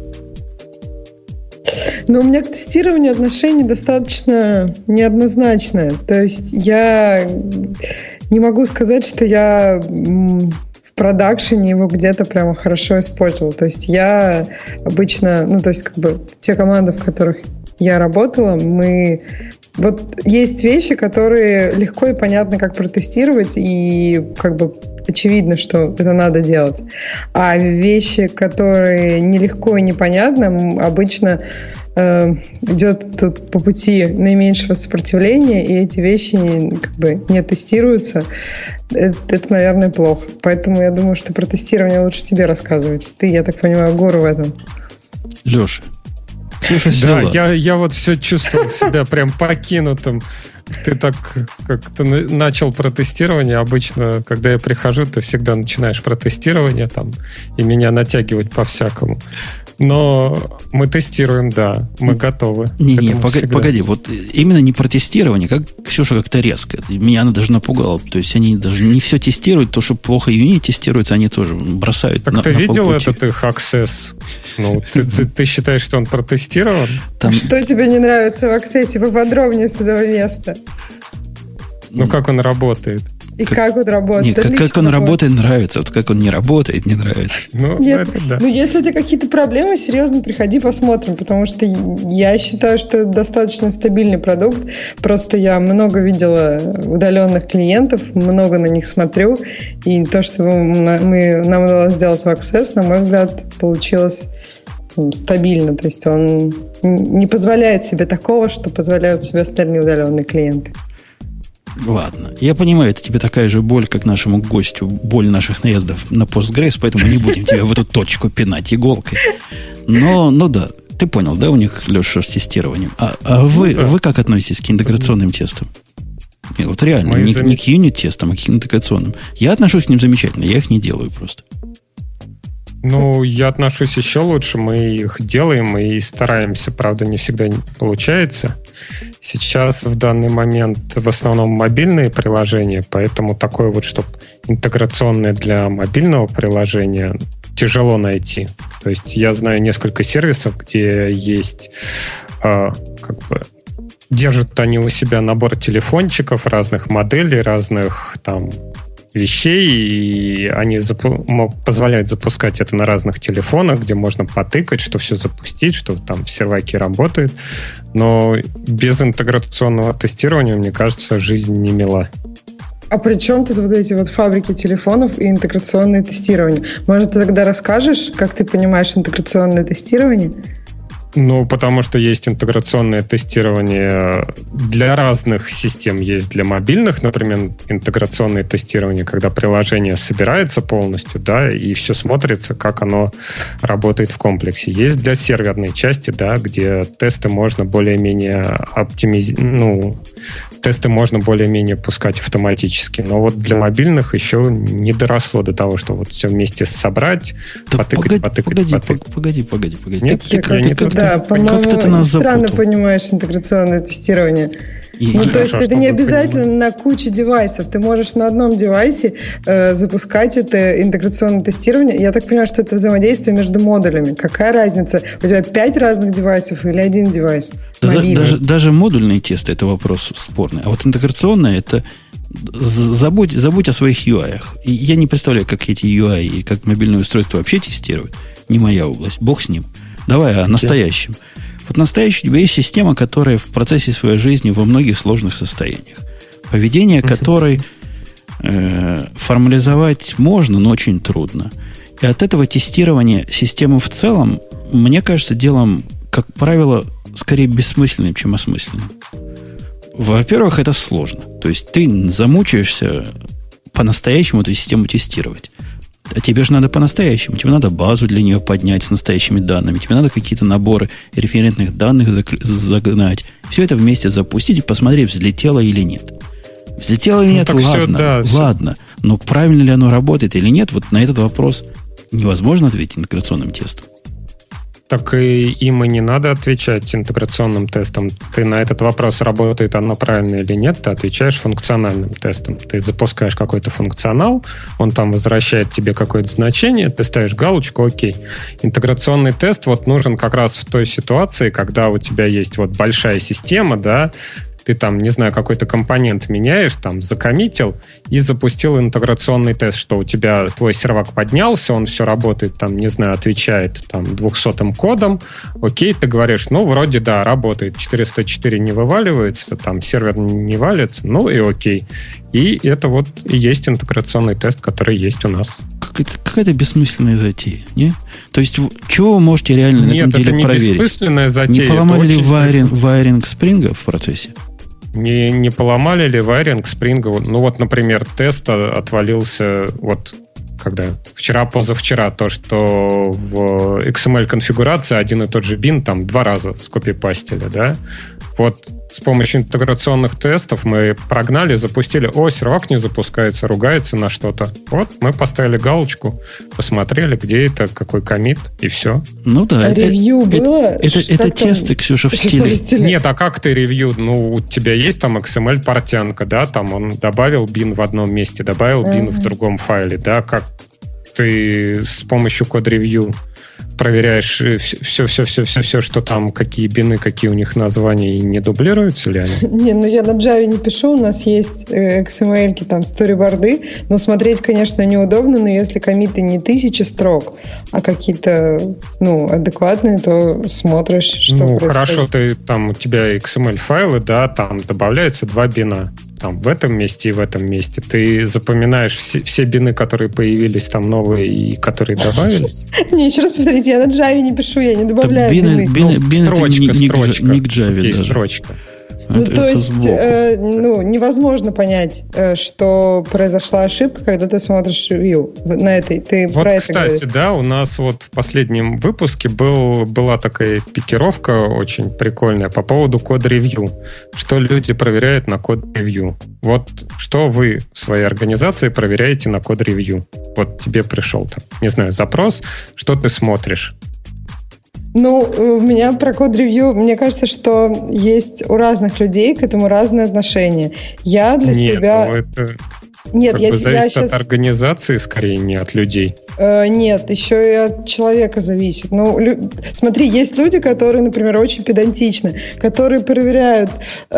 C: Но у меня к тестированию отношение достаточно неоднозначное. То есть я не могу сказать, что я в продакшене его где-то прямо хорошо использовал. То есть я обычно, те команды, в которых я работала, вот есть вещи, которые легко и понятно, как протестировать, и очевидно, что это надо делать. А вещи, которые нелегко и непонятно, обычно идет тут по пути наименьшего сопротивления, и эти вещи не тестируются. Это, наверное, плохо. Поэтому я думаю, что про тестирование лучше тебе рассказывать. Ты, я так понимаю, гуру в этом.
A: Леша, Ксюша села.
E: Да, я вот все чувствовал себя прям покинутым. Ты так как-то начал про тестирование. Обычно, когда я прихожу, ты всегда начинаешь про тестирование там, и меня натягивать по-всякому. Но мы тестируем, да, мы готовы.
A: Погоди, вот именно не про тестирование, как Ксюша как-то резко. Меня она даже напугала. То есть они даже не все тестируют, то, что плохо юнит тестируется, они тоже бросают.
E: Так ты видел этот их Access? Ну, ты считаешь, что он протестирован?
C: Что тебе не нравится в Access? Поподробнее с этого места.
E: Ну, как он работает?
C: И как он работает.
A: Нет, как он работает, нравится. Вот как он не работает, не нравится.
C: Нет, если у тебя какие-то проблемы, серьезно, приходи, посмотрим. Потому что я считаю, что это достаточно стабильный продукт. Просто я много видела удаленных клиентов, много на них смотрю. И то, что нам удалось сделать в Access, на мой взгляд, получилось стабильно. То есть он не позволяет себе такого, что позволяют себе остальные удаленные клиенты.
A: Ладно. Я понимаю, это тебе такая же боль, как нашему гостю, боль наших наездов на Postgres, поэтому не будем тебя в эту точку пинать иголкой. Но да, ты понял, да, у них, Леша, с тестированием. А вы как относитесь к интеграционным тестам? Нет, вот реально, не к юнит-тестам, а к интеграционным. Я отношусь к ним замечательно, я их не делаю просто.
E: Ну, я отношусь еще лучше. Мы их делаем и стараемся. Правда, не всегда получается. Сейчас в данный момент в основном мобильные приложения, поэтому такое вот, чтобы интеграционное для мобильного приложения тяжело найти. То есть я знаю несколько сервисов, где есть держат они у себя набор телефончиков разных моделей, разных там вещей, и они позволяют запускать это на разных телефонах, где можно потыкать, что все запустить, что там серваки работают. Но без интеграционного тестирования, мне кажется, жизнь не мила.
C: А при чем тут вот эти вот фабрики телефонов и интеграционное тестирование? Может, ты тогда расскажешь, как ты понимаешь интеграционное тестирование?
E: Ну, потому что есть интеграционное тестирование для разных систем. Есть для мобильных, например, интеграционное тестирование, когда приложение собирается полностью, да, и все смотрится, как оно работает в комплексе. Есть для серверной части, да, где тесты можно более-менее тесты можно более-менее пускать автоматически. Но вот для мобильных еще не доросло до того, что вот все вместе собрать,
A: да потыкать. Погоди.
C: Да, по-моему, странно понимаешь интеграционное тестирование. То есть это не обязательно на куче девайсов. Ты можешь на одном девайсе запускать это интеграционное тестирование. Я так понимаю, что это взаимодействие между модулями. Какая разница? У тебя 5 разных девайсов или один девайс?
A: Даже модульные тесты – это вопрос спорный. А вот интеграционное – это забудь о своих UI. И я не представляю, как эти UI и как мобильное устройство вообще тестируют. Не моя область. Бог с ним. Давай о настоящем. Вот настоящий у тебя есть система, которая в процессе своей жизни во многих сложных состояниях. Поведение которой формализовать можно, но очень трудно. И от этого тестирования системы в целом, мне кажется, делом, как правило, скорее бессмысленным, чем осмысленным. Во-первых, это сложно. То есть ты замучаешься по-настоящему эту систему тестировать. А тебе же надо по-настоящему. Тебе надо базу для нее поднять с настоящими данными. Тебе надо какие-то наборы референтных данных загнать. Все это вместе запустить и посмотреть, взлетело или нет. Взлетело или нет, ладно. Но правильно ли оно работает или нет, вот на этот вопрос невозможно ответить интеграционным тестом.
E: Так и им и не надо отвечать интеграционным тестом. Ты на этот вопрос, работает оно правильно или нет, ты отвечаешь функциональным тестом. Ты запускаешь какой-то функционал, он там возвращает тебе какое-то значение, ты ставишь галочку, окей. Интеграционный тест вот нужен как раз в той ситуации, когда у тебя есть вот большая система, да, ты там, не знаю, какой-то компонент меняешь, там, закоммитил и запустил интеграционный тест, что у тебя твой сервак поднялся, он все работает, там, не знаю, отвечает там 200-м кодом, окей, ты говоришь, ну, вроде, да, работает, 404 не вываливается, там, сервер не валится, ну, и окей. И это вот и есть интеграционный тест, который есть у нас.
A: Какая-то бессмысленная затея, не? То есть, чего вы можете реально на этом деле проверить?
E: Нет, это не бессмысленная затея.
A: Не поломали ли вайринг Спринга в процессе?
E: Не поломали ли вайринг Спринга? Ну вот, например, тест отвалился вот когда? Вчера-позавчера, то, что в XML-конфигурации один и тот же бин там 2 раза скопипастили, да? Вот с помощью интеграционных тестов мы прогнали, запустили, сервак не запускается, ругается на что-то. Вот, мы поставили галочку, посмотрели, где это, какой коммит, и все.
A: Ну да.
C: Ревью было?
A: Это тесты, Ксюша, в стиле.
E: Нет, а как ты ревью? Ну, у тебя есть там XML-портянка, да, там он добавил бин в одном месте, добавил бин в другом файле, да, как ты с помощью код-ревью проверяешь все, что там, какие бины, какие у них названия, и не дублируются ли они?
C: Не, ну я на Java не пишу, у нас есть XML-ки, там, сториборды, но смотреть, конечно, неудобно, но если коммиты не 1000 строк, а какие-то, адекватные, то смотришь, что происходит.
E: Хорошо, у тебя XML-файлы, да, там добавляется 2 бина. Там в этом месте и в этом месте. Ты запоминаешь все бины, которые появились там новые и которые добавились?
C: Не, еще раз повторите, я на Java не пишу, я не добавляю бины.
E: Строчка.
A: Не к Java даже.
E: Строчка.
C: Невозможно понять, что произошла ошибка, когда ты смотришь ревью на этой. Ты
E: вот, кстати, да, у нас вот в последнем выпуске была такая пикировка очень прикольная по поводу код-ревью. Что люди проверяют на код-ревью. Вот что вы в своей организации проверяете на код-ревью? Вот тебе пришел там, не знаю, запрос, что ты смотришь?
C: У меня про код-ревью, мне кажется, что есть у разных людей к этому разные отношения. Я для себя...
E: Нет, зависит от организации, скорее, не от людей.
C: Нет, еще и от человека зависит. Смотри, есть люди, которые, например, очень педантичны, которые проверяют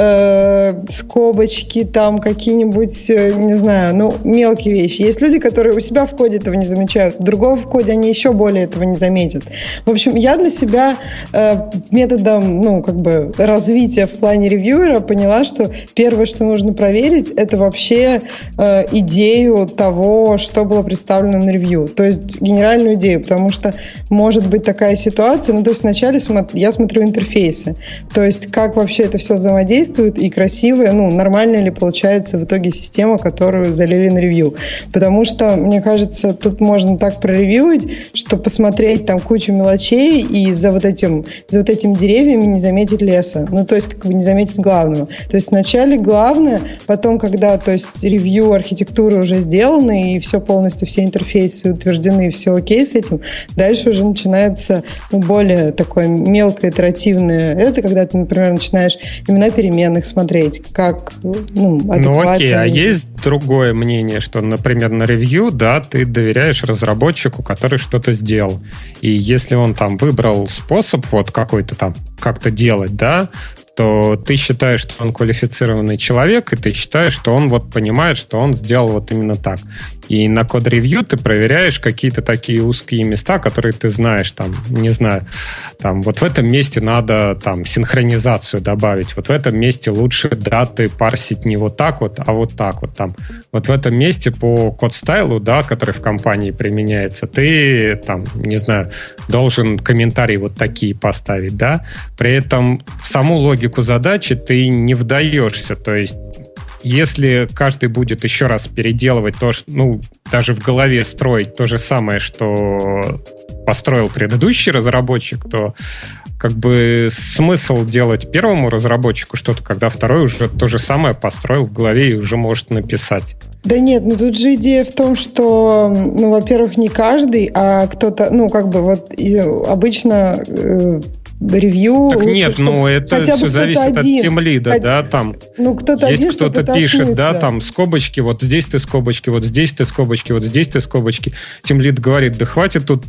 C: скобочки, там какие-нибудь, не знаю, мелкие вещи. Есть люди, которые у себя в коде этого не замечают, другого в коде они еще более этого не заметят. В общем, я для себя методом, развития в плане ревьюера поняла, что первое, что нужно проверить, это вообще идею того, что было представлено на ревью. То есть генеральную идею, потому что может быть такая ситуация, то есть вначале я смотрю интерфейсы, то есть как вообще это все взаимодействует и красивая, нормальная ли получается в итоге система, которую залили на ревью. Потому что, мне кажется, тут можно так проревьюить, что посмотреть там кучу мелочей и за вот этими деревьями не заметить леса. То есть не заметить главного. То есть вначале главное, потом, когда ревью архитектуры уже сделаны и все полностью, все интерфейсы утверждены, все окей с этим, дальше уже начинается более такое мелкое, итеративное. Это когда ты, например, начинаешь имена переменных смотреть, как адекватно.
E: Окей, а есть другое мнение, что, например, на ревью, да, ты доверяешь разработчику, который что-то сделал. И если он там выбрал способ вот какой-то там как-то делать, да, то ты считаешь, что он квалифицированный человек, и ты считаешь, что он понимает, что он сделал вот именно так. И на код-ревью ты проверяешь какие-то такие узкие места, которые ты знаешь, не знаю, вот в этом месте надо синхронизацию добавить, вот в этом месте лучше даты парсить не вот так вот, а вот так вот Вот в этом месте по код-стайлу, да, который в компании применяется, ты, не знаю, должен комментарии вот такие поставить, да. При этом в саму логику задачи ты не вдаешься, то есть если каждый будет еще раз переделывать то, даже в голове строить то же самое, что построил предыдущий разработчик, то смысл делать первому разработчику что-то, когда второй уже то же самое построил в голове и уже может написать.
C: Да нет, тут же идея в том, что, во-первых, не каждый, а кто-то, обычно ревью...
E: Так нет, это все зависит от тимлида, да,
C: кто-то
E: есть
C: один,
E: кто-то пишет, да, скобочки, вот здесь ты скобочки, вот здесь ты скобочки, вот здесь ты скобочки. Тимлид говорит, да хватит тут...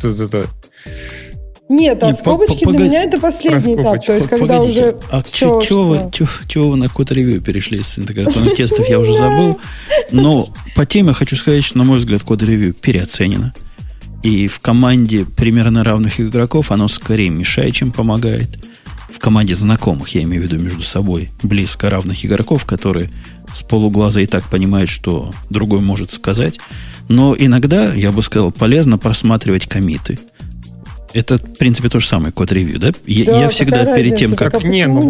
C: Нет, скобочки для меня это последний этап. То есть, когда уже...
A: Чего вы на код-ревью перешли с интеграционных тестов, я уже забыл. Но по теме хочу сказать, что, на мой взгляд, код-ревью переоценено. И в команде примерно равных игроков оно скорее мешает, чем помогает. В команде знакомых, я имею в виду между собой, близко равных игроков, которые с полуглаза и так понимают, что другой может сказать. Но иногда, я бы сказал, полезно просматривать коммиты. Это, в принципе, то же самое код-ревью, да? Я всегда перед тем, как...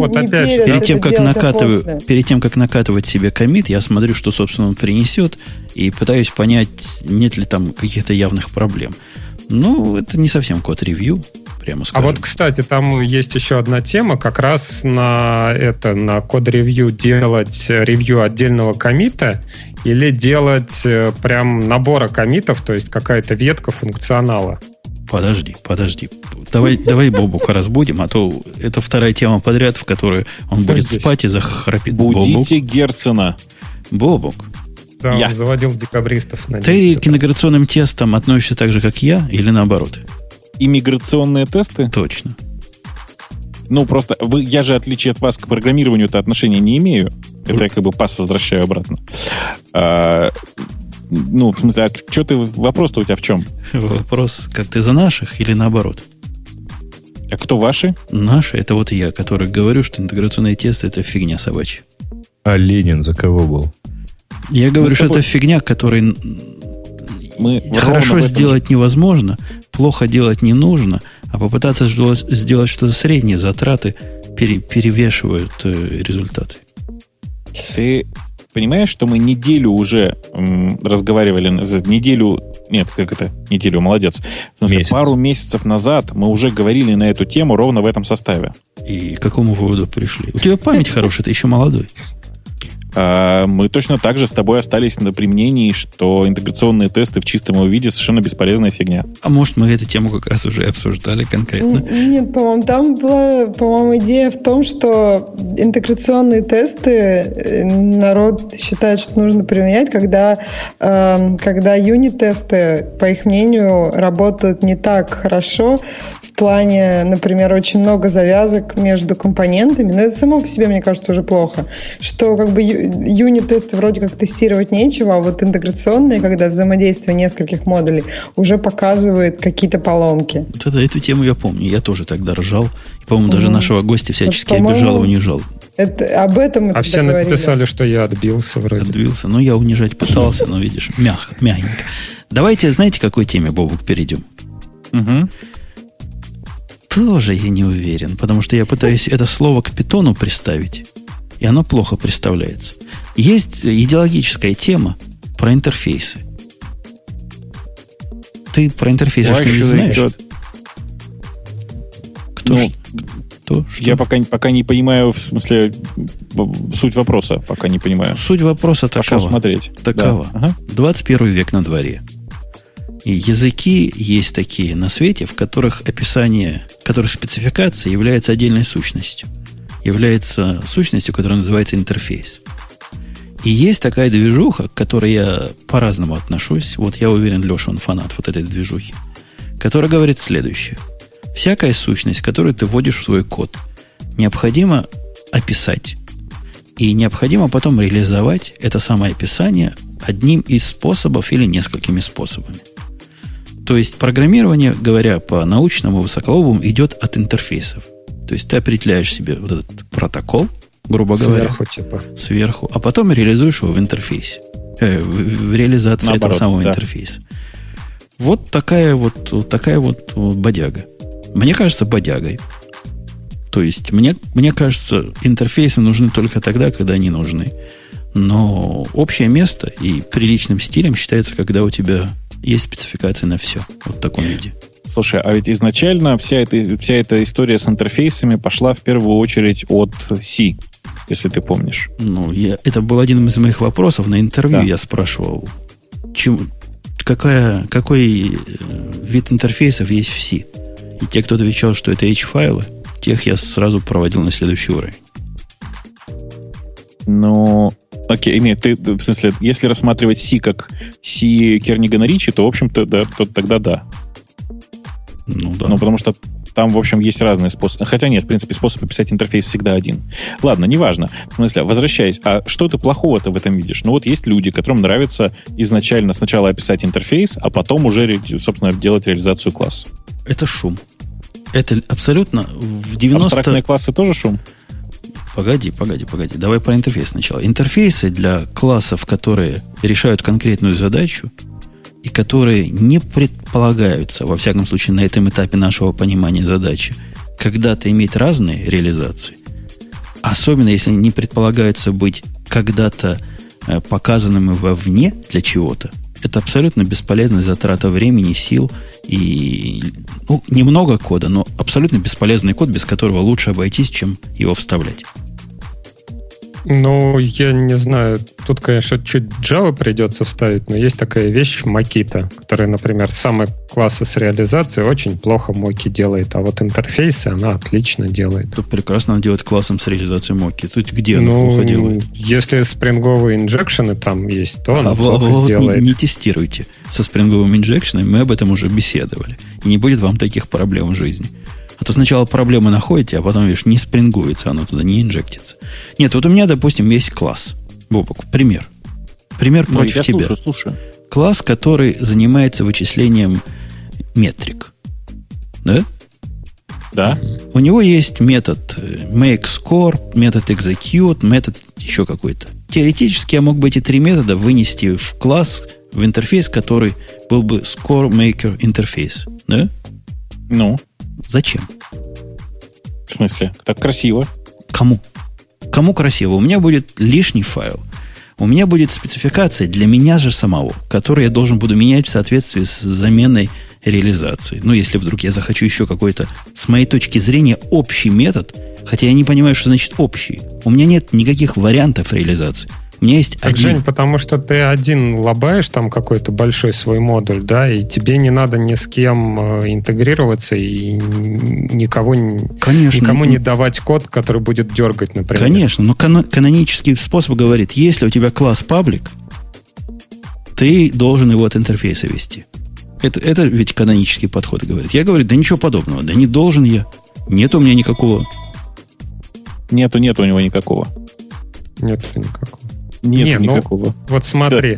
A: Перед тем, как накатывать себе коммит, я смотрю, что, собственно, он принесет, и пытаюсь понять, нет ли там каких-то явных проблем. Это не совсем код-ревью, прямо скажем.
E: А вот, кстати, там есть еще одна тема, как раз на код-ревью делать ревью отдельного коммита или делать прям набора коммитов, то есть какая-то ветка функционала.
A: Подожди. Давай Бобука разбудим, а то это вторая тема подряд, в которой он будет спать и захрапит.
D: Будите Герцена.
A: Бобук.
E: Да, он заводил декабристов.
A: Ты к интеграционным тестам относишься так же, как я, или наоборот?
D: иммиграционные тесты?
A: Точно.
D: Ну, просто я же, в отличие от вас, к программированию-то отношения не имею. Это я как бы пас возвращаю обратно. Ну, в смысле, а что ты, вопрос-то у тебя в чем?
A: Вопрос, как ты за наших или наоборот?
D: А кто ваши?
A: Наши, это вот я, который говорю, что интеграционные тесты это фигня собачья.
B: А Ленин за кого был?
A: Я говорю, что это фигня, которой хорошо сделать невозможно, плохо делать не нужно, а попытаться сделать что-то среднее, затраты перевешивают результаты.
D: Ты понимаешь, что мы неделю уже разговаривали, неделю, молодец. В смысле, пару месяцев назад мы уже говорили на эту тему ровно в этом составе.
A: И к какому выводу пришли? У тебя память хорошая, ты еще молодой.
D: Мы точно так же с тобой остались при мнении, что интеграционные тесты в чистом его виде совершенно бесполезная фигня.
A: А может, мы эту тему как раз уже обсуждали конкретно?
C: Нет, по-моему, там была, идея в том, что интеграционные тесты народ считает, что нужно применять, когда юнит-тесты, по их мнению, работают не так хорошо. В плане, например, очень много завязок между компонентами, но это само по себе, мне кажется, уже плохо, что как бы юнит-тесты вроде как тестировать нечего, а вот интеграционные, когда взаимодействие нескольких модулей, уже показывает какие-то поломки.
A: Да, эту тему я помню, я тоже тогда ржал, и, по-моему, даже нашего гостя всячески обижал и унижал.
C: Об этом мы
E: все
C: говорили.
E: написали, что я отбился вроде.
A: Отбился, но я унижать пытался, но, видишь, мягенько. Давайте, знаете, к какой теме, Бобук, перейдем?
D: Угу.
A: Тоже я не уверен, потому что я пытаюсь это слово к питону приставить, и оно плохо представляется. Есть идеологическая тема про интерфейсы. Ты про интерфейсы что не знаешь? Кто?
D: Я пока не понимаю, в смысле, суть вопроса пока не понимаю.
A: Суть вопроса такова.
D: Смотреть.
A: Такова. Да. Ага. 21 век на дворе. И языки есть такие на свете, в которых которых спецификация является отдельной сущностью. Является сущностью, которая называется интерфейс. И есть такая движуха, к которой я по-разному отношусь. Вот я уверен, Леша, он фанат вот этой движухи. Которая говорит следующее. Всякая сущность, которую ты вводишь в свой код, необходимо описать. И необходимо потом реализовать это самое описание одним из способов или несколькими способами. То есть программирование, говоря по-научному, высоколобому, идет от интерфейсов. То есть ты определяешь себе вот этот протокол, грубо говоря, сверху, а потом реализуешь его в интерфейсе. В реализации этого самого интерфейса. Вот такая вот бодяга. Мне кажется, бодягой. То есть мне кажется, интерфейсы нужны только тогда, когда они нужны. Но общее место и приличным стилем считается, когда у тебя есть спецификация на все. Вот в таком виде.
D: Слушай, а ведь изначально вся эта история с интерфейсами пошла в первую очередь от C, если ты помнишь.
A: Это был один из моих вопросов на интервью. Да. Я спрашивал, какой вид интерфейсов есть в C. И те, кто отвечал, что это H-файлы, тех я сразу проводил на следующий уровень.
D: Окей, нет, в смысле, если рассматривать C как C Кернигана Ричи, то, в общем-то, да, тогда да.
A: Да.
D: Потому что там, в общем, есть разные способы. Хотя нет, в принципе, способ описать интерфейс всегда один. Ладно, неважно. В смысле, возвращаясь, а что ты плохого-то в этом видишь? Есть люди, которым нравится изначально сначала описать интерфейс, а потом уже, собственно, делать реализацию класса.
A: Это шум. Это абсолютно в 90...
D: Абстрактные классы тоже шум?
A: Погоди. Давай про интерфейс сначала. Интерфейсы для классов, которые решают конкретную задачу и которые не предполагаются, во всяком случае, на этом этапе нашего понимания задачи, когда-то иметь разные реализации, особенно если они не предполагаются быть когда-то показанными вовне для чего-то, это абсолютно бесполезная затрата времени, сил и немного кода, но абсолютно бесполезный код, без которого лучше обойтись, чем его вставлять.
E: Ну, я не знаю. Тут, конечно, чуть Java придется вставить, но есть такая вещь Mockito, которая, например, самые классы с реализацией очень плохо Mocky делает, а вот интерфейсы она отлично делает.
A: Тут прекрасно делать классом с реализацией Mocky. Тут где она плохо делает?
E: Если спринговые инжекшены там есть, то она плохо делает.
A: Не тестируйте со спринговыми инжекшенами, мы об этом уже беседовали. И не будет вам таких проблем в жизни. А то сначала проблемы находите, а потом, видишь, не спрингуется, оно туда не инжектится. Нет, вот у меня, допустим, есть класс. Бобок, пример. Пример против тебя.
D: Слушаю.
A: Класс, который занимается вычислением метрик. Да?
D: Да.
A: У него есть метод makeScore, метод execute, метод еще какой-то. Теоретически я мог бы эти три метода вынести в класс, в интерфейс, который был бы score maker интерфейс. Да?
D: Ну?
A: Зачем?
D: В смысле? Так красиво.
A: Кому? Кому красиво? У меня будет лишний файл. У меня будет спецификация для меня же самого, которую я должен буду менять в соответствии с заменой реализации. Ну, если вдруг я захочу еще какой-то, с моей точки зрения, общий метод, хотя я не понимаю, что значит общий. У меня нет никаких вариантов реализации. У меня есть
E: так, один. Жень, потому что ты один лобаешь там какой-то большой свой модуль, да, и тебе не надо ни с кем интегрироваться и никому не давать код, который будет дергать, например.
A: Конечно, но канонический способ говорит, если у тебя класс паблик, ты должен его от интерфейса вести. Это ведь канонический подход говорит. Я говорю, да ничего подобного, да не должен я. Нет у меня никакого.
D: Нету у него никакого.
E: Нету никакого.
D: Нет никакого.
E: Ну, вот смотри,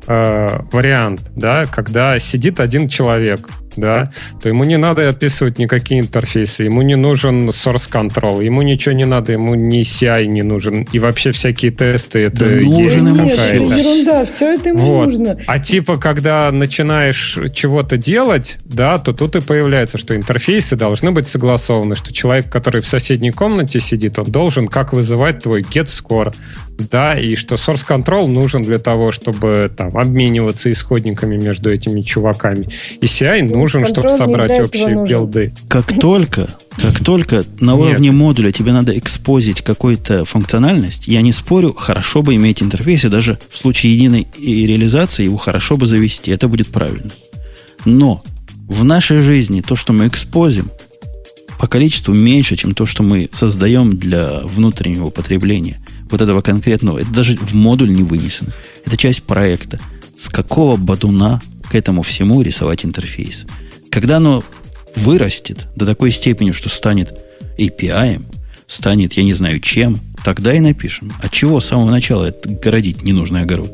E: вариант, да, когда сидит один человек, да, то ему не надо описывать никакие интерфейсы, ему не нужен source control, ему ничего не надо, ему ни CI не нужен, и вообще всякие тесты, это
A: да нужен ему
C: все. Это ерунда, все это ему
E: вот.
C: Нужно.
E: А типа, когда начинаешь чего-то делать, да, то тут и появляется, что интерфейсы должны быть согласованы, что человек, который в соседней комнате сидит, он должен как вызывать твой getScore, да, и что source control нужен для того, чтобы там обмениваться исходниками между этими чуваками. И CI нужен, чтобы собрать общие билды.
A: Как только на уровне модуля тебе надо экспозить какую-то функциональность, я не спорю, хорошо бы иметь интерфейс, и даже в случае единой реализации его хорошо бы завести. Это будет правильно. Но в нашей жизни то, что мы экспозим, по количеству меньше, чем то, что мы создаем для внутреннего потребления вот этого конкретного. Это даже в модуль не вынесено. Это часть проекта. С какого бодуна к этому всему рисовать интерфейс? Когда оно вырастет до такой степени, что станет API, станет, я не знаю чем, тогда и напишем. От чего с самого начала это городить ненужный огород?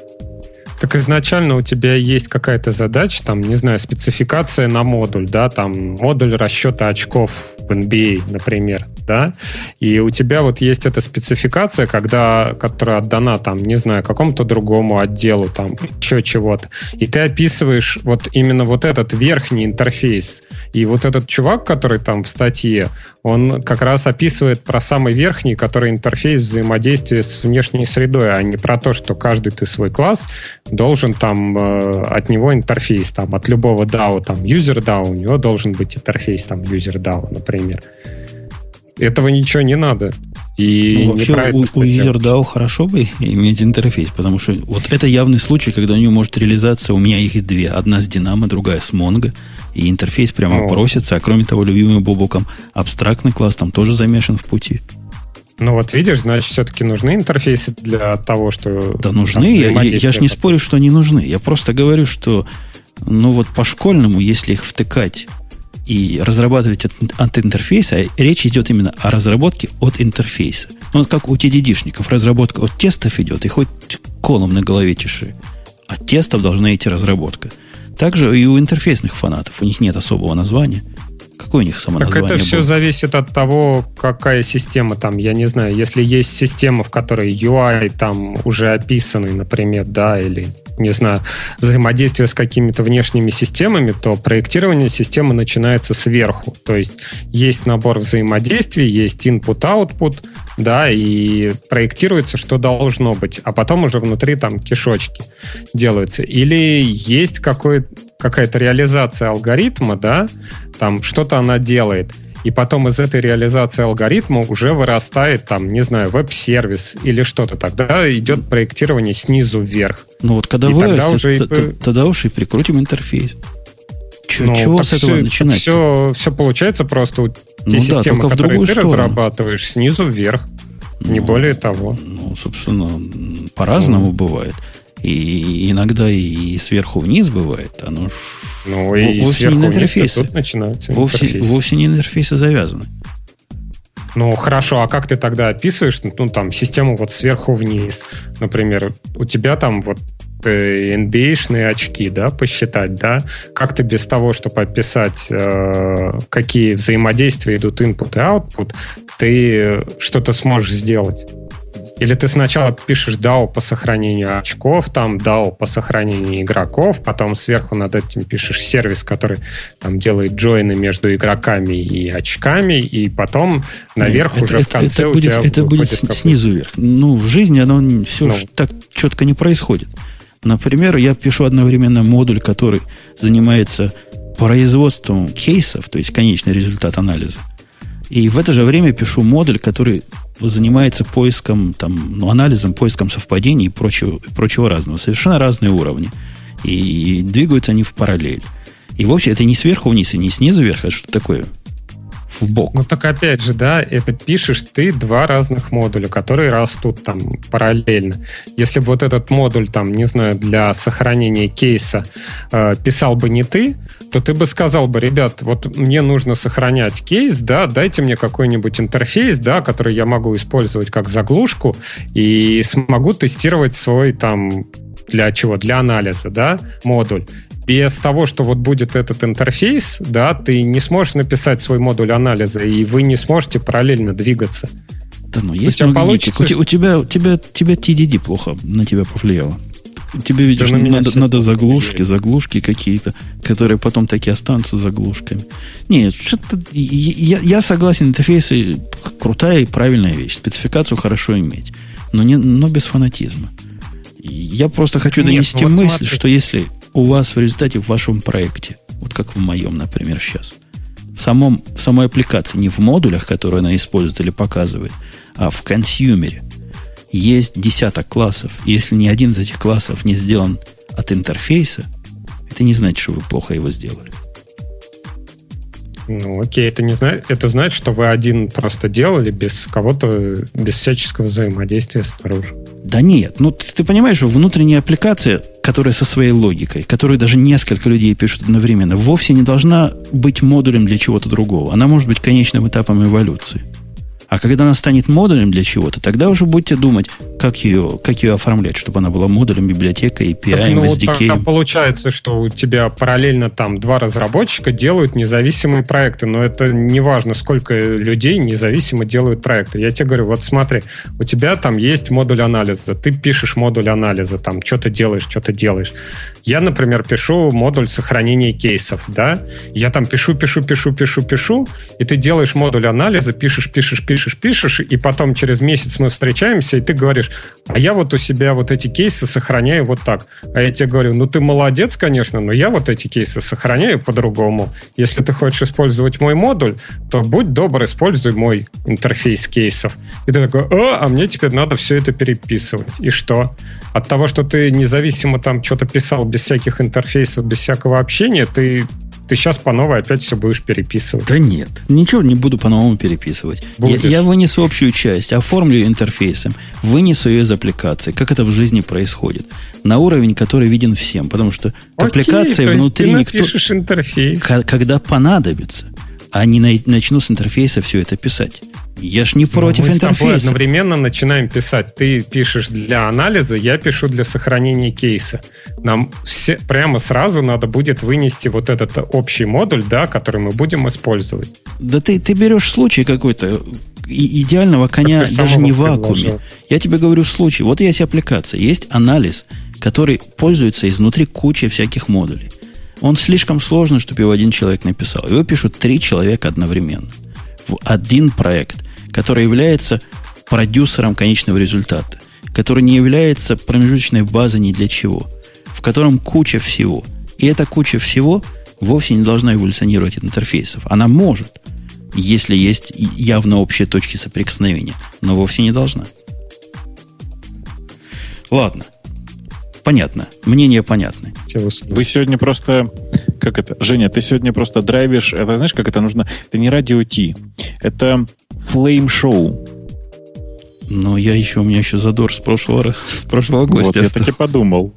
E: Так изначально у тебя есть какая-то задача, там, не знаю, спецификация на модуль, да, там, модуль расчета очков в NBA, например, да, и у тебя вот есть эта спецификация, которая отдана, там, не знаю, какому-то другому отделу, там, еще чего-то, и ты описываешь вот именно вот этот верхний интерфейс, и вот этот чувак, который там в статье, он как раз описывает про самый верхний, который интерфейс взаимодействия с внешней средой, а не про то, что каждый ты свой класс должен там от него интерфейс, там, от любого DAO, там, user DAO, у него должен быть интерфейс, там, user DAO, например. Этого ничего не надо. И
A: вообще у user DAO хорошо бы иметь интерфейс, потому что вот это явный случай, когда у него может реализация, у меня их две. Одна с Dynamo, другая с Mongo, и интерфейс прямо просится, а кроме того, любимым Бобуком абстрактный класс там тоже замешан в пути.
E: Ну вот видишь, значит, все-таки нужны интерфейсы для того, что...
A: Да нужны, я же не спорю, что они нужны. Я просто говорю, что ну вот по-школьному, если их втыкать и разрабатывать от интерфейса, речь идет именно о разработке от интерфейса. Ну, вот как у TDD-шников, разработка от тестов идет, и хоть колом на голове чеши. От тестов должна идти разработка. Также и у интерфейсных фанатов, у них нет особого названия. Какое у них самоназвание?
E: Так это все зависит от того, какая система там, я не знаю, если есть система, в которой UI там уже описаны, например, да, или, не знаю, взаимодействие с какими-то внешними системами, то проектирование системы начинается сверху. То есть набор взаимодействий, есть input-output, да, и проектируется, что должно быть, а потом уже внутри там кишочки делаются. Или есть какая-то реализация алгоритма, да, там что-то она делает, и потом из этой реализации алгоритма уже вырастает, там, не знаю, веб-сервис или что-то. Тогда идет проектирование снизу вверх.
A: Ну вот когда вырастет, тогда уж и прикрутим интерфейс. Чего с этого начинать?
E: Все получается просто те системы, которые ты разрабатываешь, снизу вверх. Не более того.
A: Ну, собственно, по-разному бывает. И иногда и сверху вниз бывает. Оно
E: и
A: вовсе не на интерфейсе.
E: Тут начинается
A: вовсе не на интерфейсе завязаны.
E: Ну, хорошо, а как ты тогда описываешь, там, систему вот сверху вниз? Например, у тебя там вот NBA-шные очки, да, посчитать, да? Как ты без того, чтобы описать, какие взаимодействия идут input и output, ты что-то сможешь сделать? Или ты сначала пишешь DAO по сохранению очков, там DAO по сохранению игроков, потом сверху над этим пишешь сервис, который там делает джойны между игроками и очками, и потом наверх уже в конце у тебя
A: это будет снизу вверх. Ну, в жизни оно все так четко не происходит. Например, я пишу одновременно модуль, который занимается производством кейсов, то есть конечный результат анализа. И в это же время пишу модуль, который занимается поиском, анализом, поиском совпадений и прочего разного. Совершенно разные уровни. И двигаются они в параллель. И вовсе это не сверху вниз и не снизу вверх, а что такое? В бок.
E: Ну, так опять же, да, это пишешь ты два разных модуля, которые растут там параллельно. Если бы вот этот модуль, там, не знаю, для сохранения кейса писал бы не ты, то ты бы сказал бы, ребят, вот мне нужно сохранять кейс, да, дайте мне какой-нибудь интерфейс, да, который я могу использовать как заглушку и смогу тестировать свой там для чего? Для анализа, да, модуль. Без того, что вот будет этот интерфейс, да, ты не сможешь написать свой модуль анализа, и вы не сможете параллельно двигаться.
A: Да, ну, есть получится... У тебя TDD плохо на тебя повлияло. Тебе, видишь, надо заглушки какие-то, которые потом таки останутся заглушками. Нет, что-то... Я согласен, интерфейсы крутая и правильная вещь. Спецификацию хорошо иметь, но без фанатизма. Я просто хочу донести мысль, что если у вас в результате в вашем проекте, вот как в моем, например, сейчас, в самой аппликации, не в модулях, которые она использует или показывает, а в консюмере есть десяток классов, и если ни один из этих классов не сделан от интерфейса, это не значит, что вы плохо его сделали.
E: Ну, окей, это значит, что вы один просто делали без кого-то, без всяческого взаимодействия снаружи.
A: Да нет, ты понимаешь, что внутренняя аппликация, которая со своей логикой, которую даже несколько людей пишут одновременно, вовсе не должна быть модулем для чего-то другого. Она может быть конечным этапом эволюции. А когда она станет модулем для чего-то, тогда уже будете думать, как ее оформлять, чтобы она была модулем, библиотекой, API, SDK.
E: Так получается, что у тебя параллельно там два разработчика делают независимые проекты, но это не важно, сколько людей независимо делают проекты. Я тебе говорю, вот смотри, у тебя там есть модуль анализа, ты пишешь модуль анализа, там что-то делаешь. Я, например, пишу модуль сохранения кейсов, да? Я там пишу, и ты делаешь модуль анализа, пишешь, и потом через месяц мы встречаемся, и ты говоришь, а я вот у себя вот эти кейсы сохраняю вот так. А я тебе говорю, ты молодец, конечно, но я вот эти кейсы сохраняю по-другому. Если ты хочешь использовать мой модуль, то будь добр, используй мой интерфейс кейсов. И ты такой, а мне теперь надо все это переписывать. И что? От того, что ты независимо там что-то писал без всяких интерфейсов, без всякого общения, ты сейчас по новой опять все будешь переписывать.
A: Да нет, ничего не буду по-новому переписывать. Я вынесу общую часть, оформлю ее интерфейсом, вынесу ее из аппликации. Как это в жизни происходит? На уровень, который виден всем. Потому что аппликация внутри
E: ты напишешь интерфейс.
A: Когда понадобится, а не начну с интерфейса все это писать. Я ж не против интерфейса. Мы с тобой
E: одновременно начинаем писать. Ты пишешь для анализа, я пишу для сохранения кейса. Нам прямо сразу надо будет вынести вот этот общий модуль, да, который мы будем использовать.
A: Да ты берешь случай какой-то идеального коня, даже не в вакууме. Я тебе говорю случай. Вот есть аппликация, есть анализ, который пользуется изнутри кучей всяких модулей. Он слишком сложный, чтобы его один человек написал. Его пишут 3 человека одновременно. В один проект, который является продюсером конечного результата, который не является промежуточной базой ни для чего, в котором куча всего. И эта куча всего вовсе не должна эволюционировать от интерфейсов. Она может, если есть явно общие точки соприкосновения. Но вовсе не должна. Ладно. Понятно. Мнения понятны.
D: Вы сегодня просто... Как это? Женя, ты сегодня просто драйвишь... Это знаешь, как это нужно? Это не радио Ти. Это флейм-шоу.
A: Ну, у меня еще задор с прошлого гостя. Вот,
D: я так и подумал.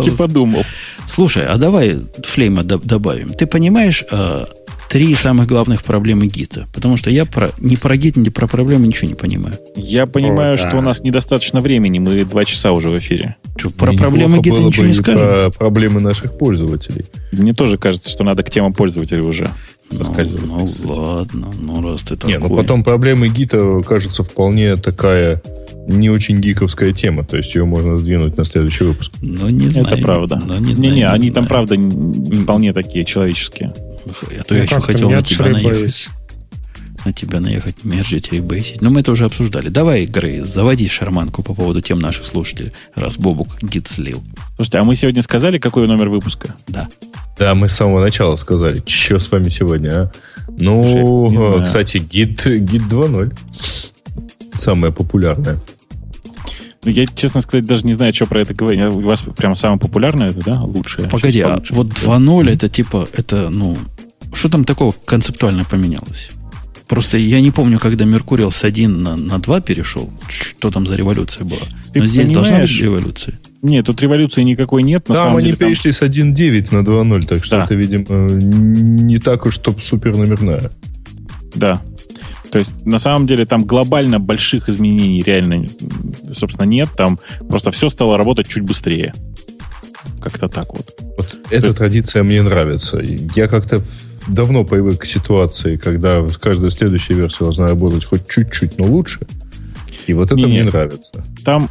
A: Слушай, а давай флейма добавим. Ты понимаешь 3 самых главных проблемы гита? Потому что я ни про гит, ни про проблемы ничего не понимаю.
D: Я понимаю, что у нас недостаточно времени. Мы 2 часа уже в эфире.
A: Что, про проблемы гита ничего не скажем?
B: Про проблемы наших пользователей.
D: Мне тоже кажется, что надо к темам пользователей уже соскальзывать.
A: Ну ладно, раз ты такой.
B: Ну потом проблемы гита, кажется, вполне такая не очень гиковская тема. То есть ее можно сдвинуть на следующий выпуск.
A: Ну, не знаю.
D: Это правда. Не, они там, правда, не вполне такие человеческие.
A: А то я еще хотел на тебя наехать. На тебя наехать, мерджить, ребейсить. Но мы это уже обсуждали. Давай, Грей, заводи шарманку по поводу тем наших слушателей, раз Бобук гид слил.
D: Слушайте, а мы сегодня сказали, какой номер выпуска?
A: Да.
B: Да, мы с самого начала сказали. Что с вами сегодня, а? Ну, слушай, кстати, гид 2.0. Самое популярное.
D: Я, честно сказать, даже не знаю, что про это говорить. У вас прям самое популярное, это, да? Лучшее.
A: Погоди, а вот 2.0 это типа, что там такого концептуально поменялось? Просто я не помню, когда Меркуриал с 1 на 2 перешел, что там за революция была. Но здесь должна быть революция.
D: Нет, тут революции никакой нет.
B: Там они перешли с 1.9 на 2.0, так что это, видимо, не так уж, чтобы супер номерная.
D: Да. То есть, на самом деле, там глобально больших изменений реально, собственно, нет. Там просто все стало работать чуть быстрее. Как-то так вот.
B: Вот эта традиция мне нравится. Я как-то давно привык к ситуации, когда каждая следующая версия должна работать хоть чуть-чуть, но лучше. И вот это мне нравится.
D: Там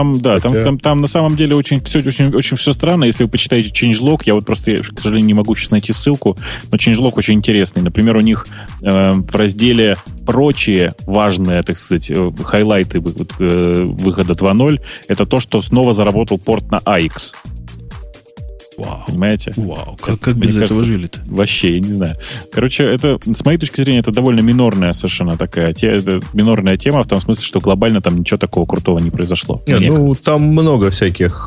D: на самом деле очень все странно. Если вы почитаете changelog, я вот просто, к сожалению, не могу сейчас найти ссылку, но changelog очень интересный. Например, у них в разделе «Прочие важные, так сказать, хайлайты выхода 2.0» это то, что снова заработал порт на AX.
A: Вау.
D: Понимаете?
A: Вау. Как без этого жили-то?
D: Вообще, я не знаю. Короче, это, с моей точки зрения, это довольно минорная совершенно такая минорная тема, в том смысле, что глобально там ничего такого крутого не произошло.
B: Нет, там много всяких,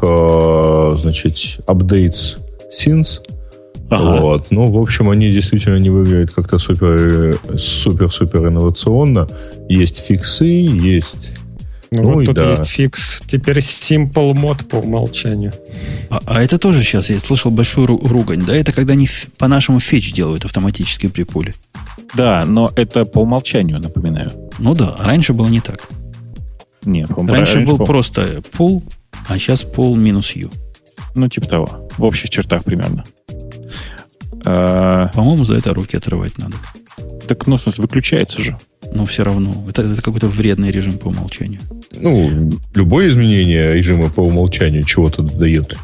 B: updates since. Ага. Вот. Ну, в общем, они действительно не выглядят как-то супер-супер инновационно. Есть фиксы, есть...
E: тут есть фикс. Теперь simple мод по умолчанию.
A: А это тоже сейчас, я слышал большую ругань, да? Это когда они по-нашему фетч делают автоматически при пуле.
D: Да, но это по умолчанию, напоминаю.
A: Ну да, а раньше было не так.
D: Нет,
A: раньше был просто pull, а сейчас pull минус U.
D: Ну, типа того. В общих чертах примерно.
A: По-моему, за это руки отрывать надо.
D: Так, в смысле, выключается же.
A: Но все равно. Это какой-то вредный режим по умолчанию.
B: Любое изменение режима по умолчанию чего-то дает.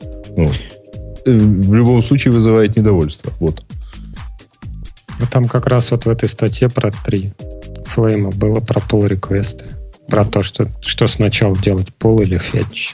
B: В любом случае вызывает недовольство. Вот.
E: Там как раз вот в этой статье про 3 флейма было про pull-реквесты. Про то, что сначала делать pull или fetch.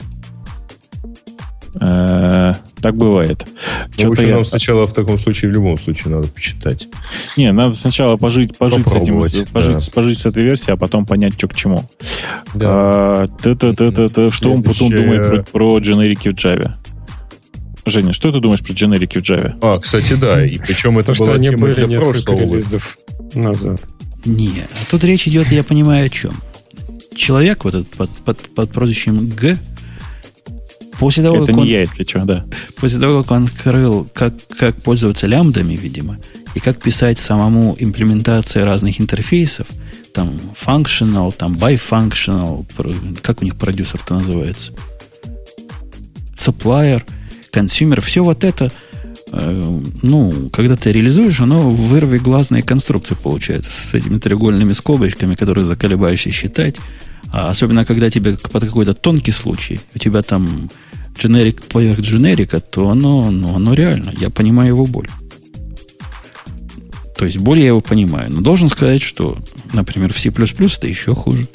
D: Так бывает.
B: Нам сначала в таком случае в любом случае надо почитать.
D: Не, надо сначала пожить с этой версией, а потом понять, что к чему. Да. Что он потом думает про дженерики в Java? Женя, что ты думаешь про дженерики в Java?
B: Кстати, да. И причем это была тема для прошлого релизов
E: назад.
A: Не, тут речь идет, я понимаю, о чем. Человек вот этот под прозвищем Г. После того,
D: это не я, если что, да.
A: После того, как он открыл, как пользоваться лямбдами, видимо, и как писать самому имплементации разных интерфейсов, там functional, там bifunctional, как у них продюсер-то называется, supplier, consumer, все вот это, когда ты реализуешь, оно вырви-глазные конструкции получается с этими треугольными скобочками, которые заколебаешься считать. А особенно, когда тебе под какой-то тонкий случай, у тебя там дженерик поверх дженерика, то оно реально. Я понимаю его боль. То есть, боль я его понимаю. Но должен сказать, что, например, в C++ это еще хуже.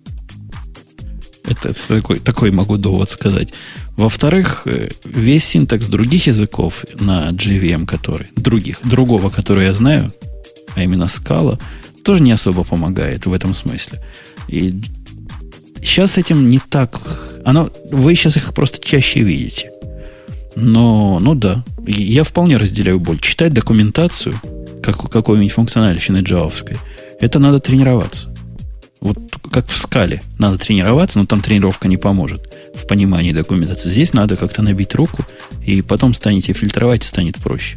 A: Это такой могу довод сказать. Во-вторых, весь синтакс других языков на JVM, другого, который я знаю, а именно Scala, тоже не особо помогает в этом смысле. И сейчас с этим не так... Вы сейчас их просто чаще видите. Но, да, я вполне разделяю боль. Читать документацию какой-нибудь функциональщины джавовской, это надо тренироваться. Вот как в скале. Надо тренироваться, но там тренировка не поможет в понимании документации. Здесь надо как-то набить руку, и потом станете фильтровать, и станет проще.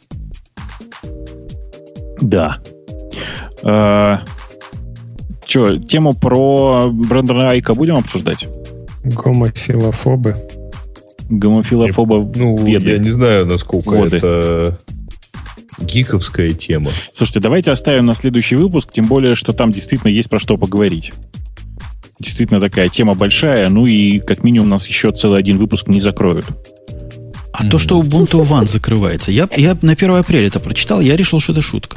D: Да. Тему про Брэндона Айка будем обсуждать?
E: Гомофилофобы.
B: Я не знаю, насколько это гиковская тема.
D: Слушайте, давайте оставим на следующий выпуск, тем более, что там действительно есть про что поговорить. Действительно такая тема большая, и как минимум нас еще целый один выпуск не закроют.
A: А то, что Ubuntu One закрывается, я на 1 апреля это прочитал, я решил, что это шутка.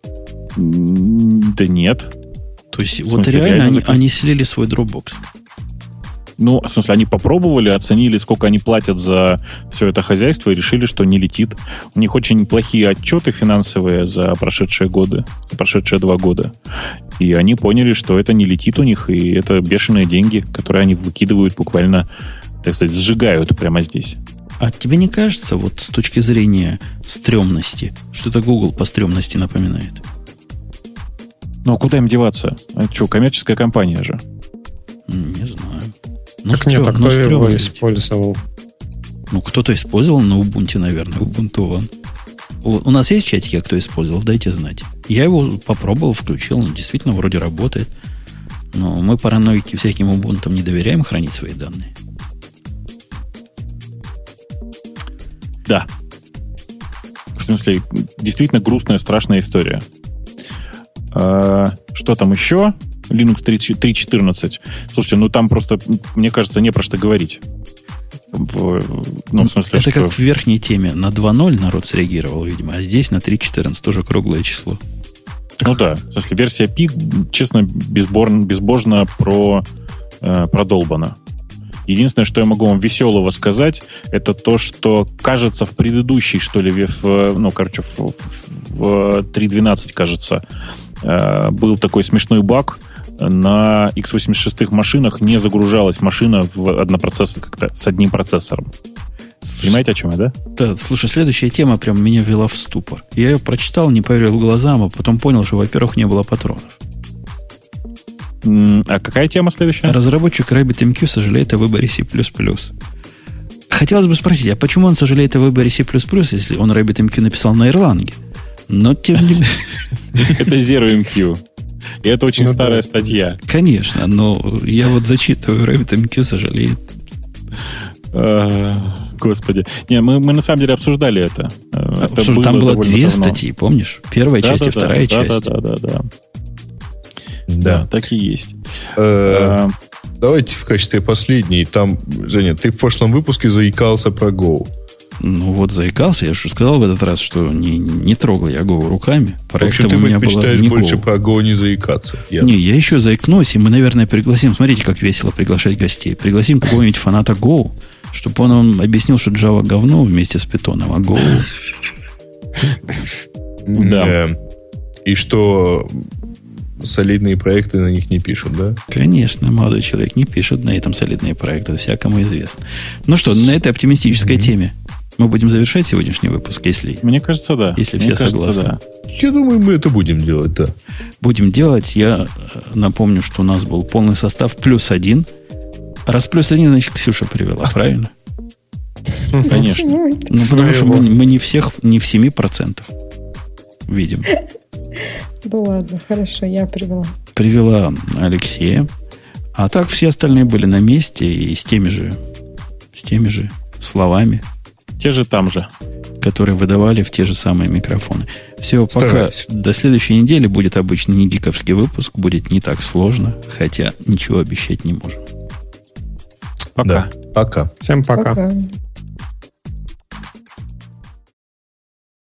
D: Да нет.
A: То есть вот реально они слили свой Dropbox.
D: В смысле, они попробовали, оценили, сколько они платят за все это хозяйство и решили, что не летит. У них очень плохие отчеты финансовые за прошедшие 2 года. И они поняли, что это не летит у них, и это бешеные деньги, которые они выкидывают буквально, так сказать, сжигают прямо здесь.
A: А тебе не кажется, вот с точки зрения стрёмности, что это Google по стрёмности напоминает?
D: А куда им деваться? Это что, коммерческая компания же?
A: Не знаю.
E: Так нет, а кто его использовал?
A: Кто-то использовал на Ubuntu, наверное, Ubuntu One. У нас есть в чатике, кто использовал, дайте знать. Я его попробовал, включил, действительно вроде работает. Но мы, параноики, всяким Ubuntu не доверяем хранить свои данные.
D: Да. В смысле, действительно грустная, страшная история. Что там еще? Linux 3.14. Слушайте, там просто, мне кажется, не про что говорить. В смысле,
A: это как в верхней теме. На 2.0 народ среагировал, видимо, а здесь на 3.14 тоже круглое число.
D: Да. В смысле, версия пик, честно, безбожно продолбана. Единственное, что я могу вам веселого сказать, это то, что, кажется, в предыдущей, что ли, в 3.12, кажется, был такой смешной баг. На x86 машинах не загружалась машина с одним процессором. Понимаете, о чем я, да?
A: Да, слушай, следующая тема прям меня ввела в ступор. Я ее прочитал, не поверил глазам, а потом понял, что, во-первых, не было патронов.
D: А какая тема следующая?
A: Разработчик RabbitMQ сожалеет о выборе C++. Хотелось бы спросить, а почему он сожалеет о выборе C++, если он RabbitMQ написал на Erlang? Но тем не менее...
D: Это ZeroMQ. И это очень старая статья.
A: Конечно, но я вот зачитываю, RabbitMQ сожалеет.
D: Господи. Не, мы на самом деле обсуждали это.
A: Там было 2 статьи, помнишь? Первая часть и вторая часть.
D: Да, так и есть.
B: Давайте в качестве последней. Там, Женя, ты в прошлом выпуске заикался про Go.
A: Заикался. Я же сказал в этот раз, что не трогал я Go руками.
B: В общем, ты предпочитаешь больше про Go не заикаться.
A: Не, я еще заикнусь, и мы, наверное, пригласим. Смотрите, как весело приглашать гостей. Пригласим какого-нибудь фаната Go, чтобы он объяснил, что Java говно вместе с Python, а Go...
B: Да. И что солидные проекты на них не пишут, да?
A: Конечно, молодой человек не пишет на этом солидные проекты, это всякому известно. Ну что, на этой оптимистической теме мы будем завершать сегодняшний выпуск, если...
D: Мне кажется, да.
A: Если все согласны. Да.
B: Я думаю, мы это будем делать, да.
A: Будем делать. Я напомню, что у нас был полный состав +1. Раз +1, значит, Ксюша привела, правильно?
D: Конечно.
A: Потому что мы не в 7% видим.
C: Да ладно, хорошо, я привела.
A: Привела Алексея. А так все остальные были на месте и с теми же словами.
D: Те же там же.
A: Которые выдавали в те же самые микрофоны. Все, пока до следующей недели будет обычный не гиковский выпуск. Будет не так сложно, хотя ничего обещать не можем.
D: Пока.
B: Да. Пока.
E: Всем пока.
C: Пока.